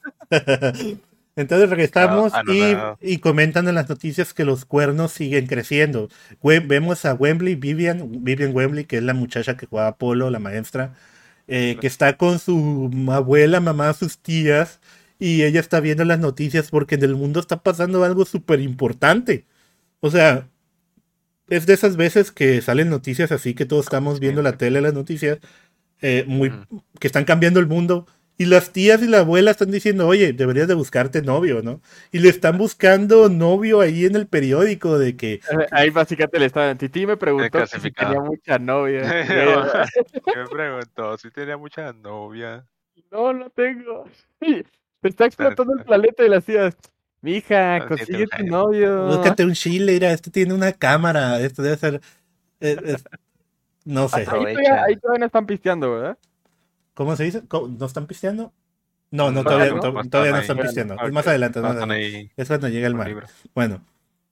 Entonces regresamos
Ah, no,
y,
no.
y comentan en las noticias que los cuernos siguen creciendo. We- vemos a Wembley, Vivian, Vivian Wembley, que es la muchacha que juega polo, la maestra, eh, que está con su abuela, mamá, sus tías, y ella está viendo las noticias porque en el mundo está pasando algo súper importante. O sea, es de esas veces que salen noticias así que todos estamos viendo la tele, las noticias, eh, muy,
Ujú.
que están cambiando el mundo. Y las tías y la abuela están diciendo, oye, deberías de buscarte novio, ¿no? Y le están buscando novio ahí en el periódico de que,
Eh, Ahí básicamente le estaban. Titi me preguntó que si
clasificado.
tenía mucha novia. Y ella,
Me preguntó si tenía mucha novia.
no, no tengo. Sí, te está explotando el planeta y las tías. Mija,
Ah, sí,
consigue
tengo
tu
un
novio.
búscate un chile, mira, este tiene una cámara, esto debe ser... eh, es- no sé.
Ahí
Aprovecha.
todavía, ahí todavía no están pisteando, ¿verdad?
¿Cómo se dice? ¿Cómo- ¿No están pisteando? No, no,
No,
todavía,
no,
to-
no
todavía
están
no
ahí.
están
Bueno,
pisteando. Es
ok.
más adelante, es
No
más
están
adelante.
ahí
Es cuando llega el
con
mar.
libros.
Bueno,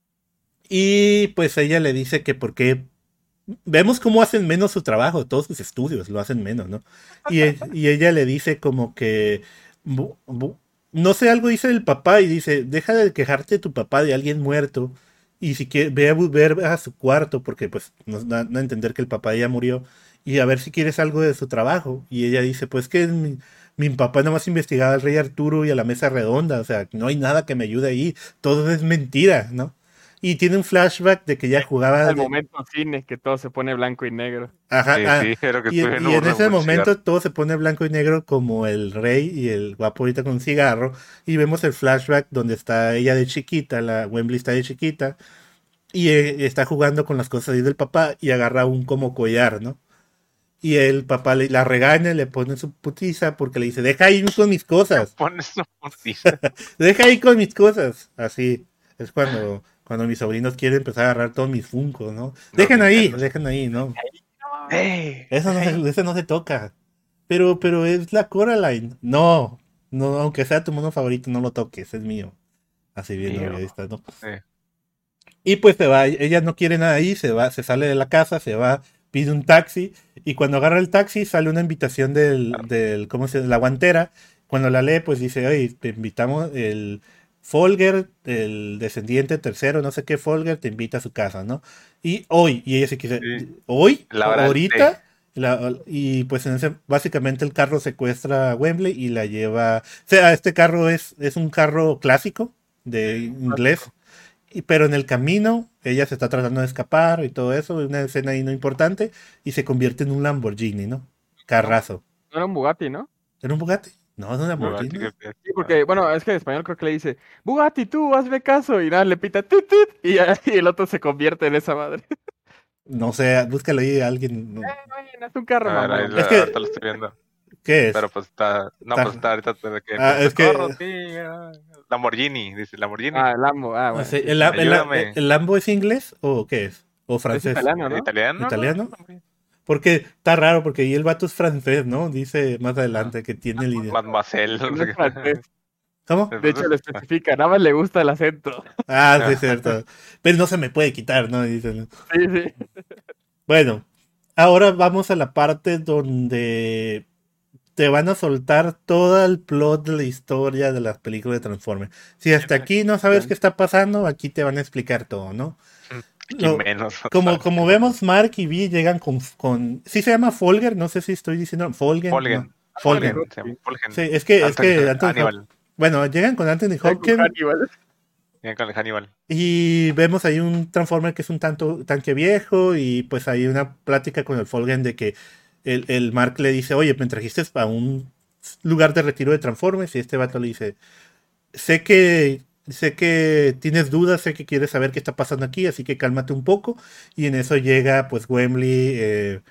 y pues ella le dice que porque vemos cómo hacen menos su trabajo, todos sus estudios lo hacen menos, ¿no? Y, e- y ella le dice como que, bu- bu- no sé, algo dice el papá y dice, deja de quejarte de tu papá de alguien muerto y si quieres, ve a bu- ver a su cuarto porque pues nos dan a entender que el papá ya murió y a ver si quieres algo de su trabajo. Y ella dice, pues que mi, mi papá nada más investigaba al rey Arturo y a la mesa redonda, o sea, no hay nada que me ayude ahí, todo es mentira, ¿no? Y tiene un flashback de que ya jugaba
Al
de,
momento cine, que todo se pone blanco y negro.
ajá,
Sí,
ah,
sí, creo que
y,
estoy
y
viendo
en
un,
ese
un cigarro.
momento todo se pone blanco y negro como el rey y el guapo ahorita con un cigarro. Y vemos el flashback donde está ella de chiquita, la Wembley está de chiquita, y eh, está jugando con las cosas ahí del papá y agarra un como collar, ¿no? Y el papá le, la regaña, le pone su putiza porque le dice, deja ahí con mis cosas,
Pones su putiza.
deja ahí con mis cosas. Así es cuando, cuando mis sobrinos quieren empezar a agarrar todos mis funcos, ¿no?
Los
Dejen ahí,
Nintendo.
dejen ahí, ¿no?
¡Eh!
Eso no se, eso no se toca. Pero, pero es la Coraline. No, no, aunque sea tu mono favorito, no lo toques, es mío. Así bien,
Mío.
no, ahí está, ¿no?
Sí.
Y pues se va, ella no quiere nada ahí, se va, se sale de la casa, se va, pide un taxi, y cuando agarra el taxi sale una invitación del, del ¿cómo se llama? La guantera. Cuando la lee, pues dice, oye, te invitamos, el Folger, el descendiente tercero, no sé qué Folger, te invita a su casa, ¿no? Y hoy, y ella se quiere,
Sí.
¿hoy?
La hora del
¿Ahorita? La- y pues en ese, básicamente el carro secuestra a Wembley y la lleva. O sea, este carro es, es un carro clásico de inglés. Y, pero en el camino, ella se está tratando de escapar y todo eso, una escena ahí no importante, y se convierte en un Lamborghini, ¿no? Carrazo.
No era un Bugatti, ¿no?
¿Era un Bugatti? No, no un
Bugatti,
Lamborghini.
que-
Sí, porque, bueno, es que en español creo que le dice, Bugatti, tú, hazme caso. Y nada, le pita, tut, tut, y, ya- y el otro se convierte en esa madre.
No sé, búscalo ahí a alguien. No.
Bueno, es un carro,
A ver, ahí
mamón.
lo-
Es que,
ahorita lo estoy viendo.
¿qué es?
Pero pues está. No,
Está-
pues está ahorita de que
Ah,
pues,
es que-
socorro, tía. Lamborghini, dice Lamborghini.
Ah, el Lambo, ah,
No
bueno.
sé,
sí,
¿el,
sí.
el- el-
Ayúdame.
el Lambo es inglés o qué es? ¿O
Es
francés?
italiano, ¿no?
¿Italiano?
¿Italiano?
No,
Porque está raro, porque ahí el vato es francés, ¿no? Dice más adelante que tiene el idioma.
Mademoiselle.
Que
no
no
sé
es
qué.
francés.
¿Cómo?
De hecho, lo especifica, nada más le gusta el acento.
Ah, sí, es cierto. Pero no se me puede quitar, ¿no? Dicen.
Sí, sí.
Bueno, ahora vamos a la parte donde te van a soltar todo el plot de la historia de las películas de Transformers. Si hasta aquí no sabes qué está pasando, aquí te van a explicar todo, ¿no?
Aquí
No,
menos.
Como,
¿sabes?
como vemos, Mark y Vi llegan con, con... ¿Sí se llama Folger? No sé si estoy diciendo... Folgen.
Folgen.
no. Folgen.
Folgen, se llama Folgen.
Sí, es que, es
Anthony-
que Anthony
Hannibal.
Hop- bueno, llegan con Anthony Hopkins
Hannibal.
Bien con el Hannibal.
y vemos ahí un Transformer que es un tanto tanque viejo y pues hay una plática con el Folgen de que el, el Mark le dice, oye, me trajiste a un lugar de retiro de Transformers y este vato le dice, sé que sé que tienes dudas, sé que quieres saber qué está pasando aquí, así que cálmate un poco. Y en eso llega pues Wembley eh,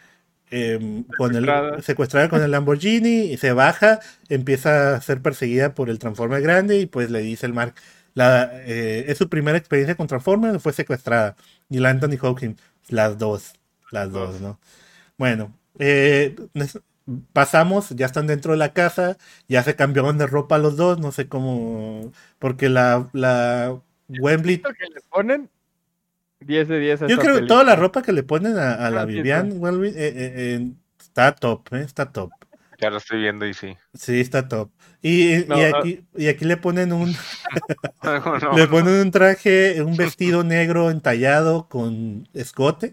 eh, con el,
Secuestrada.
secuestrada con el Lamborghini y se baja, empieza a ser perseguida por el Transformer grande y pues le dice el Mark, la, eh, es su primera experiencia con Transformer, fue secuestrada. Y la Anthony Hopkins, las dos, las dos, ¿no? Bueno, eh, nes- pasamos, ya están dentro de la casa, ya se cambiaron de ropa los dos, no sé cómo, porque la, la Wembley,
Lo que le ponen diez de diez a
yo
esta
creo que
película.
toda la ropa que le ponen a, a la
Ah, sí,
Vivian Wembley eh, eh, eh, está top, eh, está top.
Ya lo estoy viendo y sí.
Sí, está top. Y, y
No,
aquí, y aquí le ponen un,
No, no,
le
no.
ponen un traje, un vestido negro entallado con escote.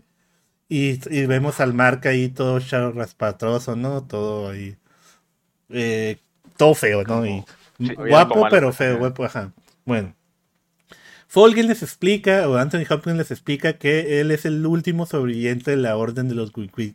Y, y vemos al Mark ahí todo raspatroso, ¿no? Todo ahí. eh, todo feo, ¿no? Y
Sí,
guapo,
como
pero
malo,
feo,
también.
guapo, ajá. Bueno. Folgen les explica, o Anthony Hopkins les explica que él es el último sobreviviente de la orden de los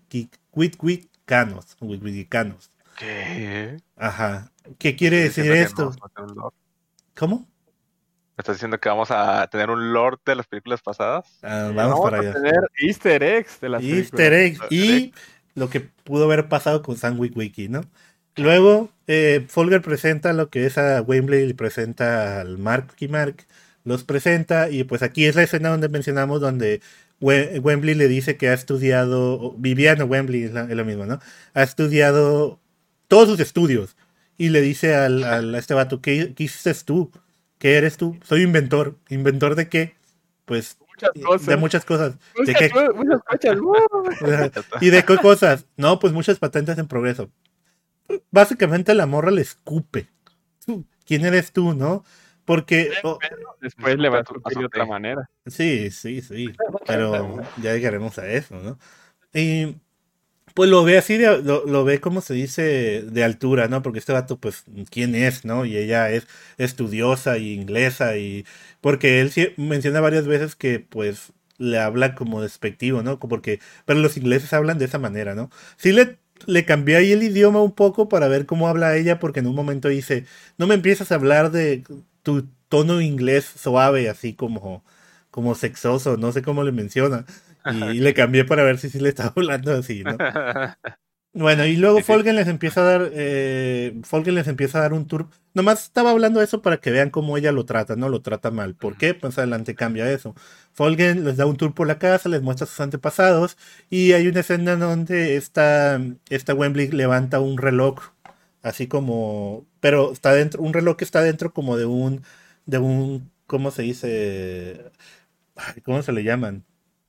Witwicanos. Witwicanos.
¿Qué?
Ajá. ¿Qué quiere
¿Estás
decir
diciendo que
esto?
vamos a tener un lord?
¿Cómo?
¿Me estás diciendo que vamos a tener un lord de las películas pasadas?
Ah,
Y
vamos
vamos
para
a
allá.
tener easter eggs de las
Easter
películas.
eggs. Y lo que pudo haber pasado con Sam Witwicky, ¿no? Luego, eh, Folger presenta lo que es a Wembley, le presenta al Mark y Mark, los presenta, y pues aquí es la escena donde mencionamos, donde We- Wembley le dice que ha estudiado, o Viviana Wembley es, la- es lo mismo, ¿no? Ha estudiado todos sus estudios. Y le dice al, al- a este vato, ¿qué, qué hiciste tú? ¿Qué eres tú? Soy inventor. ¿Inventor de qué? Pues
Muchas
de
cosas.
muchas cosas. ¿De
Muchas,
qué?
co- muchas cosas. ¡Uh!
¿Y de qué cosas? No, pues muchas patentes en progreso. Básicamente la morra le escupe. ¿Quién eres tú, no? Porque... oh,
Después le va a
Disculpa,
escupir de otra manera.
sí, sí, sí. Pero ya llegaremos a eso, ¿no? Y pues lo ve así, de, lo, lo ve como se dice de altura, ¿no? Porque este vato, pues, ¿quién es, no? Y ella es estudiosa y inglesa y... Porque él sí menciona varias veces que, pues, le habla como despectivo, ¿no? Porque... Pero los ingleses hablan de esa manera, ¿no? Sí le, le cambié ahí el idioma un poco para ver cómo habla ella, porque en un momento dice, no me empiezas a hablar de tu tono inglés suave, así como, como sexoso, no sé cómo le menciona. Y le cambié para ver si sí le estaba hablando así, ¿no? Bueno, y luego
Sí, sí.
Folgen les empieza a dar, eh, Folgen les empieza a dar un tour. Nomás estaba hablando de eso para que vean cómo ella lo trata, ¿no? Lo trata mal. ¿Por qué? Pues adelante cambia eso. Folgen les da un tour por la casa, les muestra sus antepasados y hay una escena donde esta, esta Wembley levanta un reloj, así como, pero está dentro, un reloj que está dentro como de un, de un, ¿cómo se dice? Ay, ¿cómo se le llaman?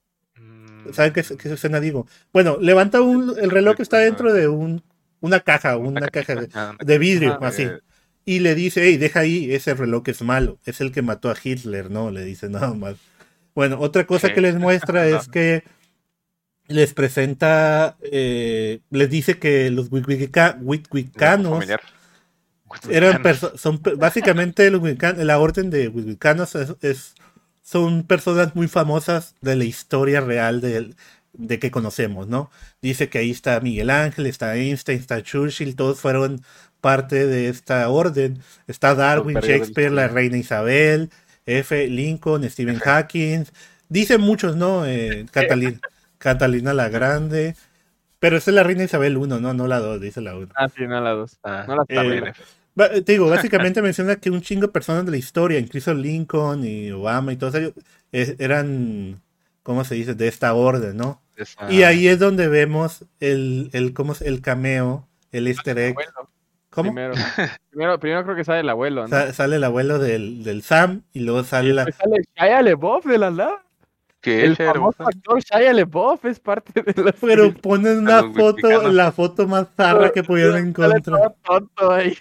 ¿Saben qué, qué escena digo? Bueno, levanta un, el reloj que está dentro de un, una caja, una caja de, de vidrio,
Ajá.
así.
Eh,
Y le dice, hey, deja ahí, ese reloj es malo, es el que mató a Hitler, ¿no? Le dice nada más. Bueno, otra cosa
¿Qué?
que les muestra
No.
es que les presenta, eh, les dice que los wicwica-
Grupo
wicwicanos
familiar.
eran
Mexicanos.
perso- son pe- básicamente los wiccan- la orden de wiccanos es, es- son personas muy famosas de la historia real de, de que conocemos, ¿no? Dice que ahí está Miguel Ángel, está Einstein, está Churchill, todos fueron parte de esta orden. Está Darwin,
vergas de la
Shakespeare, la
historia.
reina Isabel, F. Lincoln, Stephen
F.
Hawking. Dicen muchos, ¿no? Eh, Catalina, Catalina la Grande. Pero esa es la reina Isabel uno, ¿no? No la dos, dice la uno.
Ah, sí, no la dos.
Ah,
No la
Eh,
también
también.
F.
Ba- Te digo, básicamente menciona que un chingo de personas de la historia, incluso Lincoln y Obama y todos ellos, eh, eran, ¿cómo se dice?, de esta orden, ¿no?
Esa-
Y ahí es donde vemos el, el, ¿cómo se- el cameo, el easter egg.
Abuelo,
¿Cómo?
primero. primero. Primero creo que sale el abuelo, ¿no?
Sa- sale el abuelo del, del Sam y luego
Y
sale la...
después sale Shia LaBeouf de la nada.
¿Qué?
El
Shia
famoso
LaBeouf?
actor Shia LaBeouf es parte de los...
Pero ponen una
los
foto,
mexicanos.
la foto más zarra que pudieron
Sale
encontrar.
todo tonto ahí.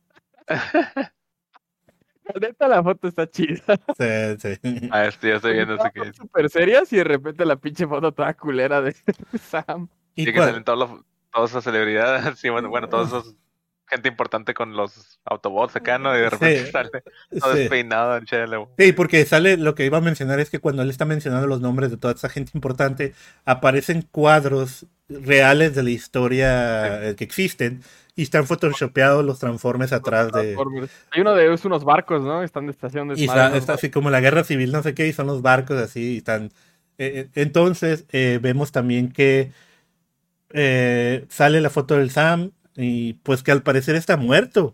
La neta, la foto está chida.
Sí, sí.
Ah, este, ya estoy viendo ese que.
Súper serias y de repente la pinche foto toda culera de Sam.
¿Y
Sí, que
cuál?
salen todos los, todas esas celebridades. Sí, bueno, bueno, todos esos. Gente importante con los Autobots acá, ¿no? Y de repente
Sí,
sale todo
sí.
despeinado en Shia LaBeouf.
Sí, porque sale, lo que iba a mencionar es que cuando él está mencionando los nombres de toda esa gente importante, aparecen cuadros reales de la historia eh, que existen y están photoshopeados los transformes atrás de...
Transformers. Hay uno de es unos barcos, ¿no? Están de estación de
Y está, está así como la guerra civil, no sé qué, y son los barcos así, y están... eh, eh, entonces, eh, vemos también que eh, sale la foto del Sam y pues que al parecer está muerto.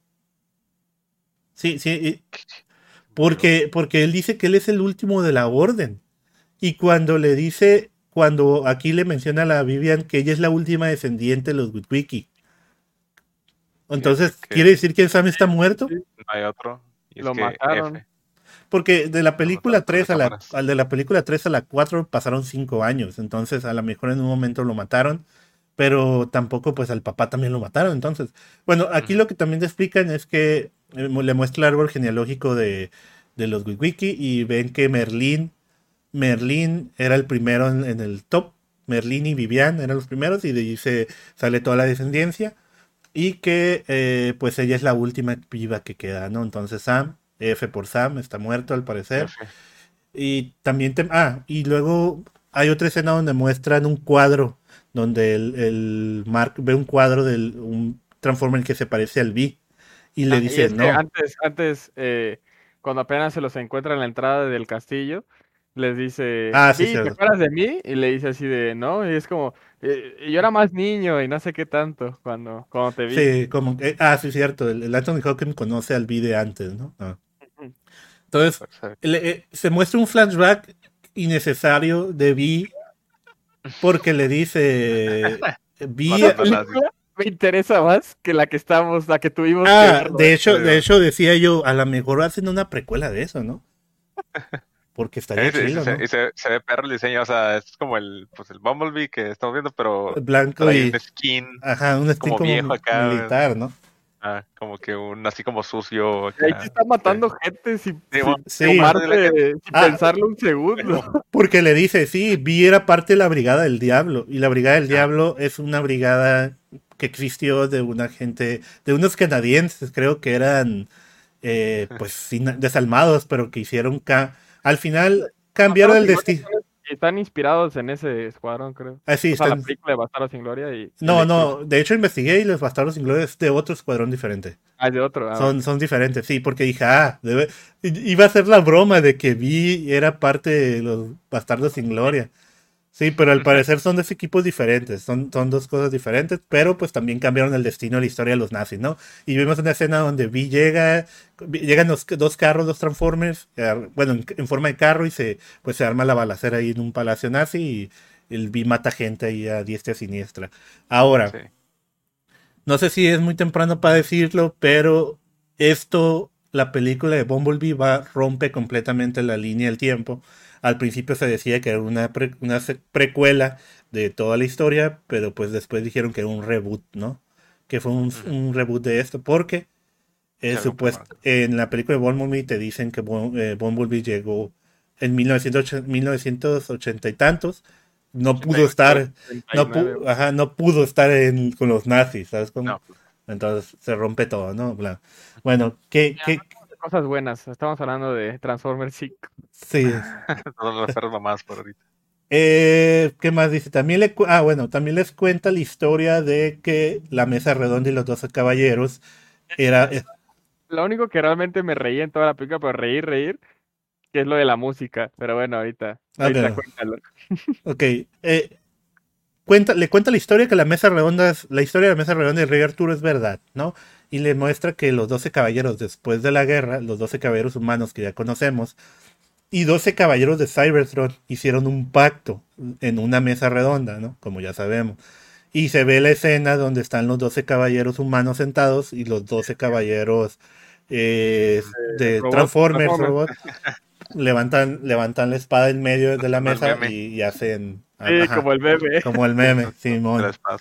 Sí, sí, y- porque, porque él dice que él es el último de la orden. Y cuando le dice, cuando aquí le menciona a la Vivian que ella es la última descendiente de los Witwicky. Entonces,
Fíjate que
¿quiere decir que el Sam está muerto?
Sí.
no hay otro. Y es
Lo
que
mataron.
F.
Porque de la película
mataron por las
tres a la,
cámaras.
al de la película tres a la cuatro pasaron cinco años. Entonces, a lo mejor en un momento lo mataron. Pero tampoco, pues al papá también lo mataron. Entonces, bueno, aquí
Ujú.
lo que también te explican es que eh, mu- le muestra el árbol genealógico de, de los Witwicky y ven que Merlín, Merlín era el primero en, en el top. Merlín y Vivian eran los primeros y de ahí se sale toda la descendencia. Y que eh, pues ella es la última viva que queda, ¿no? Entonces Sam, F por Sam, está muerto al parecer.
F.
Y también, te- ah, y luego hay otra escena donde muestran un cuadro, donde el, el Mark ve un cuadro de un Transformer que se parece al V. Y le
Ah, y
dice,
es que
no,
antes, antes eh, cuando apenas se los encuentra en la entrada del castillo, les dice,
ah, sí,
Vi, ¿te
cierto.
acuerdas de mí? Y le dice así de, ¿no? Y es como, "Eh, yo era más niño y no sé qué tanto cuando, cuando te vi.
Sí, como que, ah, sí, cierto, el, el Anthony Hawkins conoce al V de antes, ¿no? Ah.
Ujú.
Entonces,
Perfecto.
le- eh, se muestra un flashback innecesario de V porque le dice, Vi,
Matando
¿Esa
nazis.
película? me interesa más que la que estamos, la que tuvimos que
Ah,
ver, ¿no?
de hecho,
Pero-
de hecho decía yo, a lo mejor hacen una precuela de eso, ¿no? Porque estaría
Eh, se,
chido,
se,
¿no?
se, se- se ve perro el diseño, o sea, es como el, pues el Bumblebee que estamos viendo, pero
Blanco
trae un
y,
skin
ajá, un skin
como
como
viejo
mi-
acá, güey.
militar, ¿no?
Ah, como que un, así como sucio
Y ahí te
acá.
está matando
Sí.
gente sin,
Sí,
sin
bueno,
Sí,
matando a la gente.
tomarse, sin
Ah,
pensarlo un segundo.
porque le dice, sí, Vi era parte de la Brigada del Diablo, y la Brigada del
Ah,
Diablo es una brigada que existió de una gente, de unos canadienses, creo que eran, eh, pues, sin- desalmados, pero que hicieron, ca al final cambiaron
Bastardos
el
sin Gloria
destino.
están están inspirados en ese escuadrón, creo.
Así
O sea, la
están.
película de Bastardos sin Gloria y el
No,
hecho.
no, de hecho investigué y los Bastardos sin Gloria es de otro escuadrón diferente.
Ah, es de otro. Ah,
Son,
ok.
son diferentes, sí, porque dije, ah, debe- i- iba a ser la broma de que Vi era parte de los Bastardos sin Gloria. Sí, pero al parecer son dos equipos diferentes, son, son dos cosas diferentes, pero pues también cambiaron el destino de la historia de los nazis, ¿no? Y vemos una escena donde Vi llega, Vi- llegan los dos carros, dos Transformers, eh, bueno, en, en forma de carro y se, pues se arma la balacera ahí en un palacio nazi y el Vi mata gente ahí a diestra y a siniestra. Ahora,
sí.
no sé si es muy temprano para decirlo, pero esto, la película de Bumblebee va, rompe completamente la línea del tiempo. Al principio se decía que era una, pre- una se- precuela de toda la historia, pero pues después dijeron que era un reboot, ¿no? Que fue un,
Ujú.
un reboot de esto, porque
Sí,
eh,
algo
supuest-
primero.
en la película de Bumblebee te dicen que Bum- eh, Bumblebee llegó en mil novecientos ochenta, mil novecientos ochenta y tantos, no pudo
ochenta y ocho,
estar,
treinta y
no,
nueve,
pu- ajá, no pudo estar en- con los nazis, ¿sabes cómo?
no, pues,
Entonces se rompe todo, ¿no? Bla. Bueno, ¿qué,
Ya,
qué?
cosas buenas. Estamos hablando de Transformers cinco.
Sí.
todas las perras mamás por ahorita.
Eh, ¿qué más dice? También le, cu- ah, bueno, también les cuenta la historia de que la mesa redonda y los doce caballeros era, eh,
Lo único que realmente me reí en toda la película, pero reír, reír, que es lo de la música. Pero bueno, ahorita, ahorita
ok,
cuéntalo.
ok, eh, cuenta, le cuenta la historia que la mesa redonda es, la historia de la mesa redonda de Rey Arturo es verdad, ¿no? Y le muestra que los doce caballeros después de la guerra, los doce caballeros humanos que ya conocemos, y doce caballeros de Cybertron hicieron un pacto en una mesa redonda, ¿no? Como ya sabemos. Y se ve la escena donde están los doce caballeros humanos sentados y los doce caballeros eh, de
Robot,
Transformers
Transformers.
robot levantan, levantan la espada en medio de la
Haciendo el
mesa
meme
y, y hacen,
Sí,
ajá,
como el bebé.
como el meme,
de la
Simón.
espada.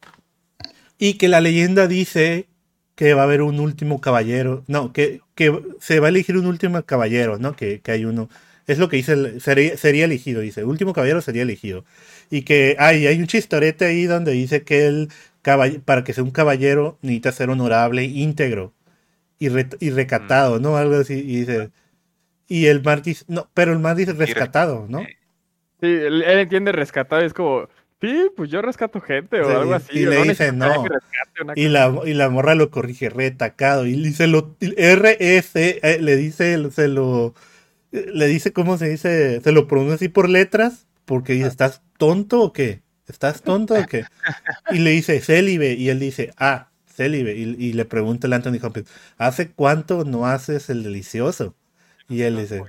Y que la leyenda dice que va a haber un último caballero. No, que, que se va a elegir un último caballero, ¿no? Que, que hay uno. Es lo que dice, el- sería, sería elegido, dice. Último caballero sería elegido. Y que hay, hay un chistorete ahí donde dice que el caball- para que sea un caballero necesita ser honorable, íntegro y, re- y
Mm.
recatado, ¿no? Algo así. Y dice. Y el mar dice. No, pero el mar dice
Y res-
rescatado, ¿no?
eh,
Sí, él, él entiende rescatar, es como, sí, pues yo rescato gente
O
o
sea,
algo
y, y
así, o
le
no
dice
necesito que alguien me
no.
rescate, una
Y
cosa
la,
así.
y la morra lo corrige, retacado. Y dice lo, R S, eh, le dice, se lo, eh, le dice, ¿cómo se dice? Se lo pronuncia así por letras, porque dice, ¿estás tonto o qué? ¿Estás tonto o qué? Y le dice, célibe, y él dice, ah, célibe. Y, y le pregunta el Anthony Hopkins, ¿hace cuánto no haces el delicioso? Y él dice,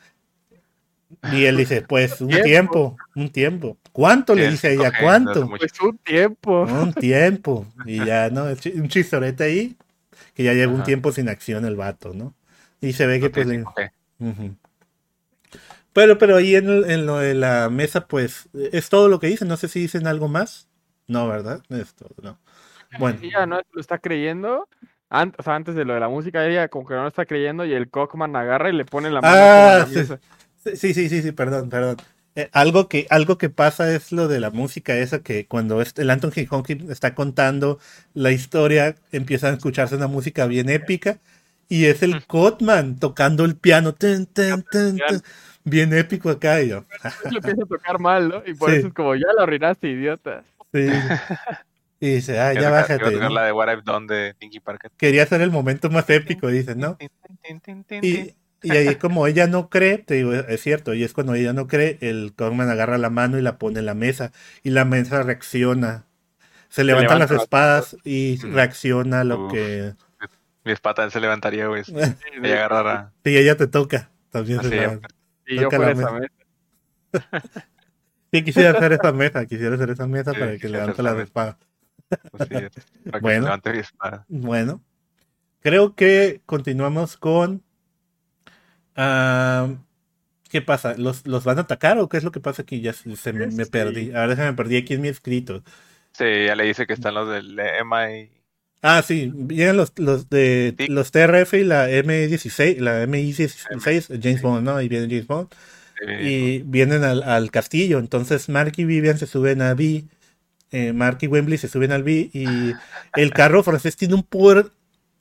y él dice, pues un
Tiempo,
tiempo, un tiempo. ¿Cuánto? Le
sí,
dice
cinco
ella,
G desde hace
¿cuánto?
mucho.
pues un tiempo.
Un tiempo. Y ya, ¿no? El chi- Un chistorete ahí, que ya lleva un
Ajá.
tiempo sin acción el vato, ¿no? Y se ve que
No
pues...
tiene
le-
cinco G.
Ujú. Pero, pero ahí en, el- en lo de la mesa, pues, es todo lo que dicen. No sé si dicen algo más. No, ¿verdad? Es todo, no. Bueno.
Ella no lo está creyendo, an- o sea, antes de lo de la música, ella como que no lo está creyendo y el Cockman agarra y le pone la mano como en
Ah,
la
sí,
mesa.
sí, sí, sí, sí, perdón, perdón. Eh, algo que, algo que pasa es lo de la música esa que cuando este, el Anthony Hopkins está contando la historia, empieza a escucharse una música bien épica y es el Cotman tocando el piano, ten, ten, ten, ten, bien épico acá y yo.
Le empieza a tocar mal, ¿no? Y por eso
Sí,
es como, ya lo arruinaste, idiota.
sí. Y dice, ah,
Iba
ya
a tocar, iba a
bájate,
tocar
¿no?
la de What I've Done de Linkin Park.
Quería ser el momento más épico, dicen, ¿no? Y, y ahí como ella no cree, te digo, es cierto, y es cuando ella no cree, el Cogman agarra la mano y la pone en la mesa, y la mesa reacciona. Se
Se
levantan las
levanta las
espadas y
Mm.
reacciona a lo
Uf.
que...
Mi espada se levantaría, güey.
Sí,
Sí,
Y agarrara.
ella te toca. También se
Así,
levanta.
y yo
Toca
por
la
esa
mesa.
mesa.
Sí, quisiera hacer esa mesa, quisiera hacer esa mesa
Sí,
para que
quisiera
levante
hacer esa
las
mesa.
espadas.
Así es. Para que se
Bueno,
levante mi espada.
bueno. Creo que continuamos con... ah, ¿qué pasa? ¿Los, ¿Los van a atacar o qué es lo que pasa aquí? Ya se, se me, me perdí.
Sí.
Ahora se me perdí aquí en mi escrito.
Sí, ya le dice que están los del M I
Ah, sí, vienen los, los de
T I C.
los T R F y la M dieciséis, la M I dieciséis, James
Sí,
Bond, ¿no? Ahí viene James Bond.
sí, mismo.
Y vienen al, al castillo. Entonces Mark y Vivian se suben a B. Eh, Mark y Wembley se suben al B. Y el carro francés tiene un poder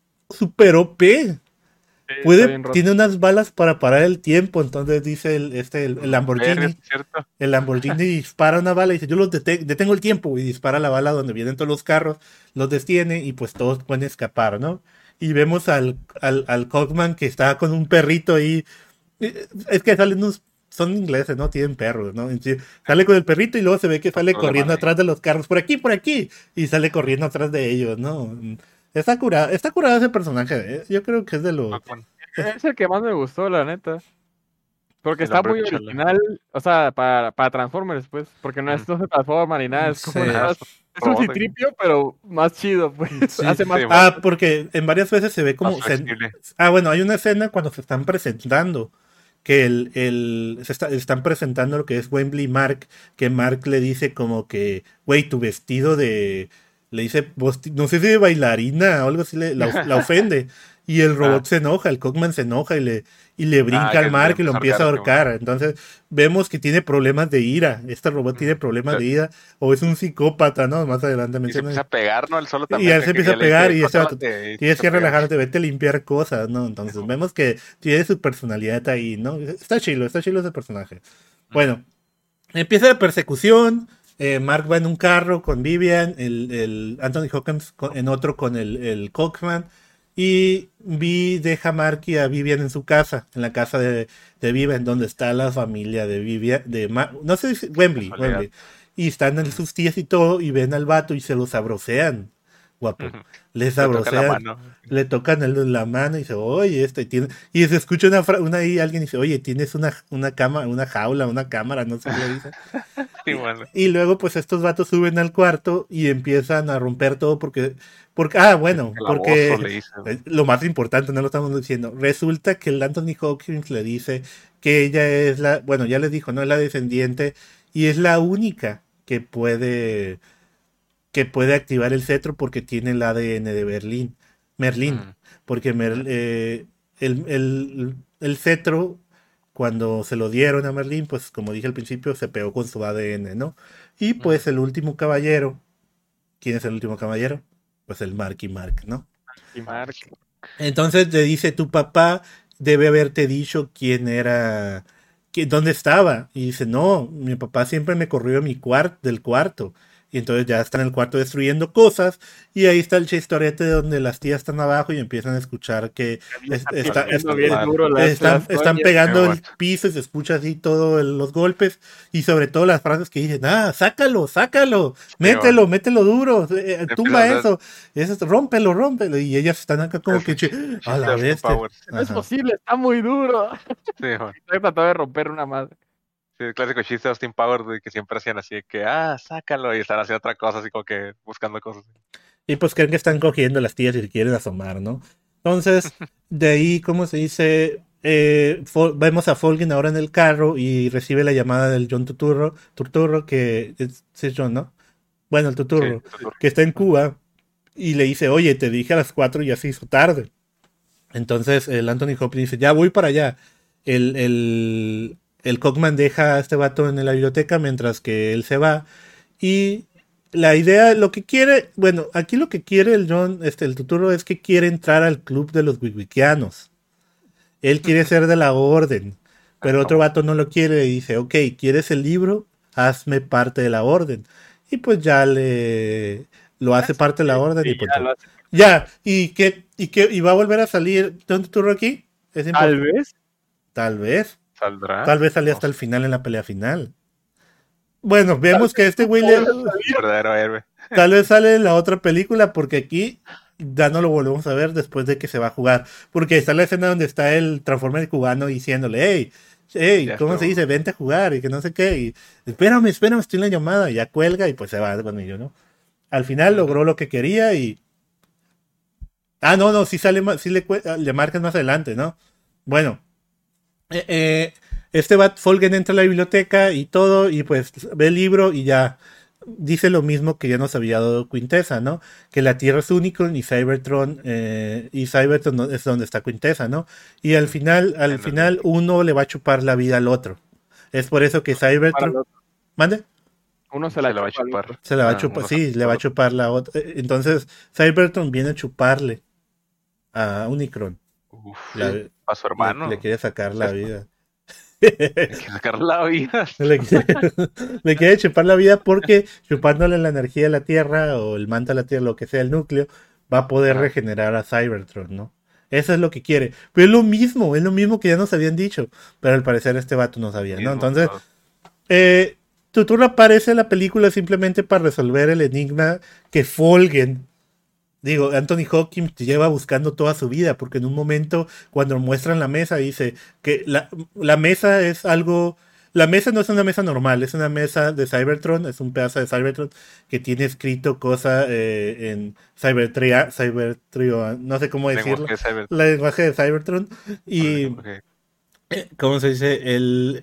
super O P.
Sí, está
Puede,
bien roto.
tiene unas balas para parar el tiempo. Entonces dice el, este, el, el
Verga,
Lamborghini.
sí es cierto.
El Lamborghini dispara una bala y dice, yo los dete- detengo el tiempo. Y dispara la bala donde vienen todos los carros, los detiene y pues todos pueden escapar, ¿no? Y vemos al, al, al Cogman que está con un perrito ahí. Eh, Es que salen unos, son ingleses, ¿no? Tienen perros, ¿no? Y sí, sale con el perrito y luego se ve que sale
Problema
corriendo
ahí.
atrás de los carros, por aquí, por aquí. Y sale corriendo atrás de ellos, ¿no? Está curado, está curado ese personaje. ¿Eh? Yo creo que es de los...
Pokémon.
Es el que más me gustó, la neta. Porque
El
está
hombre
muy
pistola.
original, o sea, para, para Transformers, pues, porque no, es,
Ujú.
no se transforma ni nada, es como
Sí.
nada
Ah,
más-
es
es un
robot,
citripio, pero más chido, pues,
Sí.
hace más
Sí,
Ah, porque en varias veces se ve
más
como... se-
flexible.
Ah, bueno, hay una escena cuando se están presentando, que el, el- se está- están presentando lo que es Wembley Mark, que Mark le dice como que, güey, tu vestido de... Le dice, "Vos ti- no sé si de bailarina o algo así, le- la, of- la ofende. Y el robot
Ah,
se enoja, el Cogman se enoja y le, y le
ah,
brinca
que
al
le
Mark y lo
empieza
empieza
a
a
ahorcar,
ahorcar. Entonces vemos que tiene problemas de ira. Este robot tiene
Simón.
problemas de
Se-
ira o es un psicópata, ¿no? Más adelante
Y se
menciona.
empieza a pegar, ¿no? El solo
Y
también,
él
que,
se
que
empieza
ya
a
le
pegar
dice,
y este vato,
contrólate, y se
tienes
empieza
que
a pegar.
relajarte, vete a limpiar cosas, ¿no? Entonces vemos que tiene su personalidad ahí, ¿no? Está chilo, está chilo ese personaje. Bueno, empieza la persecución. eh, Mark va en un carro con Vivian, el, el Anthony Hawkins con- en otro con el, el Cockman. Y Vi deja a Mark y a Vivian en su casa, en la casa de, de Vivian, donde está la familia de Vivian, de Ma- no sé si Wembley,
Casualidad.
Wembley. Y están en
Ujú.
sus tías y todo, y ven al vato y se lo sabrosean, guapo.
Ujú.
Les
Le toca la
sabrosean,
mano.
le tocan el- la mano y dice, oye, este tiene. Y se escucha una, fra- una ahí, alguien dice, oye, tienes una, una cama, una jaula, una cámara, no sé qué le dice.
Sí,
Y,
bueno.
y luego, pues estos vatos suben al cuarto y empiezan a romper todo porque. porque ah, bueno,
Calabozo
porque
le dice.
eh, lo más importante, no lo estamos diciendo. Resulta que el Anthony Hawkins le dice que ella es la. Bueno, ya les dijo, ¿no? Es la descendiente y es la única que puede que puede activar el cetro porque tiene el A D N de Berlín, Merlín,
Mm.
porque Mer-
Ujú.
eh, el, el, el cetro, cuando se lo dieron a Merlín, pues como dije al principio, se pegó con su A D N, ¿no? Y pues
Ujú.
el último caballero, ¿quién es el último caballero? Pues el Marky Mark, ¿no?
Y Mark.
Entonces le dice, tu papá debe haberte dicho quién era, qui- dónde estaba. Y dice, no, mi papá siempre me corrió de mi cuarto, del cuarto. Y entonces ya está en el cuarto destruyendo cosas. Y ahí está el chistorete donde las tías están abajo y empiezan a escuchar que es-
Está
está, es-
pegando bien
es-
duro las,
están,
las
están
doñas.
pegando
Qué
el
bueno.
piso y se escucha así todos los golpes. Y sobre todo las frases que dicen, ah, sácalo, sácalo, mételo, mételo duro, eh, tumba
Empieza a
eso, eso, es- rómpelo, rómpelo. Y ellas están acá como que, che, a la
Austin
bestia.
Powers.
No es
Ajá.
posible, está muy duro.
Sí, bueno.
Estoy tratando de romper una madre.
Sí, el clásico chiste de Austin Powers de que siempre hacían así de que, ah, sácalo, y están haciendo otra cosa, así como que buscando cosas.
Y pues creen que están cogiendo las tías y se quieren asomar, ¿no? Entonces, de ahí, ¿cómo se dice? Eh, Fol- vemos a Folgin ahora en el carro y recibe la llamada del John Turturro, Turturro, que es, sí es John, ¿no? Bueno, el
Sí,
Turturro,
Turturro.
que está en Cuba, y le dice, oye, te dije a las cuatro y ya se hizo tarde. Entonces el Anthony Hopkins dice, ya voy para allá. El, el, el Cockman deja a este vato en la biblioteca mientras que él se va. Y la idea, lo que quiere, bueno, aquí lo que quiere el John, este, el Turturro es que quiere entrar al club de los Wikianos. Él quiere ser de la orden. Pero otro vato no lo quiere y dice, ok, ¿quieres el libro? Hazme parte de la orden. Y pues ya le lo hace parte de la orden y
Sí,
pues
ya lo hace.
ya, ¿y qué, y qué, y va a volver a salir John Turturro aquí? Es
Tal
importante.
vez.
Tal vez.
¿Saldrá?
Tal vez salía
No
hasta el
sé.
final en la pelea final. Bueno, vemos que este güey le-
Verdadero héroe.
tal vez sale en la otra película porque aquí ya no lo volvemos a ver después de que se va a jugar. Porque está la escena donde está el Transformer cubano diciéndole, hey, hey,
Ya
¿cómo se
estuvo.
dice? Vente a jugar y que no sé qué. Y espérame, espérame, estoy en la llamada. Y ya cuelga y pues se va con ello, ¿no? al final logró lo que quería y... Ah, no, no, sí sale más, sí le, le marcan más adelante, ¿no? Bueno, eh, eh, este Bat Folgen entra a la biblioteca y todo, y pues ve el libro y ya dice lo mismo que ya nos había dado Quintessa, ¿no? Que la Tierra es Unicron y Cybertron, eh, y Cybertron es donde está Quintessa, ¿no? Y al final, al final, uno le va a chupar la vida al otro. Es por eso que Cybertron... ¿Mande?
Uno se la, se la va a chupar.
Se la va a chupar, ah, sí, le va a chupar la otra. Entonces, Cybertron viene a chuparle a Unicron.
Uf, la, a su hermano.
Le, le quiere sacar la vida.
Le quiere sacar la vida.
le, quiere, le quiere chupar la vida porque chupándole la energía de la Tierra o el manto de la Tierra, lo que sea el núcleo, va a poder ah. regenerar a Cybertron, ¿no? Eso es lo que quiere. Pero es lo mismo, es lo mismo que ya nos habían dicho. Pero al parecer este vato no sabía, ¿no? Entonces, eh, Tutur aparece en la película simplemente para resolver el enigma que Folgen, digo, Anthony Hopkins lleva buscando toda su vida, porque en un momento cuando muestran la mesa dice que la, la mesa es algo, la mesa no es una mesa normal, es una mesa de Cybertron, es un pedazo de Cybertron que tiene escrito cosas eh, en Cybertria, Cybertrio, no sé cómo decirlo, el lenguaje de Cybertron, y okay. ¿Cómo se dice? El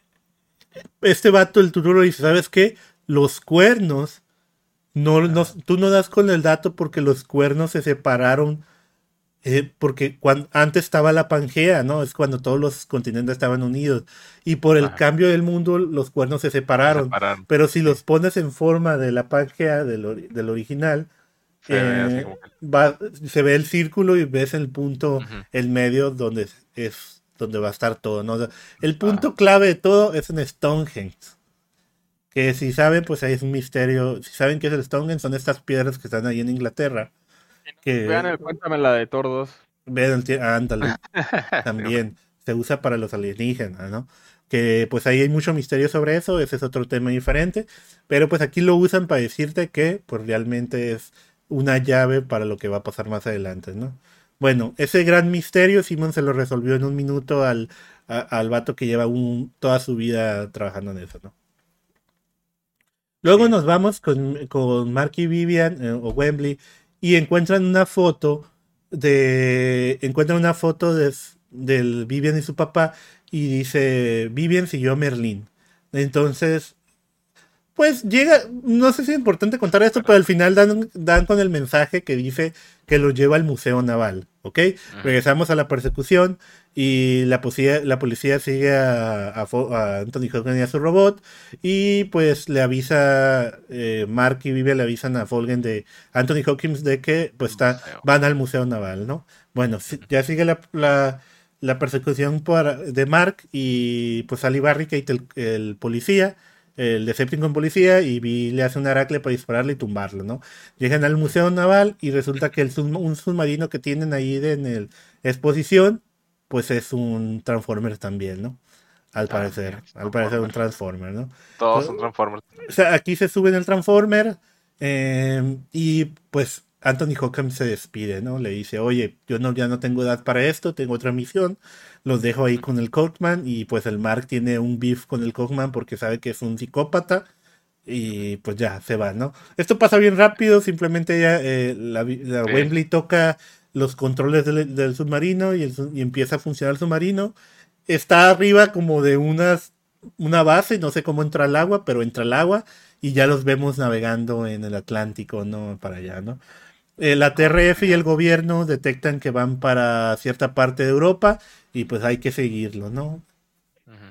este vato, el Tuturo, dice, ¿sabes qué? Los cuernos No, no, tú no das con el dato porque los cuernos se separaron, eh, porque cuando, antes estaba la Pangea, ¿no? Es cuando todos los continentes estaban unidos. Y por el Ajá. cambio del mundo, los cuernos se separaron. se separaron. Pero si los pones en forma de la Pangea, del, del original, se, eh, ve va, se ve el círculo y ves el punto, uh-huh. el medio, donde es donde va a estar todo, ¿no? El punto Ajá. clave de todo es en Stonehenge. Que si saben, pues ahí es un misterio. Si saben qué es el Stonehenge, son estas piedras que están ahí en Inglaterra. Que,
vean el Cuéntame la de Thor dos.
Vean el ándale. También se usa para los alienígenas, ¿no? Que pues ahí hay mucho misterio sobre eso. Ese es otro tema diferente. Pero pues aquí lo usan para decirte que pues realmente es una llave para lo que va a pasar más adelante, ¿no? Bueno, ese gran misterio Simon se lo resolvió en un minuto al, a, al vato que lleva un, toda su vida trabajando en eso, ¿no? Luego nos vamos con, con Mark y Vivian eh, o Wembley y encuentran una foto de encuentran una foto de del Vivian y su papá y dice Vivian siguió a Merlín. Entonces, pues llega, no sé si es importante contar esto, pero al final dan, dan con el mensaje que dice que lo lleva al Museo Naval, ¿ok? Uh-huh. Regresamos a la persecución y la policía, la policía sigue a, a, a Anthony Hopkins y a su robot y pues le avisa, eh, Mark y Vivian le avisan a Folgen de Anthony Hopkins de que pues está, van al Museo Naval, ¿no? Bueno, ya sigue la, la, la persecución por, de Mark y pues sale Barricade, el, el policía, el Decepticon policía, y Vi le hace un aracle para dispararle y tumbarlo, ¿no? Llegan al Museo Naval y resulta que el sub, un submarino que tienen ahí en el exposición, pues es un Transformer también, ¿no? Al parecer, ah, al parecer un Transformer, ¿no?
Todos son Transformers.
O sea, aquí se sube en el Transformer eh, y pues Anthony Hopkins se despide, ¿no? Le dice, oye, yo no, ya no tengo edad para esto, tengo otra misión. Los dejo ahí con el Cockman y pues el Mark tiene un beef con el Cockman porque sabe que es un psicópata y pues ya, se va, ¿no? Esto pasa bien rápido, simplemente ya eh, la, la sí. Wembley toca los controles del, del submarino y, el, y empieza a funcionar el submarino. Está arriba como de unas, una base, no sé cómo entra el agua, pero entra el agua y ya los vemos navegando en el Atlántico, ¿no? Para allá, ¿no? Eh, la T R F y el gobierno detectan que van para cierta parte de Europa y pues hay que seguirlo, ¿no? Uh-huh.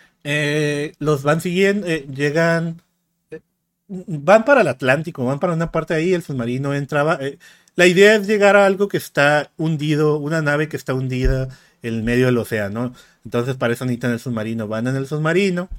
Eh, los van siguiendo, eh, llegan, eh, van para el Atlántico, van para una parte de ahí, el submarino entraba. Eh, la idea es llegar a algo que está hundido, una nave que está hundida en el medio del océano, entonces para eso necesitan el submarino, van en el submarino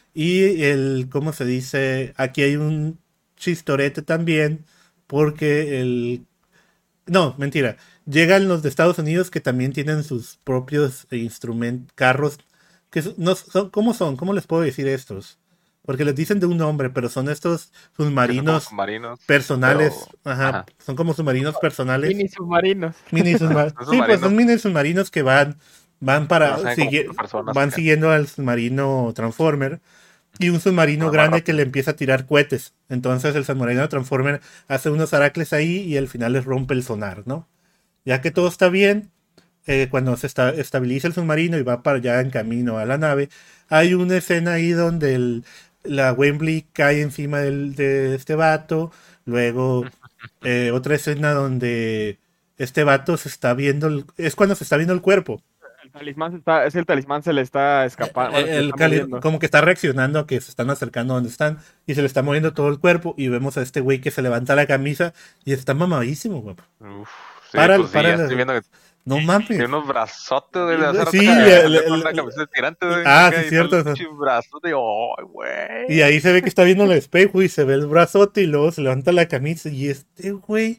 y el, ¿cómo se dice? Aquí hay un chistorete también. Porque el... No, mentira. Llegan los de Estados Unidos que también tienen sus propios instrumentos, carros. Que no, son, ¿Cómo son? ¿Cómo les puedo decir estos? Porque les dicen de un nombre, pero son estos submarinos,
submarinos
personales.
pero...
Ajá, Ajá. Son como submarinos personales.
Mini submarinos.
Mini submarinos. Sí, pues son mini submarinos que van, van para... No, sigue, van siguiendo al submarino Transformer. y un submarino
Más
grande
rápido.
que le empieza a tirar cohetes. Entonces el submarino Transformer hace unos aracles ahí y al final les rompe el sonar, ¿no? Ya que todo está bien, eh, cuando se esta- estabiliza el submarino y va para allá en camino a la nave, hay una escena ahí donde el- la Wembley cae encima del- de este vato. Luego eh, otra escena donde este vato se está viendo, el- es cuando se está viendo el cuerpo.
El talismán se está, es que el talismán se le está
Eh,
escapando, bueno,
eh,
se le
el
está
cali-
moviendo.
como que está reaccionando a que se están acercando donde están y se le está moviendo todo el cuerpo y vemos a este güey que se levanta la camisa y está mamadísimo, güey.
Uf, sí,
Para,
pues sí,
para,
ya estoy viendo que
no
tiene
mames.
unos brazotes, güey, de hace rato
Sí,
que
le-
salió
le-
con una
le-
camiseta de tirante, güey,
ah,
acá,
sí,
y
cierto.
sale el pinche brazote, y, oh, güey.
Y ahí se ve que está viendo el espejo y se ve el brazote y luego se levanta la camisa y este güey.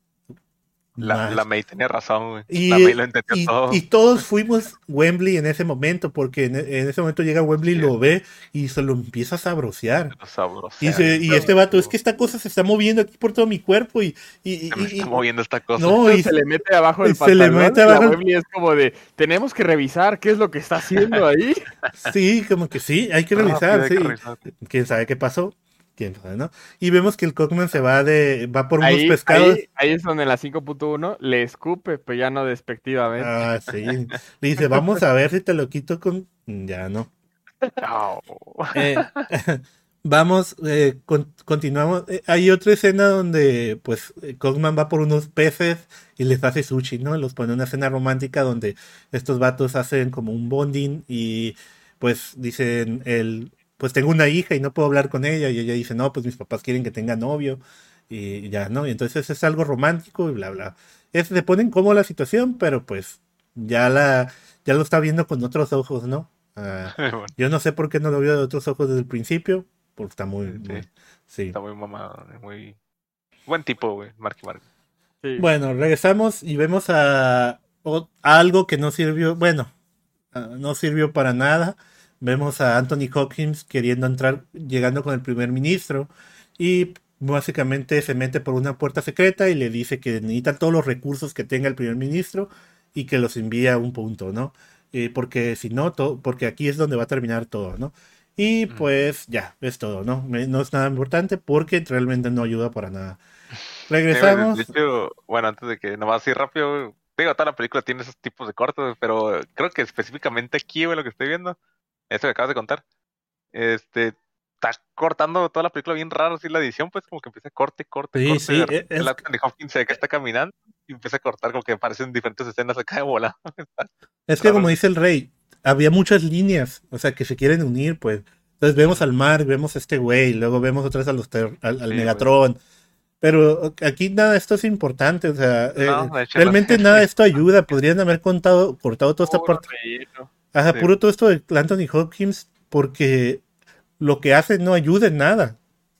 La,
Más.
la May tenía razón, güey.
Y,
La May lo entendió
y,
todo.
y todos fuimos Wembley en ese momento, porque en, en ese momento llega Wembley,
Sí.
lo ve y se lo empieza a sabrosear.
Lo sabrosea,
Y, se- y
güey.
este vato, es que esta cosa se está moviendo aquí por todo mi cuerpo y... y, y-
Se me
y-
está moviendo esta cosa.
no, y,
Se le mete abajo del
se le
pantalón.
mete
y
abajo
la
el-
Wembley es como de, tenemos que revisar qué es lo que está haciendo ahí.
sí, como que sí, hay que
Rápido,
revisar,
hay que
sí.
revisar.
¿Quién sabe qué pasó? ¿Quién sabe, no? Y vemos que el Cockman se va de va por unos
Ahí,
pescados.
ahí, ahí es donde en la cinco punto uno le escupe, pero ya no despectivamente.
Ah, sí. Le dice, vamos a ver si te lo quito con... Ya no.
Oh.
Eh, vamos, eh, con- continuamos. Eh, hay otra escena donde, pues, eh, Cogman va por unos peces y les hace sushi, ¿no? Los pone en una escena romántica donde estos vatos hacen como un bonding y, pues, dicen, el, pues tengo una hija y no puedo hablar con ella. Y ella dice, no, pues mis papás quieren que tenga novio. Y ya, ¿no? Y entonces es algo romántico y bla, bla. Es, se pone incómoda la situación, pero pues ya la, ya lo está viendo con otros ojos, ¿no? Ah,
Bueno,
yo no sé por qué no lo vio de otros ojos desde el principio, porque está muy,
Sí.
muy- sí.
está muy mamado, muy buen tipo, güey, Marky Mark.
Sí.
Bueno, regresamos y vemos a, o- a algo que no sirvió, bueno, ah, no sirvió para nada. Vemos a Anthony Hopkins queriendo entrar, llegando con el primer ministro y básicamente se mete por una puerta secreta y le dice que necesita todos los recursos que tenga el primer ministro y que los envíe a un punto, ¿no? Eh, porque si no, to- porque aquí es donde va a terminar todo, ¿no? Y
Mm.
pues ya, es todo, ¿no? Me- No es nada importante porque realmente no ayuda para nada.
Sí, güey, de-
Regresamos.
de hecho, bueno, antes de que nomás así rápido, güey, digo, toda la película tiene esos tipos de cortes, güey, pero creo que específicamente aquí, güey, lo que estoy viendo, eso que acabas de contar, este, está cortando toda la película bien raro, así la edición, pues como que empieza corte, corte,
Sí,
corte,
sí,
de
e-
repente
es-
el Anthony Hopkins se ve que está caminando y empieza a cortar, como que aparecen diferentes escenas acá de bola.
Es que
Raro.
como dice el rey, había muchas líneas, o sea, que se quieren unir, pues. Entonces vemos al Mark, vemos a este güey, luego vemos otra vez a los ter- al, al
Sí,
Megatron. Pero aquí nada de esto es importante, o sea, eh,
No, de hecho,
realmente
no.
nada de esto ayuda. Podrían haber contado, cortado toda esta
Puro
parte.
relleno.
Ajá,
Sí.
puro todo esto de Anthony Hopkins, porque lo que hace no ayuda en nada.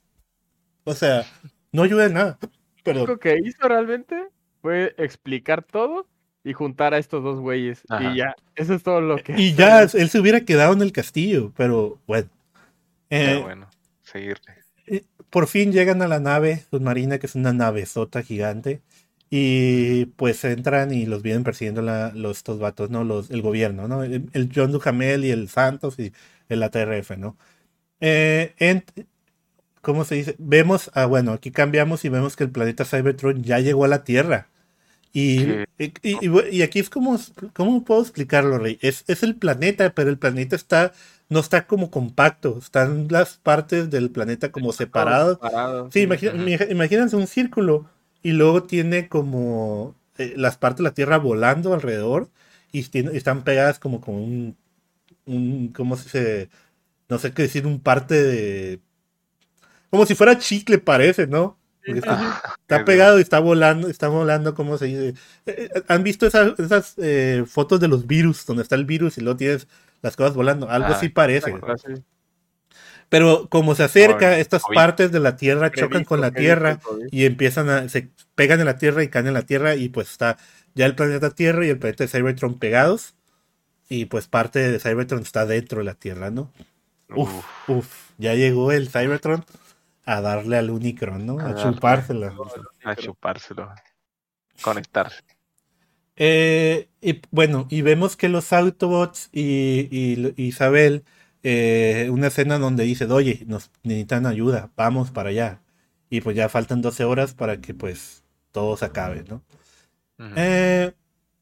O sea, no ayuda en nada.
Lo
Pero
único que hizo realmente fue explicar todo y juntar a estos dos güeyes.
Ajá.
Y ya, eso es todo lo que
y
hace.
ya él se hubiera quedado en el castillo, pero bueno. Eh,
Pero bueno, seguirle.
Eh, Por fin llegan a la nave submarina, que es una navezota gigante. Y pues entran y los vienen persiguiendo la- los, estos vatos, ¿no? Los, el gobierno, ¿no? El, el John Duhamel y el Santos y el A T R F, ¿no? Eh, ent- ¿Cómo se dice? Vemos, ah, bueno, aquí cambiamos y vemos que el planeta Cybertron ya llegó a la Tierra. Y,
Sí.
y, y- y bu- y aquí es como, ¿cómo puedo explicarlo, Rey? Es, es el planeta, pero el planeta está, no está como compacto, están las partes del planeta como separadas.
Separado,
Sí,
sí.
imagina-
Ujú.
imag- imagínense un círculo y luego tiene como eh, las partes de la Tierra volando alrededor y tiene- están pegadas como con un, un, ¿cómo se dice? No sé qué decir, un parte de... Como si fuera chicle parece, ¿no? Porque está,
Ah,
está
qué
pegado y está volando, está volando, ¿cómo se dice? Eh, eh, ¿Han visto esas, esas eh, fotos de los virus, donde está el virus y luego tienes las cosas volando? Algo
Ah,
así parece.
Exacto, así.
Pero como se acerca,
Bueno,
estas
COVID.
partes de la Tierra chocan
Predicto,
con la
predicto
Tierra
el COVID.
y empiezan a, se pegan en la Tierra y caen en la Tierra y pues está ya el planeta Tierra y el planeta de Cybertron pegados y pues parte de Cybertron está dentro de la Tierra, ¿no? Uf,
Uf.
uf, ya llegó el Cybertron a darle al Unicron, ¿no?
A
A
darle.
chupársela.
A chupárselo. Conectarse.
Eh, y bueno, y vemos que los Autobots y, y Isabel eh, una escena donde dice, oye, nos necesitan ayuda, vamos para allá. Y pues ya faltan doce horas para que pues todo se acabe, ¿no?
Ujú.
Eh,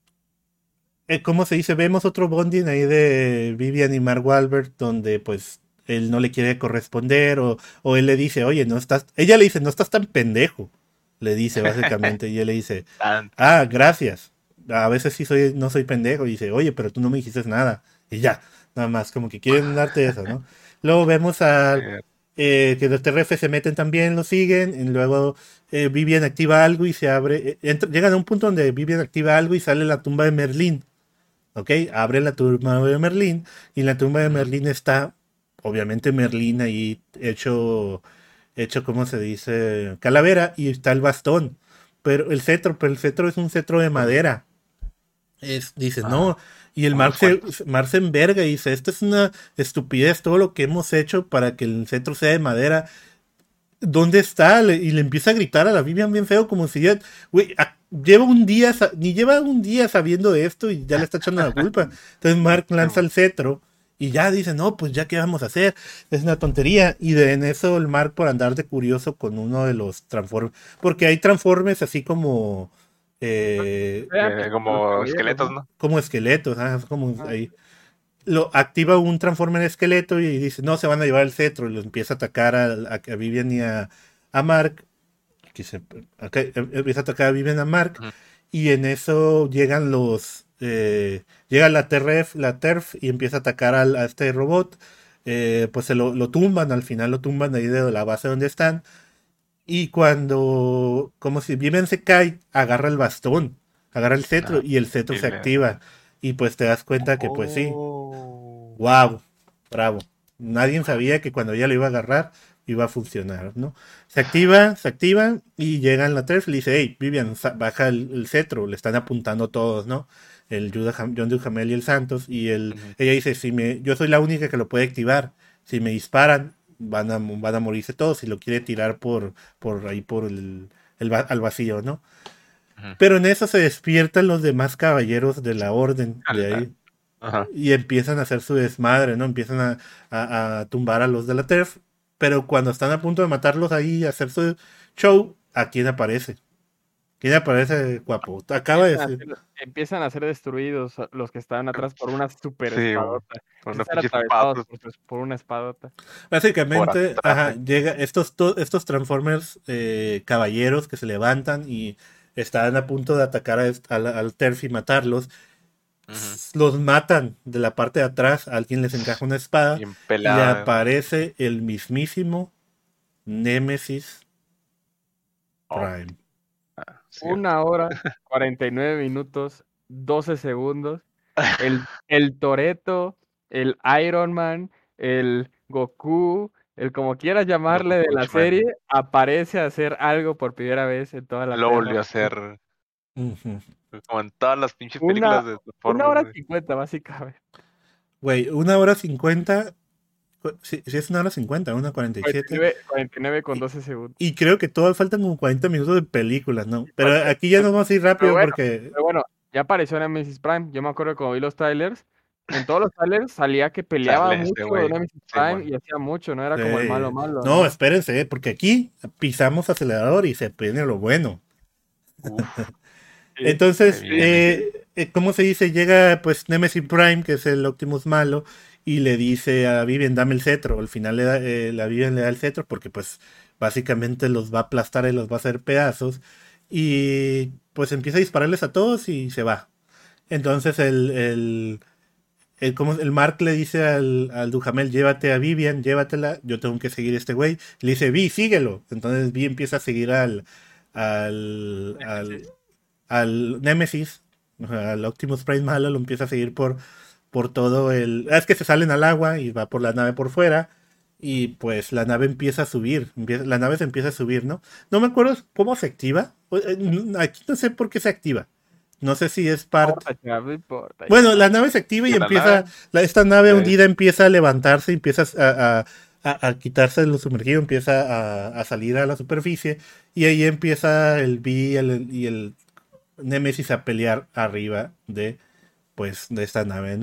eh, ¿Cómo se dice? Vemos otro bonding ahí de Vivian y Mark Wahlberg donde pues él no le quiere corresponder o, o él le dice, oye, no estás, ella le dice, no estás tan pendejo, le dice básicamente, y él le dice,
Tanto.
ah, gracias, a veces sí soy, no soy pendejo, y dice, oye, pero tú no me dijiste nada, y ya, nada más, como que quieren darte eso, ¿no? Luego vemos a
Eh,
eh, que los T R F se meten también, lo siguen, y luego eh, Vivian activa algo y se abre, eh, entra- llegan a un punto donde Vivian activa algo y sale la tumba de Merlín. ¿Ok? Abre la tumba de Merlín y en la tumba de
ujú.
Merlín está, obviamente, Merlín ahí hecho, hecho, ¿cómo se dice? Calavera y está el bastón. Pero el cetro, pero el cetro es un cetro de
Pues,
madera. Es, dice,
ah,
no. Y el
como
Mark
los
se,
cuentos.
Mark se enverga y dice, esto es una estupidez, todo lo que hemos hecho para que el cetro sea de madera. ¿Dónde está? Le- y le empieza a gritar a la Vivian bien feo, como si ya, güey, a- lleva un día, sa- ni lleva un día sabiendo de esto y ya le está echando la culpa. Entonces Mark
Sí,
lanza el cetro y ya dice, no, pues ya qué vamos a hacer, es una tontería. Y de en eso el Mark por andar de curioso con uno de los transformes, porque hay transformes así como, eh,
Ya
eh,
empiezan con los
como
caballeros,
esqueletos,
¿no?
¿no?
como esqueletos, ah, como
Ah,
ahí. Lo activa un Transformer esqueleto y dice, no, se van a llevar el cetro. Y lo empieza a atacar a, a, a Vivian y a, a Mark que se acá, em- empieza a atacar a Vivian a Mark
Ujú.
y en eso llegan los eh, llega la T R F, la T E R F y empieza a atacar al- a, este robot. Eh, pues se lo, lo tumban, al final lo tumban ahí de la base donde están y cuando como si Vivian se cae agarra el bastón, agarra el cetro
Ajá.
y el cetro
Y
se
le...
activa y pues te das cuenta que pues sí,
Oh.
wow, bravo. Nadie sabía que cuando ella lo iba a agarrar iba a funcionar, ¿no? Se activa, se activa y llega en la tres y le dice, hey, Vivian, sa- baja el, el cetro, le están apuntando todos, ¿no? El Judah Ham- John Duhamel y el Santos y el,
Ujú.
ella dice, si me, yo soy la única que lo puede activar, si me disparan van a, van a morirse todos, si lo quiere tirar por, por ahí por el, el va- al vacío, ¿no?
Ujú.
Pero en eso se despiertan los demás caballeros de la orden de
Ala.
ahí
Ajá.
y empiezan a hacer su desmadre, ¿no? Empiezan a, a- a tumbar a los de la T E R F, pero cuando están a punto de matarlos ahí y hacer su show, ¿a quién aparece? ¿Quién aparece, guapo? Acaba de
Empiezan a
decir.
ser, empiezan a ser destruidos los que estaban atrás por una super
Sí, güey.
espadota.
Con
Empiezan a
unos
ser
pinches
atravesados
patos
por, su- por una espadota.
por
Básicamente,
atrás,
ajá,
güey.
llega estos, to- estos Transformers eh, caballeros que se levantan y están a punto de atacar a est- al, al T E R F y matarlos.
Ujú.
Los matan de la parte de atrás, alguien les encaja una espada
Bien
y
pelada, ¿no?
aparece el mismísimo Nemesis
Oh,
Prime.
ah, cierto.
Una hora, cuarenta y nueve minutos, doce segundos. El, el Toretto, el Iron Man, el Goku, el como quieras llamarle
Goku
de la
Coachman.
serie, aparece a hacer algo por primera vez en toda la
Lo
perra.
volvió a hacer
Ujú.
como en todas las pinches
Una,
películas de
una
Transformers,
hora
güey.
cincuenta, básicamente.
Güey, una hora cincuenta. Sí, sí es una hora cincuenta, una cuarenta y siete.
cuarenta y nueve, cuarenta y nueve con
Y,
doce segundos.
y creo que todavía faltan como cuarenta minutos de películas, ¿no?
Y
Pero
falta-
aquí ya nos vamos a ir
Pero
rápido
bueno,
porque.
pero bueno, ya apareció Nemesis Prime. Yo me acuerdo cuando vi los trailers. En todos los trailers salía que peleaba
Sale este
mucho de
güey.
Nemesis Prime
Simón.
y hacía mucho, no era como el malo
eh,
malo,
no,
¿no?
espérense, eh, porque aquí pisamos acelerador y se viene lo bueno.
Uf,
Sí,
se
Entonces,
sí,
viene.
sí.
eh, eh, ¿cómo se dice? Llega pues Nemesis Prime, que es el Optimus malo, y le dice a Vivian, dame el cetro. Al final le da, eh, la Vivian le da el cetro porque pues básicamente los va a aplastar y los va a hacer pedazos. Y pues empieza a dispararles a todos y se va. Entonces el, el, el, como el Mark le dice al, al Duhamel, llévate a Vivian, llévatela, yo tengo que seguir a este güey. Le dice, Vi, síguelo. Entonces Vi empieza a seguir al, al, al,
Nemesis.
al Nemesis, o sea, al Optimus Prime malo, lo empieza a seguir por, por todo el... ah, Es que se salen al agua y va por la nave por fuera. Y pues la nave empieza a subir. Empieza, la nave se empieza a subir, ¿no? No me acuerdo cómo se activa. O- eh, n- Aquí no sé por qué se activa. No sé si es
No
parte.
importa, chaval, no importa.
Bueno, la nave se activa y
¿Y la
empieza.
nave?
La, esta nave
Sí.
hundida empieza a levantarse, empieza a, a- a- a quitarse de lo sumergido, empieza a, a salir a la superficie. Y ahí empieza el B y el, y el Nemesis a pelear arriba de, pues, de esta nave, ¿no?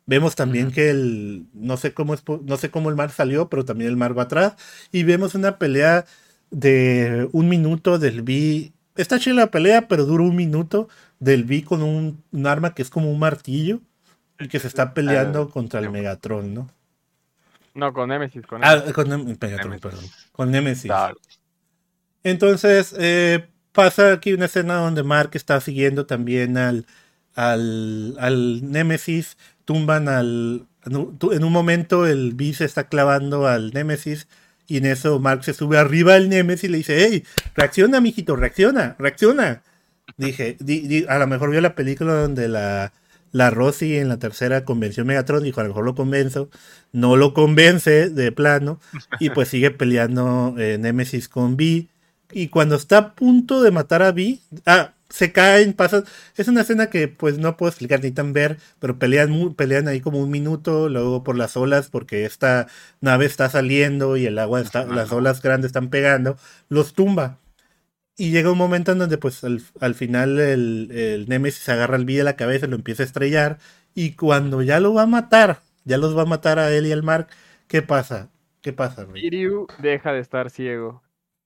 Vemos también
Ujú.
que el, no sé cómo es, po- no sé cómo el mar salió, pero también el mar va atrás. Y vemos una pelea de un minuto del V. Está chida la pelea, pero dura un minuto del V con un, un arma que es como un martillo y que se está
Ah,
peleando contra el
sí,
Megatron, ¿no?
No, con Nemesis, con
Ah,
Nemesis.
con Nem- Megatron, perdón.
Nemesis.
Con Nemesis.
Ah,
Entonces, eh, pasa aquí una escena donde Mark está siguiendo también al, al, al Némesis, tumban al... En un tu- en un momento el V se está clavando al Némesis y en eso Mark se sube arriba al Némesis y le dice, hey, reacciona, mijito, reacciona, reacciona. Dije, di- di- a lo mejor vio la película donde la, la Rosy en la tercera convenció a Megatron, dijo, a lo mejor lo convenzo, no lo convence de plano y pues sigue peleando eh, Némesis con V y cuando está a punto de matar a V, ah, se caen, pasan. Es una escena que pues no puedo explicar ni tan ver, pero pelean, mu- pelean ahí como un minuto, luego por las olas, porque esta nave está saliendo y el agua está, las
no.
olas grandes están pegando, los tumba. Y llega un momento en donde pues al, al final el, el Nemesis agarra al V de la cabeza y lo empieza a estrellar. Y cuando ya lo va a matar, ya los va a matar a él y al Mark, ¿qué pasa? ¿Qué pasa, Rey?
Kiryu deja de estar ciego.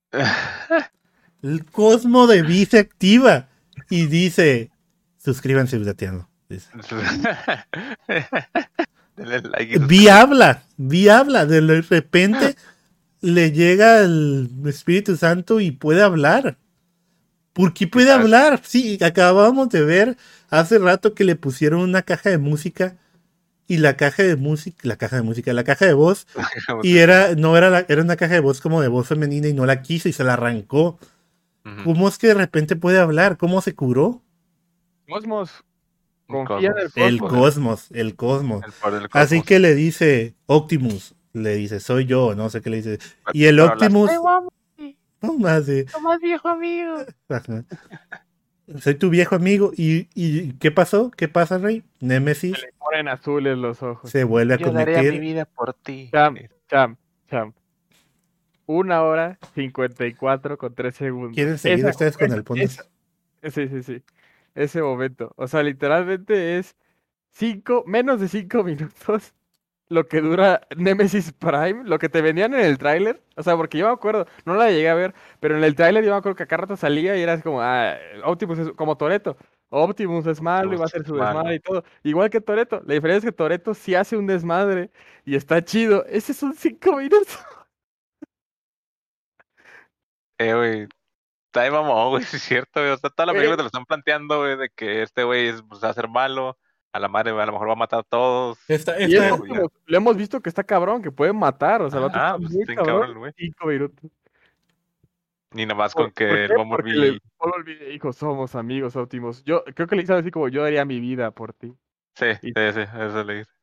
El Cosmo de V se activa y dice, suscríbanse, Dateando. Dice.
Denle like y
V
suscríbanse.
habla, V habla, de repente le llega el Espíritu Santo y puede hablar. ¿Por qué puede
Quizás.
hablar? Sí, acabamos de ver hace rato que le pusieron una caja de música y la caja de música, la caja de música, la caja de voz y era no era la, era una caja de voz como de voz femenina y no la quiso y se la arrancó.
Ujú.
¿Cómo es que de repente puede hablar? ¿Cómo se curó?
Cosmos,
Un
confía en el
cosmos.
El
cosmos.
cosmos, el cosmos.
El poder del
Así
cosmos.
que le dice Optimus, le dice soy yo, no sé qué le dice. Y el
Pero las-
Optimus,
Ay, guapo,
no más de,
más viejo amigo.
soy tu viejo amigo. ¿Y, ¿Y qué pasó? ¿Qué pasa, Rey? Némesis
Le ponen azules los ojos.
se vuelve a
Yo daría mi
convertir.
vida por ti.
Cham, cham, cham. Una hora cincuenta y cuatro con tres segundos.
¿Quieren seguir
Esa,
ustedes con
esa,
el bonus?
esa- sí, sí, sí. Ese momento. O sea, literalmente es cinco, menos de cinco minutos lo que dura Nemesis Prime, lo que te vendían en el tráiler. O sea, porque yo me acuerdo, no la llegué a ver, pero en el tráiler yo me acuerdo que acá rato salía y era así como, ah, Optimus es como Toreto. Optimus es malo y va a hacer su desmadre
Malo.
y todo. Igual que Toreto. La diferencia es que Toreto sí hace un desmadre y está chido. Ese son cinco minutos.
Eh, güey. Está de mamón, güey, sí es cierto, güey. O sea, toda la película
Eh,
te lo están planteando, güey, de que este güey es, pues, va a ser malo. A la madre, güey, a lo mejor va a matar a todos.
Esta,
Y es
esta,
Pero ya.
Optimus. Le hemos visto que está cabrón, que puede matar. O sea, el vato
Ah,
está
pues
muy
está bien cabrón,
cabrón.
güey.
Cinco minutos.
Ni nada más
¿Por,
con que
por
el
qué? Porque le
Bumblebee.
Bumblebee le dijo, somos amigos óptimos. Yo creo que le hizo así como yo daría mi vida por ti.
Sí,
Y
sí, sí, eso le dice.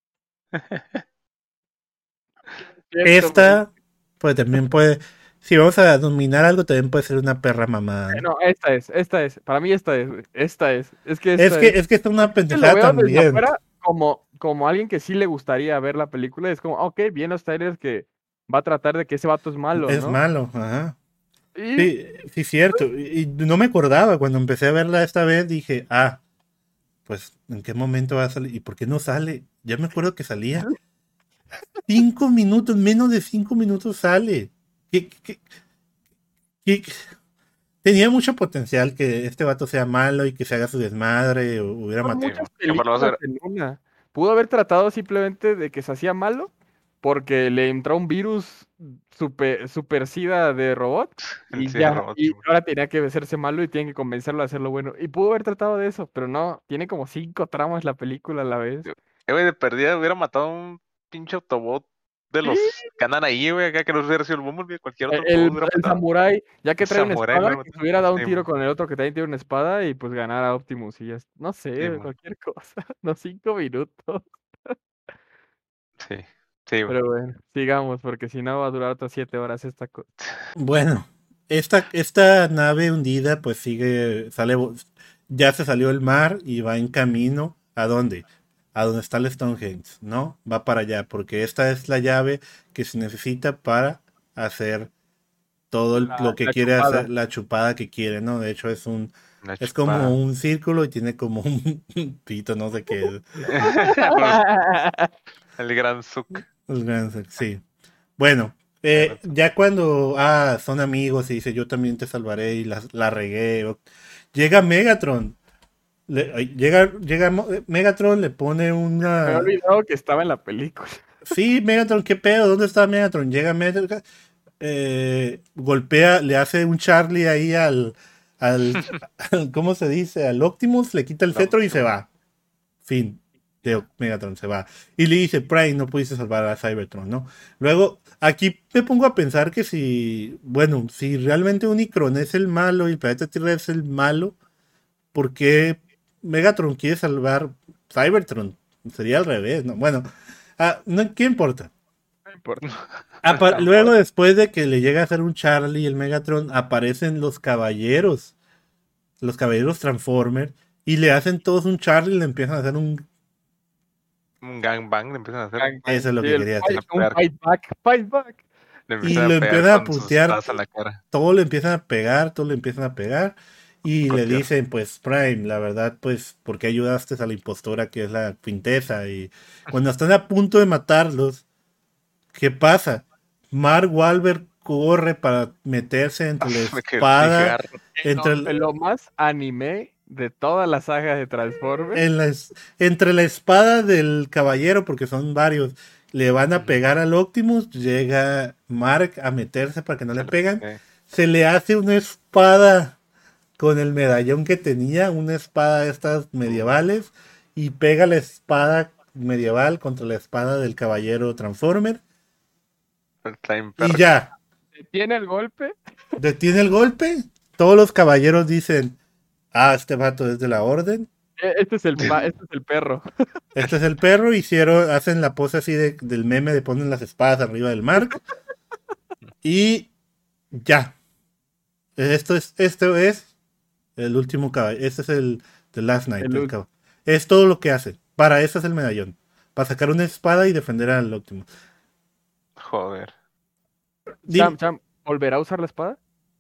cierto, güey.
esta, pues también puede, si vamos a dominar algo, también puede ser una perra mamada,
Eh,
¿no?
No, esta es, esta es. Para mí esta es, güey. Esta es. Es que
Es
esta
que,
es.
es que está una
Es que lo
pendejada
veo desde
también.
afuera como, como alguien que sí le gustaría ver la película. Es como, ok, bien los trailers que va a tratar de que ese vato es malo,
Es
¿no?
malo, ajá.
Y
Sí, sí, cierto. Y, y no me acordaba. Cuando empecé a verla esta vez, dije, ah, pues, ¿en qué momento va a salir? ¿Y por qué no sale? Ya me acuerdo que salía. Cinco minutos, menos de cinco minutos sale. ¿Qué, qué, qué- qué? Tenía mucho potencial que este vato sea malo y que se haga su desmadre o hubiera
son
matado.
Sí,
muchas
que por lo menos
películas
era-
en una. Pudo haber tratado simplemente de que se hacía malo porque le entró un virus super, super sida de robot y
sí,
ya.
robot,
Y
güey.
ahora tenía que hacerse malo y tienen que convencerlo de hacerlo bueno. Y pudo haber tratado de eso, pero no. Tiene como cinco tramas la película a la vez.
Eh, güey, de perdida hubiera matado a un pinche Autobot de
Sí,
los que andan ahí, güey, acá que no hubiera sido el Bumblebee, cualquier otro
El,
Autobot hubiera
el
matado.
samurái, ya que
El
trae una
Samurai lo
espada,
hubiera
que se
matado.
hubiera dado un
Sí,
tiro
mo,
con el otro que también tiene una espada y pues ganar a Optimus y ya. es- No
sí,
sé,
mo,
cualquier cosa. No cinco minutos.
sí, sí, güey.
Pero bueno, sigamos, porque si no va a durar otras siete horas esta cosa.
Bueno, esta, esta nave hundida pues sigue, sale, ya se salió el mar y va en camino. ¿A dónde? A donde está el Stonehenge, ¿no? Va para allá, porque esta es la llave que se necesita para hacer todo el-
La,
lo que
la
quiere
chupada.
hacer, la chupada que quiere, ¿no? De hecho es un,
Una
Es
chupada.
como un círculo y tiene como un pito, no sé qué.
El gran Zuck.
Los grandes, sí. Bueno,
El
eh,
gran Zuck.
ya cuando ah, son amigos y dice yo también te salvaré y la, la regué. o- Llega Megatron. Le- ay, llega, llega Mo- eh, Megatron, le pone
Me había
una.
olvidado que estaba en la película.
Sí, Megatron, ¿qué pedo? ¿Dónde está Megatron? Llega Megatron, eh, golpea, le hace un Charlie ahí al, al, al- ¿cómo se dice? Al Optimus, le quita el
No,
cetro y se
no.
va. Fin. De Megatron se va. Y le dice, Prime, no pudiste salvar a Cybertron, ¿no? Luego, aquí me pongo a pensar que si, bueno, si realmente Unicron es el malo y el planeta Tierra es el malo, ¿por qué Megatron quiere salvar Cybertron? Sería al revés, ¿no? Bueno, ah, no, ¿qué importa?
No importa.
Apa-
No
luego,
importa.
después de que le llega a hacer un Charlie y el Megatron, aparecen los caballeros, los caballeros Transformers, y le hacen todos un Charlie y le empiezan a hacer un.
Un gangbang le empiezan a hacer.
Gang, gang.
Eso es lo
Sí,
que
el
quería
fight-
hacer.
A
un
pegar.
fight back, fight back.
Le
Y
empiezan
lo
a pegar
empiezan a
con sus
putear,
espadas en la cara.
todo le empiezan a pegar, todo le empiezan a pegar. Y le
Cotear.
dicen, pues, Prime, la verdad, pues, ¿por qué ayudaste a la impostora que es la Quintesa? Y cuando están a punto de matarlos, ¿qué pasa? Mark Wahlberg corre para meterse entre la
Me quedé
espada,
cigarro.
entre,
No,
el-
lo más anime de toda la saga de Transformers.
en la es- entre la espada del caballero, porque son varios, le van a
Ujú.
pegar al Optimus, llega Mark a meterse para que no le pegan,
Eh,
se le hace una espada con el medallón que tenía, una espada de estas medievales, y pega la espada medieval contra la espada del caballero Transformer,
Está bien
y
perro.
ya,
Tiene el golpe.
detiene el golpe, todos los caballeros dicen, ah, este vato es de la orden,
E- Este es el pa- este es el perro.
este es el perro, hicieron, hacen la pose así de- del meme de ponen las espadas arriba del Mark, y ya, esto es, esto es el último caballero, este es el The Last Night,
El
el
ul-
cab- es todo lo que hace, para eso es el medallón, para sacar una espada y defender al Optimus.
Joder.
Di-
Cham, Cham, ¿volverá a usar la espada?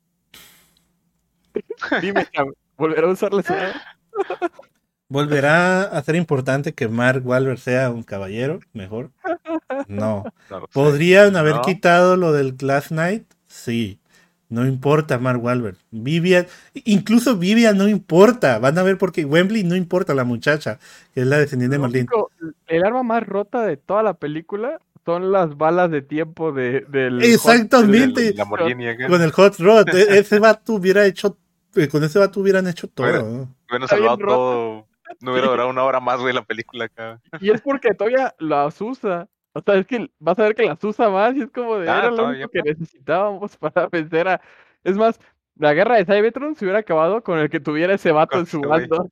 Dime, Cham, ¿volverá a usar la espada?
¿Volverá a ser importante que Mark Wahlberg sea un caballero? Mejor. No.
No lo sé.
¿Podrían haber
No.
quitado lo del Last Night? Sí. No importa Mark Wahlberg. Vivian, incluso Vivian no importa. Van a ver porque Wembley no importa, la muchacha, que es la descendiente de
Lo
Merlín.
único- el arma más rota de toda la película son las balas de tiempo de, del
Exactamente.
El Lamborghini acá.
Con el Hot Rod. E- ese vato hubiera hecho. eh, Con ese vato hubieran hecho todo.
Bueno.
¿no?
Bueno,
Está bien
salvado
roto.
todo. No hubiera durado una hora más, güey, la película acá.
Y es porque todavía las usa. O sea, es que vas a ver que las usa más y es como de,
Ah,
era lo
todavía
único que necesitábamos para vencer a... Es más, la guerra de Cybertron se hubiera acabado con el que tuviera ese vato
Con
en su
ese güey.
bando.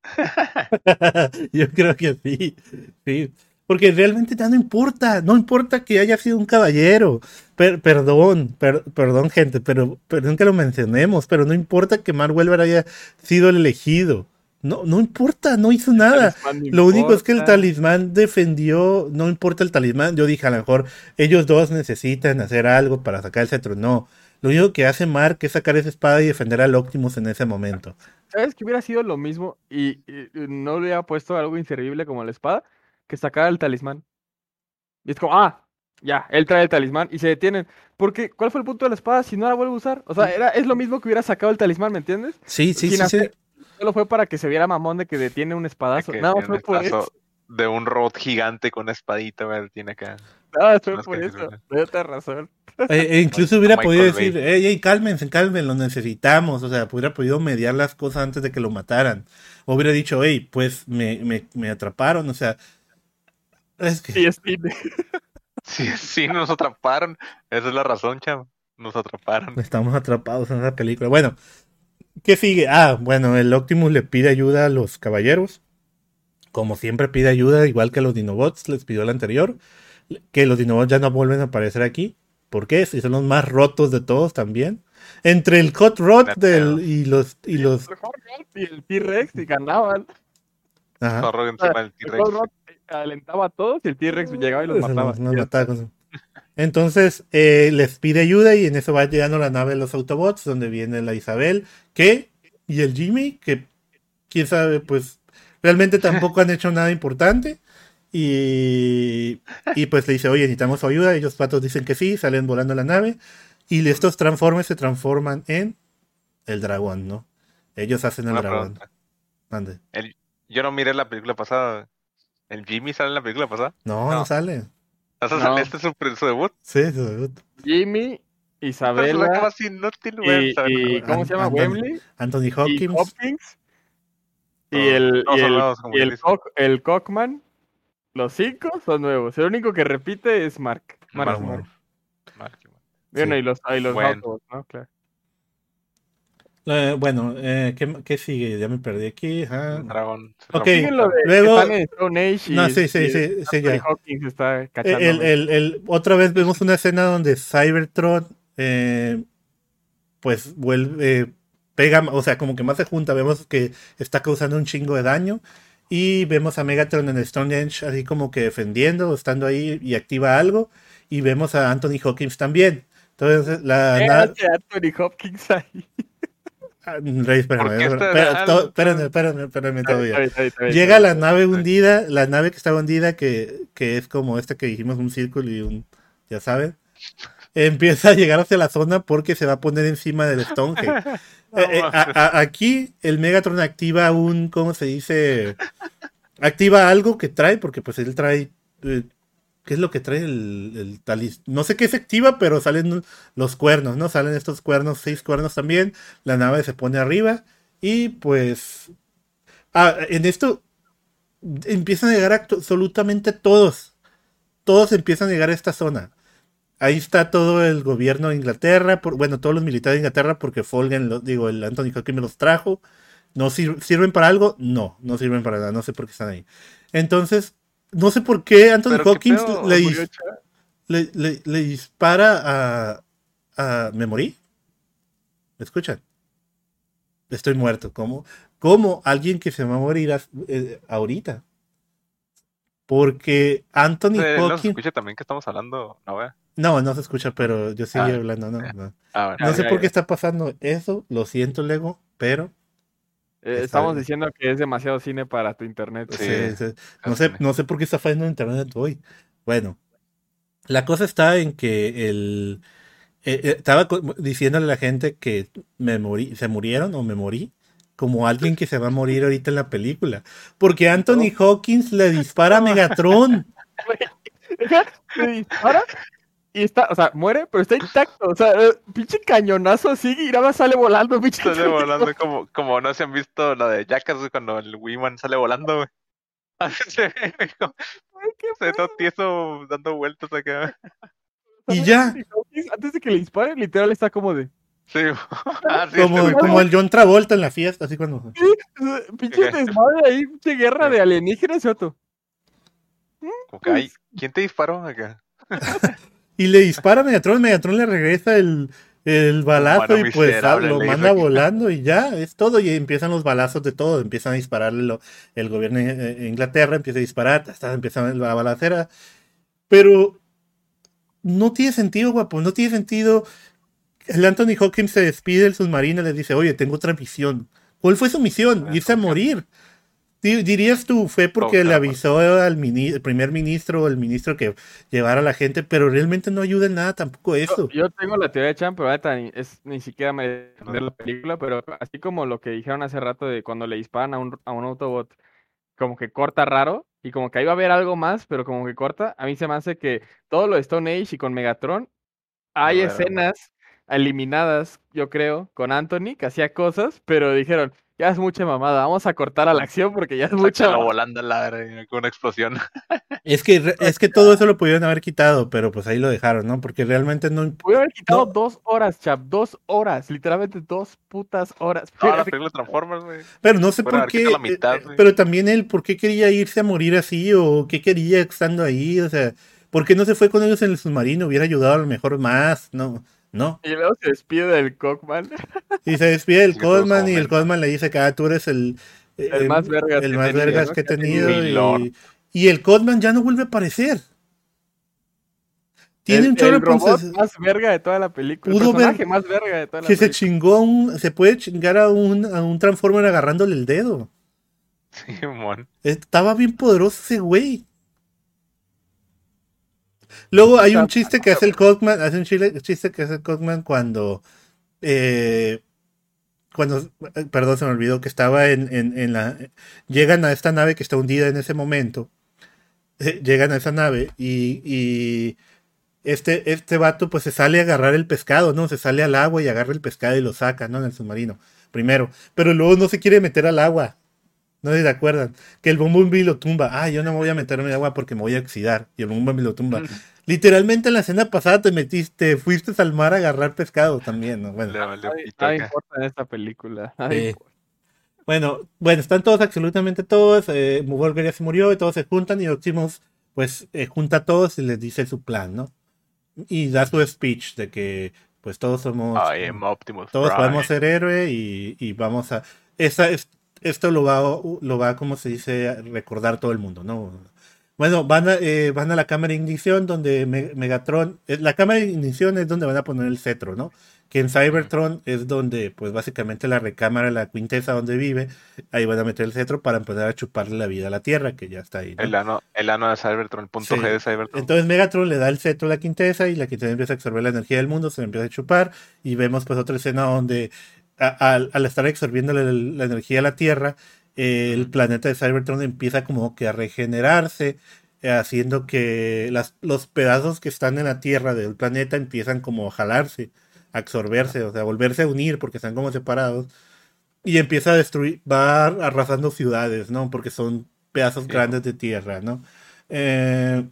Yo creo que sí, sí. Porque realmente ya no importa, no importa que haya sido un caballero. Per- perdón, per- perdón gente, pero perdón que lo mencionemos, pero no importa que Mark Wahlberg haya sido el elegido. No, no importa, no hizo nada.
Talismán no
Lo único es que el
importa.
talismán defendió, no importa el talismán. Yo dije, a lo mejor ellos dos necesitan hacer algo para sacar el cetro. No, lo único que hace Mark es sacar esa espada y defender al Optimus en ese momento.
¿Sabes que hubiera sido lo mismo y, y- y no le hubiera puesto algo inservible como la espada? Que sacara el talismán. Y es como, ah, ya, él trae el talismán y se detienen. Porque, ¿cuál fue el punto de la espada si no la vuelve a usar? O sea, era, es lo mismo que hubiera sacado el talismán, ¿me entiendes?
Sí, sí,
Sin
sí, sí.
hacer- Solo fue para que se viera mamón de que detiene un espadazo.
Que
Nada más
tiene
fue
un
por
espazo
eso.
de un robot gigante con una espadita, güey, tiene acá.
Nada más fue
Las
por eso.
caricaturas.
Tienes otra razón.
Eh, e incluso hubiera
Michael
podido
Bay.
decir, hey, hey, cálmense, cálmense, lo necesitamos. O sea, hubiera podido mediar las cosas antes de que lo mataran. O hubiera dicho, hey, pues me, me, me atraparon. O sea, es que
Y es cine.
Sí, sí, nos atraparon. Esa es la razón, chavo. Nos atraparon.
estamos atrapados en esa película. Bueno, ¿qué sigue? Ah, bueno, el Optimus le pide ayuda a los caballeros. Como siempre pide ayuda, igual que a los Dinobots, les pidió el anterior. Que los Dinobots ya no vuelven a aparecer aquí. ¿Por qué? Si son los más rotos de todos también. Entre el Hot Rod
Neta.
del, y los... Y los
Y el T-Rex y ganaban.
ajá.
Zorro encima del
El
T-Rex.
Hot Rod alentaba a todos y el T-Rex llegaba y los
Eso
mataba.
nos- nos mataba con- Entonces eh, les pide ayuda y en eso va llegando la nave de los Autobots, donde viene la Isabel, que y el Jimmy, que quién sabe, pues realmente tampoco han hecho nada importante. Y, y pues le dice, oye, necesitamos su ayuda. Ellos patos dicen que sí, salen volando la nave. Y estos Transformers se transforman en el dragón, ¿no? Ellos hacen el
Una
dragón.
pregunta.
Mande.
El, yo no miré la película pasada. ¿El Jimmy sale en la película pasada?
No, no,
No.
sale.
¿O sea,
No.
sale este es su, su debut?
Sí, su debut.
Jimmy,
Un personaje
Isabela
más inútil, güey.
y,
¿sabes?
y ¿cómo
An-
se llama?
Anthony,
Wembley
Anthony
y
Hopkins.
Hopkins y
Todos-
el,
todos
y
son
el,
nuevos, como
y
quien
el,
dice.
Cock- el Cockman. Los cinco son nuevos. El único que repite es Mark. Mark,
Mark,
No,
Mark.
Mark, Mark.
Bueno,
sí.
y los, y los
Bueno.
Autobots, ¿no? Claro.
Eh, bueno, eh, ¿qué, ¿qué sigue? Ya me perdí aquí. Ajá.
El dragón se
Ok,
Siguen lo de que
luego-
están en Stone Age y,
No, sí, sí,
y
sí, sí,
Anthony
ya.
Hopkins está
Eh,
cachando.
El, el, el- otra vez vemos una escena donde Cybertron eh, pues vuelve, eh, pega, o sea, como que más se junta, vemos que está causando un chingo de daño y vemos a Megatron en Stonehenge así como que defendiendo, estando ahí y activa algo y vemos a Anthony Hopkins también. Entonces, la
¿Qué
na-
hace Anthony Hopkins ahí?
Ah, Rey, espérame,
¿Por qué
espérame,
estará
espérame, to-
alto?
espérame, espérame, espérame
Está bien,
todavía.
está bien, está bien, está bien,
Llega
está
la
bien.
nave hundida, la nave que está hundida, que, que es como esta que dijimos, un círculo y un, ya saben, empieza a llegar hacia la zona porque se va a poner encima del Stonehenge.
No,
Eh, eh, a-
mames.
a- aquí el Megatron activa un, ¿cómo se dice? Activa algo que trae, porque pues él trae, eh, ¿qué es lo que trae el, el talis? No sé qué se activa, pero salen los cuernos, ¿no? Salen estos cuernos, seis cuernos también, la nave se pone arriba y pues... Ah, en esto empiezan a llegar absolutamente todos. Todos empiezan a llegar a esta zona. Ahí está todo el gobierno de Inglaterra, por, bueno, todos los militares de Inglaterra, porque Folgen, lo, digo, el Anthony Hopkins me los trajo. ¿No sir ¿Sirven para algo? No, no sirven para nada, no sé por qué están ahí. Entonces, no sé por qué Anthony
Pero qué
Hopkins
pedo,
le,
murió
dis le, le, le dispara a, a... ¿Me morí? ¿Me escuchan? Estoy muerto. ¿Cómo? ¿Cómo alguien que se va a morir a, eh, ahorita? Porque Anthony
Eh, ¿No se
Hopkins...
escucha también que estamos hablando? No, vea.
No, no se escucha, pero yo sigo
Ah,
hablando, no,
ya.
no.
Ah, bueno.
No
Ya,
sé
ya,
por qué
ya.
está pasando eso, lo siento, Lego, pero
Eh,
Está
estamos
bien.
diciendo que es demasiado cine para tu internet.
Sí.
sí, sí, no,
casi
sé,
no.
no sé por qué está fallando internet hoy. Bueno, la cosa está en que el eh, eh, estaba co- diciéndole a la gente que me morí, se murieron o me morí, como alguien que se va a morir ahorita en la película. Porque Anthony Hopkins le dispara a Megatron.
Se dispara y está, o sea, muere, pero está intacto. O sea, eh, pinche cañonazo sigue y nada más sale volando, pinche.
Sale volando como, como no se han visto la de Jackass, güey, cuando el Wiman sale volando, güey. Así se ve, güey, como-
Ay, qué
se ve todo tieso dando vueltas acá.
Y ya.
Anthony Hopkins, antes de que le disparen, literal está como de.
Sí. Ah, sí,
Como,
este güey,
como el John Travolta en la fiesta, así cuando...
eh, Pinche desmadre ahí, pinche guerra de alienígenas, Soto.
como que, ay, ¿quién te disparó acá?
Y le dispara a Megatron, Megatron le regresa el, el balazo
Mano
y pues ah,
miserable,
lo
le
manda
hizo aquí.
volando y ya, es todo. Y empiezan los balazos de todo, empiezan a dispararle lo- el gobierno de de Inglaterra, empieza a disparar, hasta empieza la balacera. Pero no tiene sentido, guapo, no tiene sentido. El Anthony Hopkins se despide del submarino y le dice, oye, tengo otra misión. ¿Cuál fue su misión?
Ah,
Irse a
¿por qué?
morir. Di- Dirías tú, fue porque
Toca,
le
pues.
avisó al mini- el primer ministro o el ministro que llevara a la gente, pero realmente no ayuda en nada tampoco
Yo,
eso.
yo tengo la teoría de Chan, pero ahorita ni, es, ni siquiera me defender
No.
la película, pero así como lo que dijeron hace rato de cuando le disparan a un, a un Autobot, como que corta raro, y como que ahí va a haber algo más, pero como que corta, a mí se me hace que todo lo de Stone Age y con Megatron, hay
No, no, no.
escenas eliminadas, yo creo, con Anthony, que hacía cosas, pero dijeron, ya es mucha mamada, vamos a cortar a la acción porque ya es mucha
Sácalo
mamada.
volando a la verga con una explosión.
Es que, re- es que todo eso lo pudieron haber quitado, pero pues ahí lo dejaron, ¿no? Porque realmente no...
Pude haber quitado
No.
dos horas, chap, dos horas, literalmente dos putas horas.
Toda la película de Transformers, güey.
Pero no sé
Fueron
por
haber
qué,
quitado la mitad,
eh,
güey.
pero también él, ¿por qué quería irse a morir así? ¿O qué quería estando ahí? O sea, ¿por qué no se fue con ellos en el submarino? Hubiera ayudado a lo mejor más, no, no.
Y luego se despide del Cockman.
Y se despide del
Sí, que todos
Coleman y el
comentan.
Coleman le dice que ah, tú eres el,
El más vergas
el
que
más
he tenido,
vergas
¿no?
que he
Que ha
tenido.
tenido.
Y, y el Coleman ya no vuelve a aparecer. Tiene
El,
un chorro
el
de
robot
puntos.
más verga de toda la película. El
Pudo ver
personaje más verga de toda la
que se
película.
chingó a un. Se puede chingar a un, a un Transformer agarrándole el dedo.
Sí, mon.
Estaba bien poderoso ese güey. Luego hay un
Está-
chiste que hace el Cogman. Hace un chile- chiste que hace el Cogman cuando. eh, cuando. eh, Perdón, se me olvidó que estaba en, en, en la. Llegan a esta nave que está hundida en ese momento. eh, Llegan a esa nave y. y este, este vato pues se sale a agarrar el pescado, ¿no? Se sale al agua y agarra el pescado y lo saca, ¿no? En el submarino. Primero. Pero luego no se quiere meter al agua. No sé si se acuerdan. Que el Bumblebee lo tumba. Ah, yo no me voy a meterme en agua porque me voy a oxidar. Y el Bumblebee lo tumba. Literalmente en la escena pasada te metiste, fuiste al mar a agarrar pescado también, ¿no? Bueno.
Le valió
Nadie,
pito
nadie
acá.
importa en esta película. Nadie
Sí.
importa.
Bueno, bueno, están todos, absolutamente todos. Eh, Wolverine ya se murió y todos se juntan y Optimus pues eh, junta a todos y les dice su plan, ¿no? Y da su speech de que pues todos somos,
I am Optimus
todos
Prime.
podemos ser héroe y, y vamos a, esa, es, esto lo va, lo va, como se dice, a recordar todo el mundo, ¿no? Bueno, van a, eh, van a la cámara de ignición donde Me- Megatron, eh, la cámara de ignición es donde van a poner el cetro, ¿no? Que en Cybertron es donde, pues básicamente la recámara, la quintesa donde vive, ahí van a meter el cetro para empezar a chuparle la vida a la Tierra, que ya está ahí, ¿no?
El ano, el ano de Cybertron, el punto
Sí.
G de Cybertron.
Entonces Megatron le da el cetro a la quintesa y la quintesa empieza a absorber la energía del mundo, se la empieza a chupar y vemos pues otra escena donde a- al, al estar absorbiendo la, la energía a la Tierra, eh, el
Ujú.
planeta de Cybertron empieza como que a regenerarse, eh, haciendo que las, los pedazos que están en la Tierra del planeta empiezan como a jalarse, a absorberse, o sea, a volverse a unir porque están como separados y empieza a destruir, va arrasando ciudades, ¿no? Porque son pedazos
Sí.
grandes de tierra, ¿no? Eh,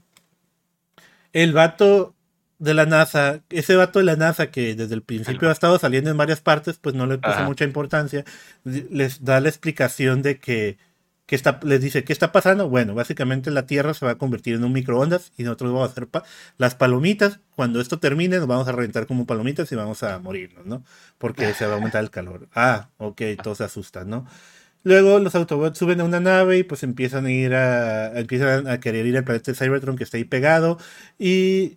el vato de la NASA, ese vato de la NASA que desde el principio
El-
ha estado saliendo en varias partes, pues no le puso
Ajá.
mucha importancia. Les da la explicación de que, que está, les dice, ¿qué está pasando? Bueno, básicamente la Tierra se va a convertir en un microondas y nosotros vamos a hacer pa- las palomitas. Cuando esto termine, nos vamos a reventar como palomitas y vamos a morirnos, ¿no? Porque se va a aumentar el calor. Ah, ok, todos se asustan, ¿no? Luego los Autobots suben a una nave y pues empiezan a ir a, empiezan a querer ir al planeta de Cybertron que está ahí pegado. Y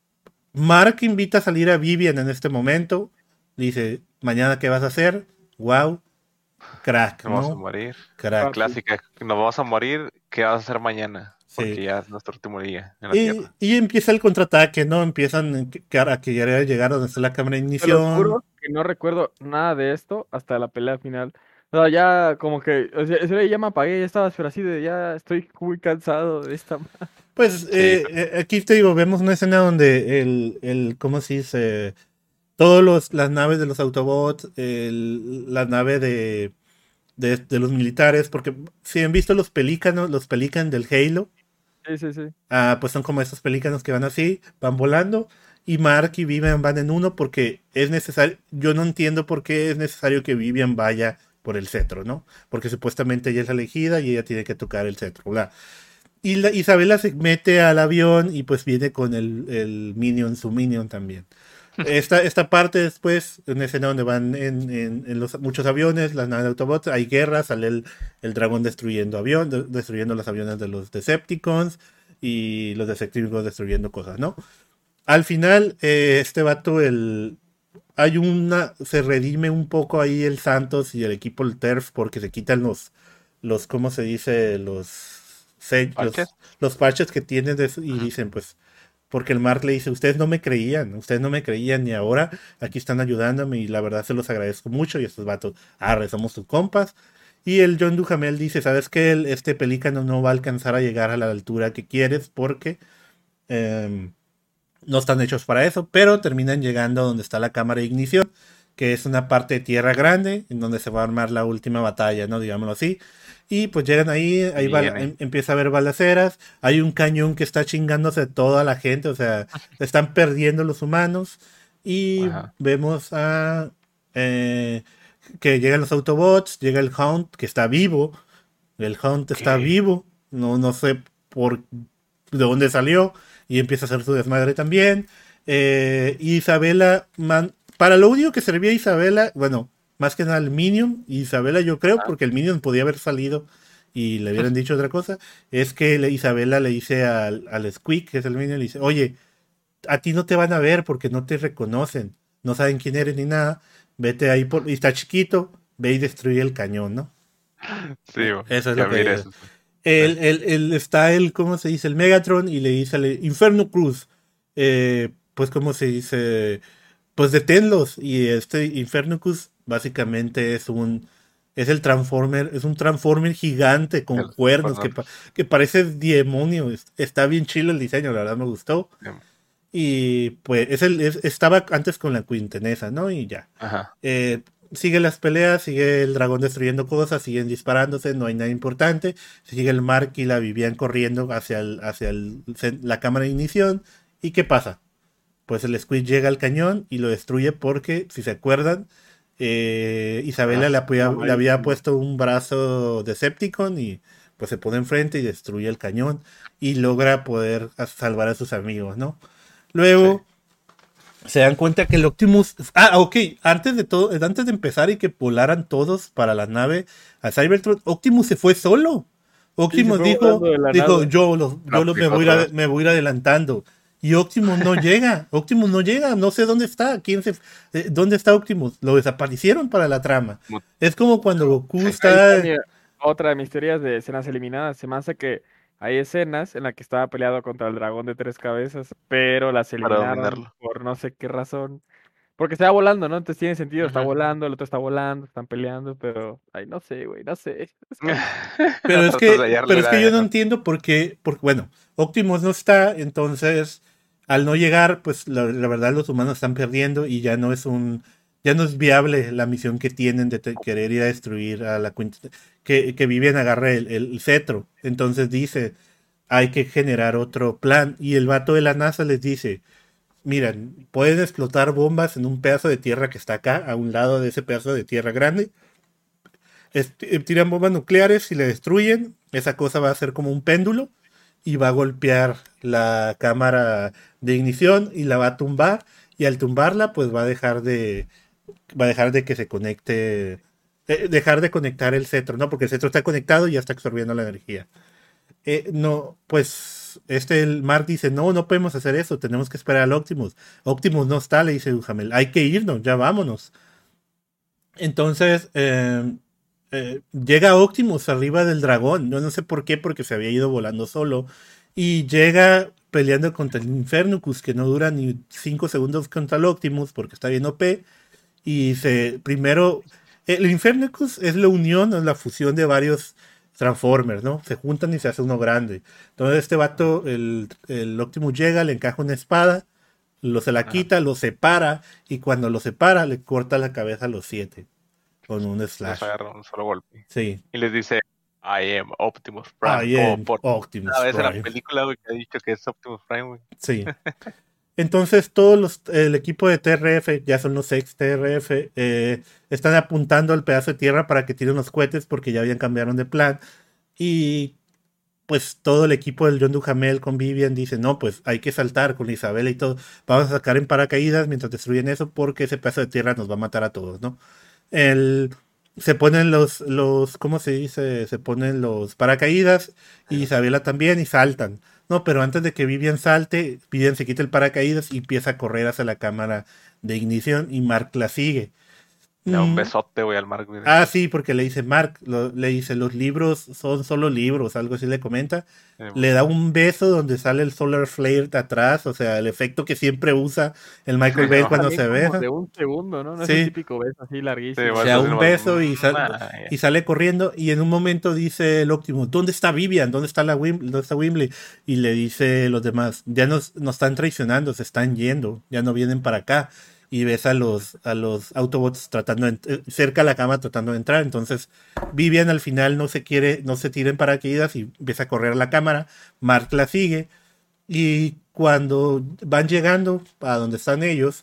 Mark invita a salir a Vivian en este momento. Dice, mañana qué vas a hacer. Wow, crack,
Nos vamos a
¿no?
morir.
Crack,
Clásica. Nos vamos a morir. ¿Qué vas a hacer mañana? Porque
sí.
ya es nuestro último día en la
Y,
Tierra.
y empieza el contraataque, ¿no? Empiezan a querer llegar a donde está la cámara de
Te los
ignición.
juro que no recuerdo nada de esto hasta la pelea final. O sea, ya como que, o sea, ese día ya me apagué, ya estaba pero así de, ya estoy muy cansado de esta. ma-
Pues
Sí,
eh, eh, aquí te digo, vemos una escena donde el, el ¿cómo se dice? Todos los, las naves de los Autobots, el- la nave de, de, de los militares, porque si han visto los pelícanos, los pelícanos del Halo,
Sí, sí, sí.
ah, pues son como esos pelícanos que van así, van volando, y Mark y Vivian van en uno porque es necesario, yo no entiendo por qué es necesario que Vivian vaya por el cetro, ¿no? Porque supuestamente ella es la elegida y ella tiene que tocar el cetro, bla. Y la, Isabela se mete al avión y pues viene con el, el Minion, su Minion también. Esta, esta parte después, una escena donde van en, en, en los, muchos aviones, las naves de Autobots, hay guerra, sale el, el dragón destruyendo avión, de- destruyendo los aviones de los Decepticons y los Decepticons destruyendo cosas, ¿no? Al final, eh, este vato, el, hay una, se redime un poco ahí el Santos y el equipo del T E R F porque se quitan los, los, ¿cómo se dice? Los, se- los,
¿Parches?
los parches que tienen de eso, y
Ujú.
dicen, pues, porque el Mark le dice, ustedes no me creían, ustedes no me creían y ahora aquí están ayudándome y la verdad se los agradezco mucho y estos vatos, arre, somos tus compas. Y el John Duhamel dice, ¿sabes qué? El- este pelícano no va a alcanzar a llegar a la altura que quieres porque em, no están hechos para eso, pero terminan llegando a donde está la cámara de ignición, que es una parte de tierra grande, en donde se va a armar la última batalla, ¿no? Digámoslo así. Y pues llegan ahí, ahí bala-
Viene.
em- empieza a haber balaceras, hay un cañón que está chingándose a toda la gente, o sea, se están perdiendo los humanos. Y
Ajá.
vemos a eh, que llegan los Autobots, llega el Hound, que está vivo. El Hunt está
¿Qué?
vivo, no, no sé por de dónde salió, y empieza a hacer su desmadre también. Eh, Isabela, man- para lo único que servía Isabela, bueno, más que nada el Minion, Isabela yo creo,
Ah.
porque el Minion podía haber salido y le hubieran dicho otra cosa, es que le- Isabela le dice al, al Squeak, que es el Minion, le dice, oye, a ti no te van a ver porque no te reconocen, no saben quién eres ni nada, vete ahí por, y está chiquito, ve y destruye el cañón, ¿no?
Sí,
Eh,
güey,
Eso es
que
lo
abrir
que...
eso. Sí.
El, el, el- está el, ¿cómo se dice? El Megatron y le dice al Inferno Cruz, eh, pues, ¿cómo se dice? Pues deténlos. Y este Infernicus básicamente es un. Es el Transformer. Es un Transformer gigante con
El-
cuernos que,
bueno,
pa- que parece demonio. Es- Está bien chido el diseño, la verdad me gustó.
sí.
Y pues es el, es- estaba antes con la Quintenesa, ¿no? Y ya.
Ajá.
Eh, sigue las peleas, sigue el dragón destruyendo cosas, siguen disparándose, no hay nada importante. Sigue el Mark y la Vivian corriendo hacia, el, hacia el- la cámara de ignición. ¿Y qué pasa? Pues el Squid llega al cañón y lo destruye porque, si se acuerdan, eh, Isabela
Ah,
le, había, le había
Mamadísimo.
puesto un brazo Decepticon y pues se pone enfrente y destruye el cañón y logra poder a- salvar a sus amigos, ¿no?
sí.
Luego se dan cuenta que el Optimus... Ah, ok, antes de todo, antes de empezar y que volaran todos para la nave a Cybertron, Optimus se fue solo.
Sí, se
Optimus
fue volando
dijo,
de la
dijo,
nada.
yo, los,
No
yo los me,
aplicó
voy a
otra
ir, a-
vez.
me voy a ir adelantando. Y Optimus no llega, Optimus no llega, no sé dónde está, quién se, eh, dónde está Optimus, lo desaparecieron para la trama.
Mu-
Es como cuando Goku
Sí.
Ahí está
está,
mi- otra de mis teorías de escenas eliminadas. Se me hace que hay escenas en las que estaba peleado contra el dragón de tres cabezas, pero las
Para
eliminaron
dominarlo.
por no sé qué razón. Porque estaba volando, ¿no? Entonces tiene sentido, está
Ujú.
volando, el otro está volando, están peleando, pero... Ay, no sé, güey, no sé. Es como-
pero
No
es
tratas de
que, pero
hallarle
es que yo
la...
no entiendo por qué, porque bueno, Optimus no está, entonces al no llegar, pues la, la verdad los humanos están perdiendo y ya no es un, ya no es viable la misión que tienen de te- querer ir a destruir a la Quint- que, que Vivian agarre el, el cetro. Entonces dice, hay que generar otro plan. Y el vato de la NASA les dice, miren, pueden explotar bombas en un pedazo de tierra que está acá, a un lado de ese pedazo de tierra grande. Est- eh, tiran bombas nucleares y le destruyen. Esa cosa va a ser como un péndulo y va a golpear la cámara de ignición y la va a tumbar. Y al tumbarla, pues va a dejar de, va a dejar de que se conecte, eh, dejar de conectar el cetro, ¿no? Porque el cetro está conectado y ya está absorbiendo la energía. Eh, no, pues este el Mark dice, no, no podemos hacer eso, tenemos que esperar al Optimus. Optimus no está, le dice Duhamel, hay que irnos, ya vámonos. Entonces, eh, eh, llega Optimus arriba del dragón, yo no sé por qué, porque se había ido volando solo, y llega peleando contra el Infernucus, que no dura ni cinco segundos contra el Optimus, porque está bien O P, y se, primero, el Infernicus es la unión, es la fusión de varios Transformers, ¿no? Se juntan y se hace uno grande. Entonces este vato, el, el Optimus llega, le encaja una espada, lo se la
Ajá.
quita, lo separa, y cuando lo separa le corta la cabeza a los siete, con un
Los
slash.
agarra un solo golpe.
Sí.
Y les dice, I am Optimus
I
Prime. Como
am
por
Optimus
una vez en la
Prime.
película, güey, que ha dicho que es Optimus Prime, güey.
Sí. Entonces todos los, el equipo de T R F, ya son los ex T R F, eh, están apuntando al pedazo de tierra para que tiren los cohetes porque ya habían cambiaron de plan. Y pues todo el equipo del John Duhamel con Vivian dice, no, pues hay que saltar con Isabela y todo. Vamos a sacar en paracaídas mientras destruyen eso porque ese pedazo de tierra nos va a matar a todos, ¿no? El, se ponen los, los, ¿cómo se dice? Se ponen los paracaídas y Isabela también y saltan. No, pero antes de que Vivian salte, Vivian se quita el paracaídas y empieza a correr hacia la cámara de ignición y Mark la sigue.
Le da un
Mm,
besote, güey, al Mark, güey.
Ah, sí, porque le dice Mark, lo- le dice, los libros son solo libros, algo así le comenta.
Sí,
Le da un beso donde sale el Solar Flare de atrás, o sea, el efecto que siempre usa el Michael Bay
no,
cuando
También
se
como
besa.
de un segundo, ¿no? No es el
Sí,
típico beso así
sí,
larguísimo.
se
vas
da
así
un
nomás.
beso y, sal-
"Ah, ya".
y sale corriendo y en un momento dice el Optimus, ¿dónde está Vivian? ¿Dónde está la Wim- ¿Dónde está Wimbley? Y le dice los demás, ya nos, nos están traicionando, se están yendo, ya no vienen para acá. Y ves a los, a los Autobots tratando de, ent- eh, cerca a la cama tratando de entrar. Entonces Vivian al final no se quiere, no se tira en paracaídas y empieza a correr a la cámara. Mark la sigue. Y cuando van llegando a donde están ellos,